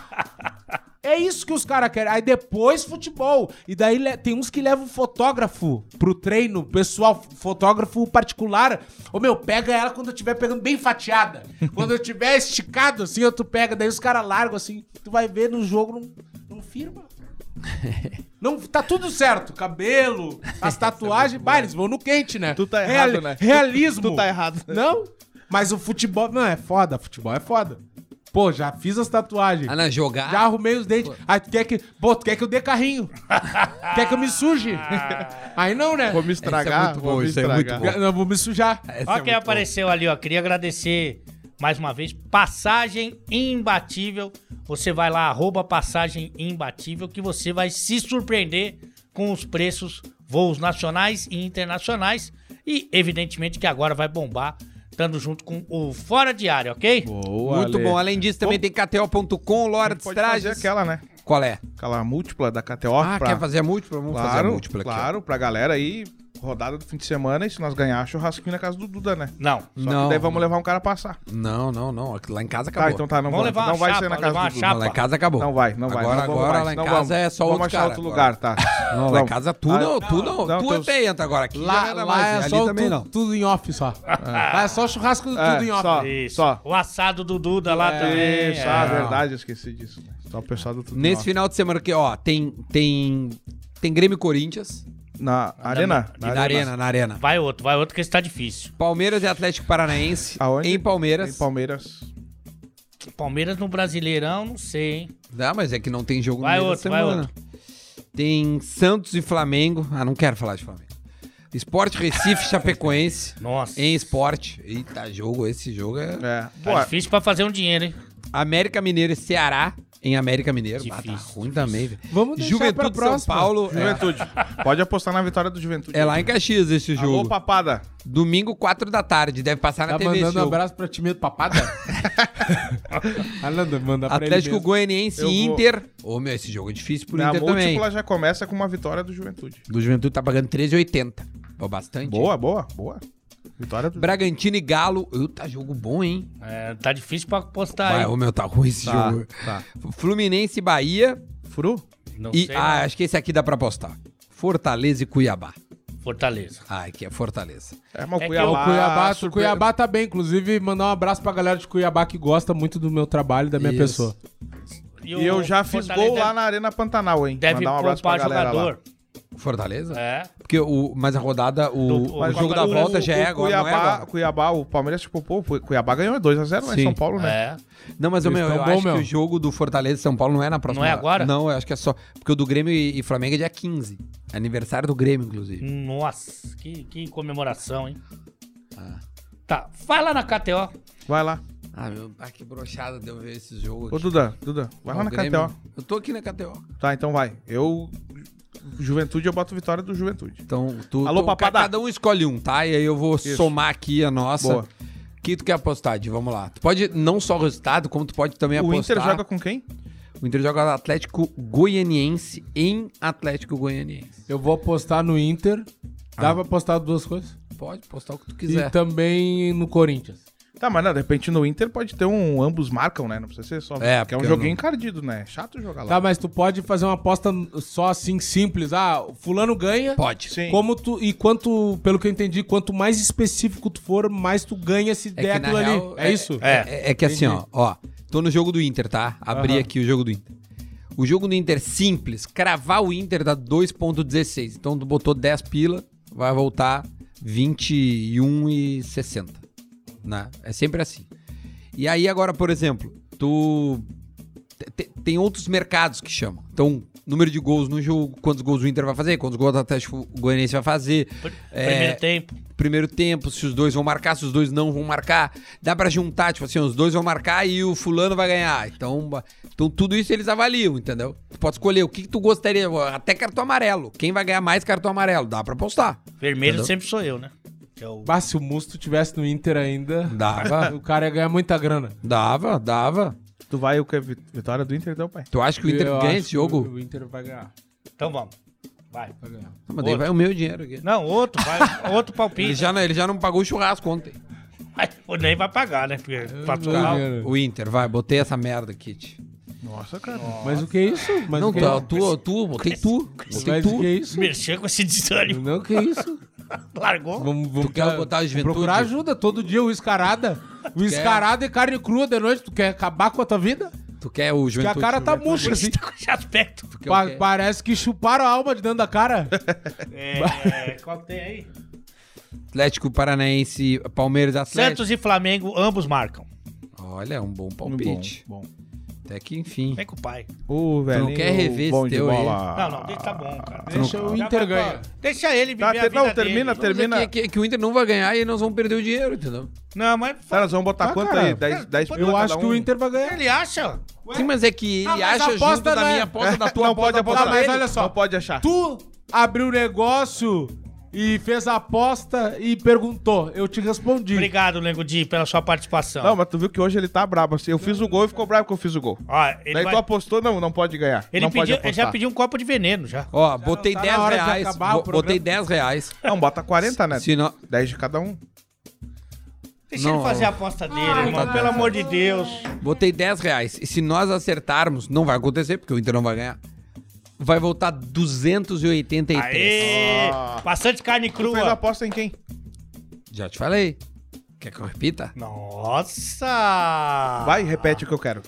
Speaker 3: É isso que os caras querem. Aí depois futebol. E daí tem uns que levam fotógrafo pro treino, pessoal, fotógrafo particular. Pega ela quando eu estiver pegando bem fatiada. Quando eu tiver esticado assim, tu pega. Daí os caras largam assim. Tu vai ver no jogo, não firma. Não, tá tudo certo. Cabelo, as tatuagens, eles vão no quente, né?
Speaker 4: Tu tá errado, né?
Speaker 3: Realismo.
Speaker 4: Tu tá errado.
Speaker 3: Não, mas o futebol... Não, é foda. Futebol é foda. Pô, já fiz as tatuagens.
Speaker 1: Jogar?
Speaker 3: Já arrumei os dentes. Aí tu quer que eu dê carrinho? Quer que eu me suje? Aí não, né?
Speaker 4: Vou me estragar. Vou me estragar.
Speaker 3: Não, vou me sujar.
Speaker 2: Olha quem apareceu ali, ó. Queria agradecer mais uma vez. Passagem Imbatível. Você vai lá, @Passagem Imbatível, que você vai se surpreender com os preços, voos nacionais e internacionais. E, evidentemente, que agora vai bombar, estando junto com o Fora de Área, ok?
Speaker 3: Boa,
Speaker 1: Muito bom. Além disso, também tem KTO.com, Lords
Speaker 4: Pode fazer
Speaker 1: Trajes.
Speaker 4: aquela, né?
Speaker 1: Qual é?
Speaker 4: Aquela múltipla da KTO.
Speaker 1: Quer fazer a múltipla? Vamos fazer a múltipla aqui.
Speaker 4: Claro, pra galera aí, rodada do fim de semana, e se nós ganhar, churrasquinho na casa do Duda, né?
Speaker 2: Não.
Speaker 4: Só que daí vamos levar um cara a passar.
Speaker 1: Não. Lá em casa acabou.
Speaker 4: Tá, então tá, não
Speaker 2: Vamos
Speaker 4: vamos.
Speaker 2: levar
Speaker 4: Não
Speaker 2: uma
Speaker 4: vai
Speaker 2: chapa,
Speaker 4: ser na
Speaker 2: levar
Speaker 4: casa
Speaker 2: uma
Speaker 4: do Duda.
Speaker 2: chapa.
Speaker 1: Não, lá em casa acabou.
Speaker 4: Não vai.
Speaker 1: Agora lá em casa é só
Speaker 4: vamos
Speaker 1: outro
Speaker 4: achar
Speaker 1: cara.
Speaker 4: outro lugar, tá?
Speaker 1: Não, lá em casa tu
Speaker 4: teus-
Speaker 1: até entra agora. Aqui já
Speaker 3: Lá
Speaker 1: era mais.
Speaker 3: é
Speaker 1: Ali
Speaker 3: só
Speaker 1: também não.
Speaker 3: tudo em off só. Lá é só churrasco tudo em off.
Speaker 2: Isso.
Speaker 4: Só.
Speaker 2: O assado do Duda lá também.
Speaker 4: Isso, verdade, eu esqueci disso. Só o pessoal do tudo.
Speaker 1: Nesse final de semana aqui, ó, tem Grêmio e Corinthians.
Speaker 4: Na Arena?
Speaker 1: Na Arena.
Speaker 2: Vai outro que está difícil.
Speaker 1: Palmeiras e Atlético Paranaense.
Speaker 4: Aonde?
Speaker 1: Em Palmeiras.
Speaker 4: Em Palmeiras.
Speaker 2: Palmeiras no Brasileirão, não sei, hein?
Speaker 1: Não, mas é que não tem jogo
Speaker 2: Vai
Speaker 1: no meio
Speaker 2: outro,
Speaker 1: da
Speaker 2: vai
Speaker 1: semana. Tem Santos e Flamengo. Não quero falar de Flamengo. Sport Recife Chapecoense.
Speaker 2: Nossa.
Speaker 1: Em esporte. Eita, esse jogo é...
Speaker 2: Tá
Speaker 4: Boa.
Speaker 2: difícil pra fazer um dinheiro, hein?
Speaker 1: América Mineiro e Ceará. Em América Mineiro.
Speaker 2: Difícil,
Speaker 1: Tá ruim também, velho.
Speaker 3: Vamos deixar
Speaker 1: Juventude
Speaker 3: pra
Speaker 1: São
Speaker 3: próxima.
Speaker 1: Paulo.
Speaker 4: Juventude. Pode apostar na vitória do Juventude.
Speaker 1: É lá em Caxias esse jogo.
Speaker 4: Alô, papada.
Speaker 1: Domingo, 4 da tarde. Deve passar na
Speaker 3: Tá
Speaker 1: TV esse
Speaker 3: mandando um
Speaker 1: jogo.
Speaker 3: abraço pra time do Papada? Manda pra ele
Speaker 1: Atlético
Speaker 3: mesmo.
Speaker 1: Goianiense
Speaker 4: Eu
Speaker 1: e
Speaker 4: vou-
Speaker 1: Inter. Esse jogo é difícil pro
Speaker 4: A
Speaker 1: Inter também.
Speaker 4: múltipla já começa com uma vitória do Juventude.
Speaker 1: Do Juventude tá pagando 13,80. Pô, bastante.
Speaker 4: Boa. Vitória do
Speaker 1: Bragantino e Galo. Tá jogo bom, hein?
Speaker 2: Tá difícil pra apostar,
Speaker 1: Vai,
Speaker 2: hein?
Speaker 1: ô meu, tá ruim esse jogo.
Speaker 4: Tá.
Speaker 1: Fluminense e Bahia.
Speaker 4: Furu?
Speaker 2: Não
Speaker 1: E,
Speaker 2: sei, não.
Speaker 1: acho que esse aqui dá pra apostar. Fortaleza e Cuiabá.
Speaker 2: Fortaleza.
Speaker 1: Aqui é Fortaleza.
Speaker 4: Mas
Speaker 2: É
Speaker 4: o
Speaker 2: que eu-
Speaker 3: O Cuiabá tá bem, inclusive mandar um abraço pra galera de Cuiabá que gosta muito do meu trabalho e da minha
Speaker 1: Isso.
Speaker 3: pessoa.
Speaker 4: E eu já fiz
Speaker 2: Fortaleza
Speaker 4: gol lá na Arena Pantanal, hein?
Speaker 2: Deve
Speaker 4: Mandar um abraço
Speaker 2: poupar
Speaker 4: pra galera
Speaker 2: jogador.
Speaker 4: lá.
Speaker 1: Fortaleza?
Speaker 2: É.
Speaker 1: Porque mas a rodada, o
Speaker 2: Mas
Speaker 1: jogo da
Speaker 2: o-
Speaker 1: volta já é agora, não é agora.
Speaker 4: Cuiabá, o Palmeiras, tipo, pô, o Cuiabá ganhou 2-0 lá em
Speaker 1: Sim.
Speaker 4: São Paulo, né?
Speaker 2: É.
Speaker 1: Não, mas eu
Speaker 3: Eles tão bom,
Speaker 1: acho
Speaker 3: meu.
Speaker 1: que o jogo do Fortaleza e São Paulo não é na próxima.
Speaker 2: Não é agora?
Speaker 1: Não, eu acho que é só. Porque o do Grêmio e Flamengo é dia 15. Aniversário do Grêmio, inclusive.
Speaker 2: Nossa, que comemoração, hein? Tá, vai lá na KTO.
Speaker 4: Vai lá.
Speaker 1: Que broxada de eu ver esse jogo.
Speaker 4: Ô, Duda, vai lá na KTO.
Speaker 1: Eu tô aqui na KTO.
Speaker 4: Tá, então vai. Juventude, eu boto vitória do Juventude.
Speaker 1: Então,
Speaker 4: Alô, papada.
Speaker 1: cada um escolhe um, tá? E aí eu vou somar aqui a nossa.
Speaker 4: Boa.
Speaker 1: O que tu quer apostar, Di? Vamos lá. Tu pode não só o resultado, como tu pode também
Speaker 4: O
Speaker 1: apostar.
Speaker 4: Inter joga com quem?
Speaker 1: O Inter joga Atlético Goianiense em Atlético Goianiense.
Speaker 3: Eu vou apostar no Inter. Dá pra apostar duas coisas?
Speaker 1: Pode apostar o que tu
Speaker 3: E
Speaker 1: quiser.
Speaker 3: também no Corinthians.
Speaker 4: Tá, mas não, de repente no Inter pode ter ambos marcam, né? Não precisa ser só.
Speaker 1: É,
Speaker 4: porque é um
Speaker 1: porque eu
Speaker 4: joguinho
Speaker 1: não-
Speaker 4: encardido, né? Chato jogar lá.
Speaker 3: Tá, mas tu pode fazer uma aposta só assim, simples. O fulano ganha.
Speaker 1: Pode.
Speaker 4: Sim.
Speaker 3: Pelo que eu entendi, quanto mais específico tu for, mais tu ganha se der
Speaker 1: que, na
Speaker 3: aquilo ali.
Speaker 1: real,
Speaker 3: É isso?
Speaker 1: É que assim, ó. Tô no jogo do Inter, tá? Abri aqui o jogo do Inter. O jogo do Inter simples, cravar o Inter dá 2,16. Então tu botou 10 pila, vai voltar 21,60. Né? É sempre assim. E aí agora, por exemplo, tem outros mercados que chamam. Então, número de gols no jogo, quantos gols o Inter vai fazer, quantos gols o Atlético Goianiense vai fazer. Primeiro tempo, se os dois vão marcar, se os dois não vão marcar. Dá pra juntar, tipo assim, os dois vão marcar e o fulano vai ganhar. Então tudo isso eles avaliam, entendeu? Tu pode escolher o que tu gostaria, até cartão amarelo. Quem vai ganhar mais cartão amarelo? Dá pra postar.
Speaker 2: Vermelho entendeu? Sempre sou eu, né?
Speaker 3: Bah, se o Musto tivesse no Inter ainda,
Speaker 1: dava.
Speaker 3: O cara ia ganhar muita grana.
Speaker 1: Dava.
Speaker 4: Tu vai o que? Vitória do Inter, então, pai?
Speaker 1: Tu acha que o Inter ganha esse jogo?
Speaker 3: O Inter vai ganhar.
Speaker 2: Então vamos. Vai
Speaker 3: ganhar.
Speaker 1: Não, mas daí vai o meu dinheiro aqui.
Speaker 2: Não, outro palpite.
Speaker 1: Ele já não pagou o churrasco ontem.
Speaker 2: Nem vai pagar, né? Porque
Speaker 1: o Inter, vai, botei essa merda aqui, tio.
Speaker 4: Nossa, cara.
Speaker 3: Nossa. Mas o que é isso? Mas
Speaker 1: não,
Speaker 3: o que
Speaker 1: botei tu.
Speaker 3: Mas o que é isso?
Speaker 2: Mexer com esse desânimo.
Speaker 3: Não, o que é isso?
Speaker 2: Largou?
Speaker 1: Tu quer botar a juventude?
Speaker 3: Procurar ajuda todo dia, o escarada. O escarada e carne crua de noite. Tu quer acabar com a tua vida?
Speaker 1: Tu quer o juventude?
Speaker 3: Porque a cara tá murcha, assim.
Speaker 2: Tá com esse aspecto.
Speaker 3: Parece que chuparam a alma de dentro da cara.
Speaker 2: Qual tem aí?
Speaker 1: Atlético Paranaense, Palmeiras, Atlético.
Speaker 2: Santos e Flamengo, ambos marcam.
Speaker 1: Olha, um bom palpite.
Speaker 4: Bom.
Speaker 1: Até que enfim.
Speaker 2: Vem com o pai.
Speaker 4: O velho.
Speaker 1: Tu não quer rever esse teu aí?
Speaker 2: Não, deixa tá bom, cara.
Speaker 3: Deixa o Inter ganhar.
Speaker 2: Deixa ele viver a vida
Speaker 4: não,
Speaker 2: dele.
Speaker 4: termina.
Speaker 1: Que o Inter não vai ganhar e nós vamos perder o dinheiro, entendeu?
Speaker 2: Não, mas...
Speaker 4: Tá, nós vamos botar quanto
Speaker 3: cara,
Speaker 4: aí? 10
Speaker 3: Eu acho que o Inter vai ganhar.
Speaker 2: Ele acha?
Speaker 1: Sim, mas é que ele
Speaker 3: mas
Speaker 1: acha
Speaker 3: aposta
Speaker 1: junto da minha aposta, da tua
Speaker 4: não
Speaker 1: aposta.
Speaker 4: pode apostar.
Speaker 3: Mas olha só.
Speaker 4: Não pode achar.
Speaker 3: Tu abriu o negócio e fez a aposta e perguntou. Eu te respondi.
Speaker 2: Obrigado, Nego Di, pela sua participação.
Speaker 4: Não, mas tu viu que hoje ele tá brabo. Assim, eu fiz o gol e ficou bravo que eu fiz o gol.
Speaker 2: Ó,
Speaker 4: Daí tu apostou, não pode ganhar.
Speaker 2: Ele já pediu um copo de veneno, já.
Speaker 1: Ó, botei
Speaker 3: tá
Speaker 1: 10
Speaker 3: na hora de
Speaker 1: reais.
Speaker 3: acabar o programa.
Speaker 1: Botei 10 reais.
Speaker 4: Não, bota 40, né?
Speaker 1: Se não...
Speaker 4: 10 de cada um.
Speaker 2: Deixa ele fazer a aposta dele, irmão. Pelo amor de Deus.
Speaker 1: Botei 10 reais. E se nós acertarmos, não vai acontecer, porque o Inter não vai ganhar. Vai voltar 283.
Speaker 2: Aê! Bastante carne
Speaker 4: Tu fez a
Speaker 2: crua.
Speaker 4: aposta em quem?
Speaker 1: Já te falei. Quer que eu repita?
Speaker 2: Nossa!
Speaker 4: Vai, repete o que eu quero.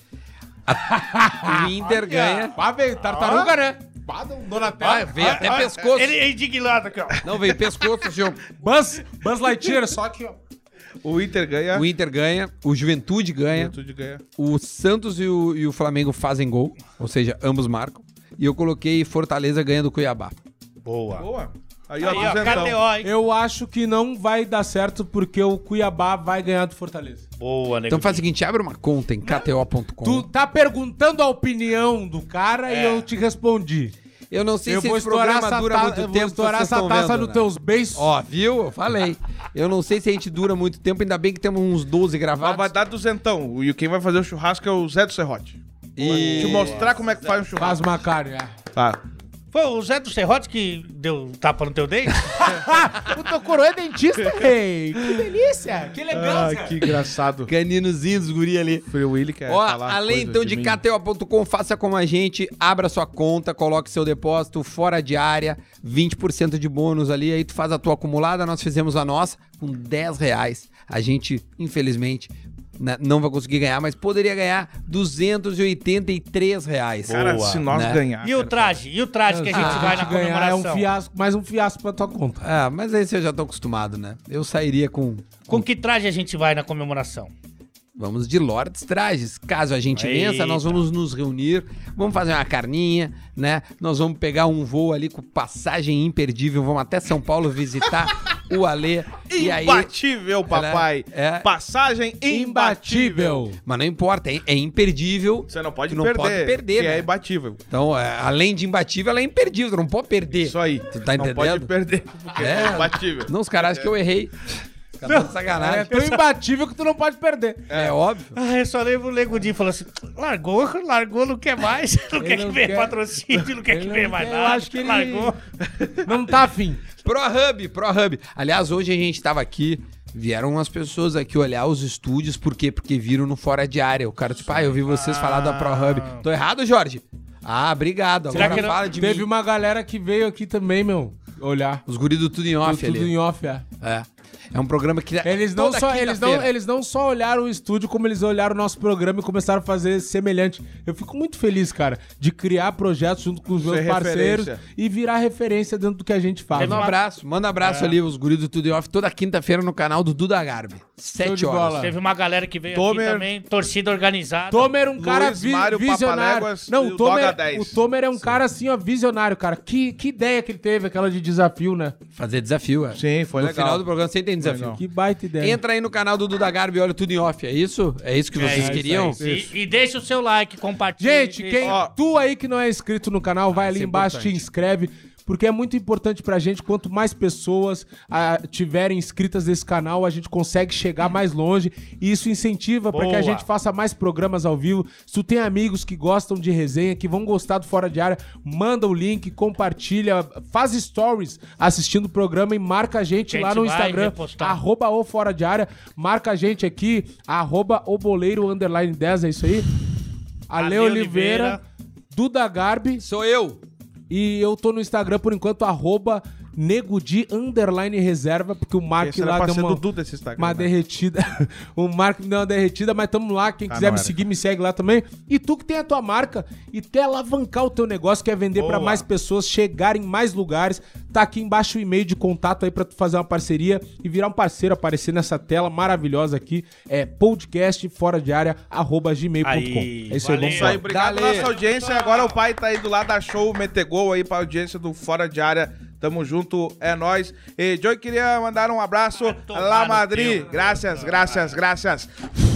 Speaker 1: O Inter ganha.
Speaker 3: Ah, veio tartaruga, né? Donatello.
Speaker 1: Veio até pescoço.
Speaker 2: Ele é indignado aqui, ó.
Speaker 1: Não, veio pescoço, senhor.
Speaker 3: Buzz Lightyear, só aqui, ó.
Speaker 4: O Inter ganha.
Speaker 1: O Inter ganha, o Juventude ganha,
Speaker 4: Juventude ganha.
Speaker 1: o Santos e o Flamengo fazem gol, ou seja, ambos marcam. E eu coloquei Fortaleza ganha do Cuiabá.
Speaker 4: Boa. Aí, ó,
Speaker 2: Aí, ó,
Speaker 4: duzentão.
Speaker 2: KTO, hein?
Speaker 3: Eu acho que não vai dar certo porque o Cuiabá vai ganhar do Fortaleza.
Speaker 2: Boa, Nego
Speaker 1: Então faz o
Speaker 2: Di.
Speaker 1: seguinte, abre uma conta em kto.com.
Speaker 3: Tu tá perguntando a opinião do cara e eu te respondi.
Speaker 1: Eu não sei
Speaker 3: Eu
Speaker 1: se
Speaker 3: vou
Speaker 1: esse
Speaker 3: estourar
Speaker 1: programa
Speaker 3: essa
Speaker 1: dura
Speaker 3: taça,
Speaker 1: muito
Speaker 3: eu vou
Speaker 1: tempo.
Speaker 3: estourar
Speaker 1: vocês
Speaker 3: essa
Speaker 1: estão
Speaker 3: taça
Speaker 1: vendo,
Speaker 3: nos
Speaker 1: né?
Speaker 3: teus beijos.
Speaker 1: Ó, viu? Eu falei. Eu não sei se a gente dura muito tempo, ainda bem que temos uns 12
Speaker 4: Mas
Speaker 1: gravados.
Speaker 4: vai dar duzentão. E quem vai fazer o churrasco é o Zé do Serrote.
Speaker 1: E...
Speaker 4: Te mostrar como é que faz um churrasco.
Speaker 3: Faz uma carne,
Speaker 4: Tá.
Speaker 2: Foi o Zé do Serrote que deu tapa no teu dente?
Speaker 3: O teu coroa é dentista, rei. Que delícia. Que legal,
Speaker 4: Que engraçado.
Speaker 1: Caninozinho dos guri ali.
Speaker 4: Foi o Willi que
Speaker 1: Ó,
Speaker 4: falar
Speaker 1: além
Speaker 4: coisas
Speaker 1: então de
Speaker 4: mim.
Speaker 1: KTO.com, faça como a gente, abra sua conta, coloque seu depósito fora de área, 20% de bônus ali, aí tu faz a tua acumulada, nós fizemos a nossa com 10 reais. A gente, infelizmente, né, não vai conseguir ganhar, mas poderia ganhar 283 reais.
Speaker 4: Cara,
Speaker 2: Boa,
Speaker 4: se nós
Speaker 1: né?
Speaker 4: ganhar.
Speaker 2: E o traje? E o traje que a gente vai na
Speaker 3: ganhar é
Speaker 2: comemoração?
Speaker 3: um fiasco, mais um fiasco pra tua conta.
Speaker 1: Ah, mas aí você já tá acostumado, né? Eu sairia com...
Speaker 2: Com que traje a gente vai na comemoração?
Speaker 1: Vamos de Lords Trajes. Caso a gente vença, nós vamos nos reunir, vamos fazer uma carninha, né? Nós vamos pegar um voo ali com passagem imperdível, vamos até São Paulo visitar o Alê. E aí...
Speaker 4: Imbatível, papai.
Speaker 1: É.
Speaker 4: Passagem imbatível.
Speaker 1: Mas não importa, é imperdível.
Speaker 4: Você não pode
Speaker 1: Tu não
Speaker 4: perder.
Speaker 1: pode perder,
Speaker 4: que
Speaker 1: né?
Speaker 4: é imbatível.
Speaker 1: Então, além de imbatível, ela é imperdível, tu não pode perder.
Speaker 4: Isso aí.
Speaker 1: Tu tá
Speaker 4: não
Speaker 1: entendendo?
Speaker 4: pode perder, porque é imbatível.
Speaker 1: Não, os caras acham que eu errei. Os caras estão de sacanagem.
Speaker 3: É tão imbatível que tu não pode perder.
Speaker 1: É óbvio.
Speaker 2: Ah, eu só lembro o Nego Di falando assim: largou, não quer mais. Não quer que
Speaker 3: não
Speaker 2: venha
Speaker 3: quer.
Speaker 2: patrocínio, não quer que
Speaker 3: Ele
Speaker 2: venha
Speaker 3: não
Speaker 2: mais
Speaker 3: quer, eu
Speaker 2: nada.
Speaker 3: acho que ele-
Speaker 2: Largou.
Speaker 3: Não tá afim.
Speaker 1: ProHub. Aliás, hoje a gente tava aqui, vieram umas pessoas aqui olhar os estúdios, por quê? Porque viram no Fora de Área. O cara, tipo, eu vi vocês falar da ProHub. Tô errado, Jorge? Ah, obrigado.
Speaker 2: Será
Speaker 1: Agora
Speaker 2: que não-
Speaker 1: fala de
Speaker 3: Teve
Speaker 1: mim.
Speaker 3: uma galera que veio aqui também, meu, olhar.
Speaker 1: Os guri do Tudo em Off
Speaker 3: Tudo
Speaker 1: ali.
Speaker 3: em off, é.
Speaker 1: É. É um programa que
Speaker 3: eles não só olharam o estúdio, como eles olharam o nosso programa e começaram a fazer semelhante. Eu fico muito feliz, cara, de criar projetos junto com os meus parceiros e virar referência dentro do que a gente faz.
Speaker 1: Manda um abraço ali, os guris do Tudo em Off, toda quinta-feira no canal do Duda Garbi. 7 horas.
Speaker 2: Teve uma galera que veio aqui também, torcida organizada.
Speaker 3: Tomer um cara visionário. Não, o Tomer é um cara assim, ó, visionário, cara. Que ideia que ele teve, aquela de desafio, né?
Speaker 1: Fazer desafio,
Speaker 4: Sim, foi legal.
Speaker 1: No final do programa sempre tem desafio.
Speaker 3: Que baita ideia.
Speaker 1: Entra aí no canal do Duda Garbi e olha Tudo em Off, é isso? É isso que vocês queriam?
Speaker 2: E deixa o seu like, compartilha.
Speaker 3: Gente, tu aí que não é inscrito no canal, vai ali embaixo, te inscreve. Porque é muito importante pra gente, quanto mais pessoas tiverem inscritas nesse canal, a gente consegue chegar mais longe. E isso incentiva para que a gente faça mais programas ao vivo. Se tu tem amigos que gostam de resenha, que vão gostar do Fora de Área, manda o link, compartilha, faz stories assistindo o programa e marca a gente lá no Instagram, @ofora-de-área. Marca a gente aqui, @oboleiro_10, é isso aí? Ale Oliveira, Duda Garbi.
Speaker 1: Sou eu.
Speaker 3: E eu tô no Instagram, por enquanto, @negudi_reserva, porque o Mark lá deu uma derretida. O Mark me deu uma derretida, mas tamo lá. Quem quiser me seguir, me segue lá também. E tu que tem a tua marca e quer alavancar o teu negócio, quer vender pra mais pessoas, chegar em mais lugares, tá aqui embaixo o e-mail de contato aí pra tu fazer uma parceria e virar um parceiro, aparecer nessa tela maravilhosa aqui. É podcastforadearea@gmail.com. É isso aí, vamos
Speaker 4: lá. Obrigado pela nossa audiência. Agora o pai tá aí do lado da show, metegol aí pra audiência do Fora de Área. Tamo junto, é nóis. E Joey queria mandar um abraço lá, Madrid. Graças.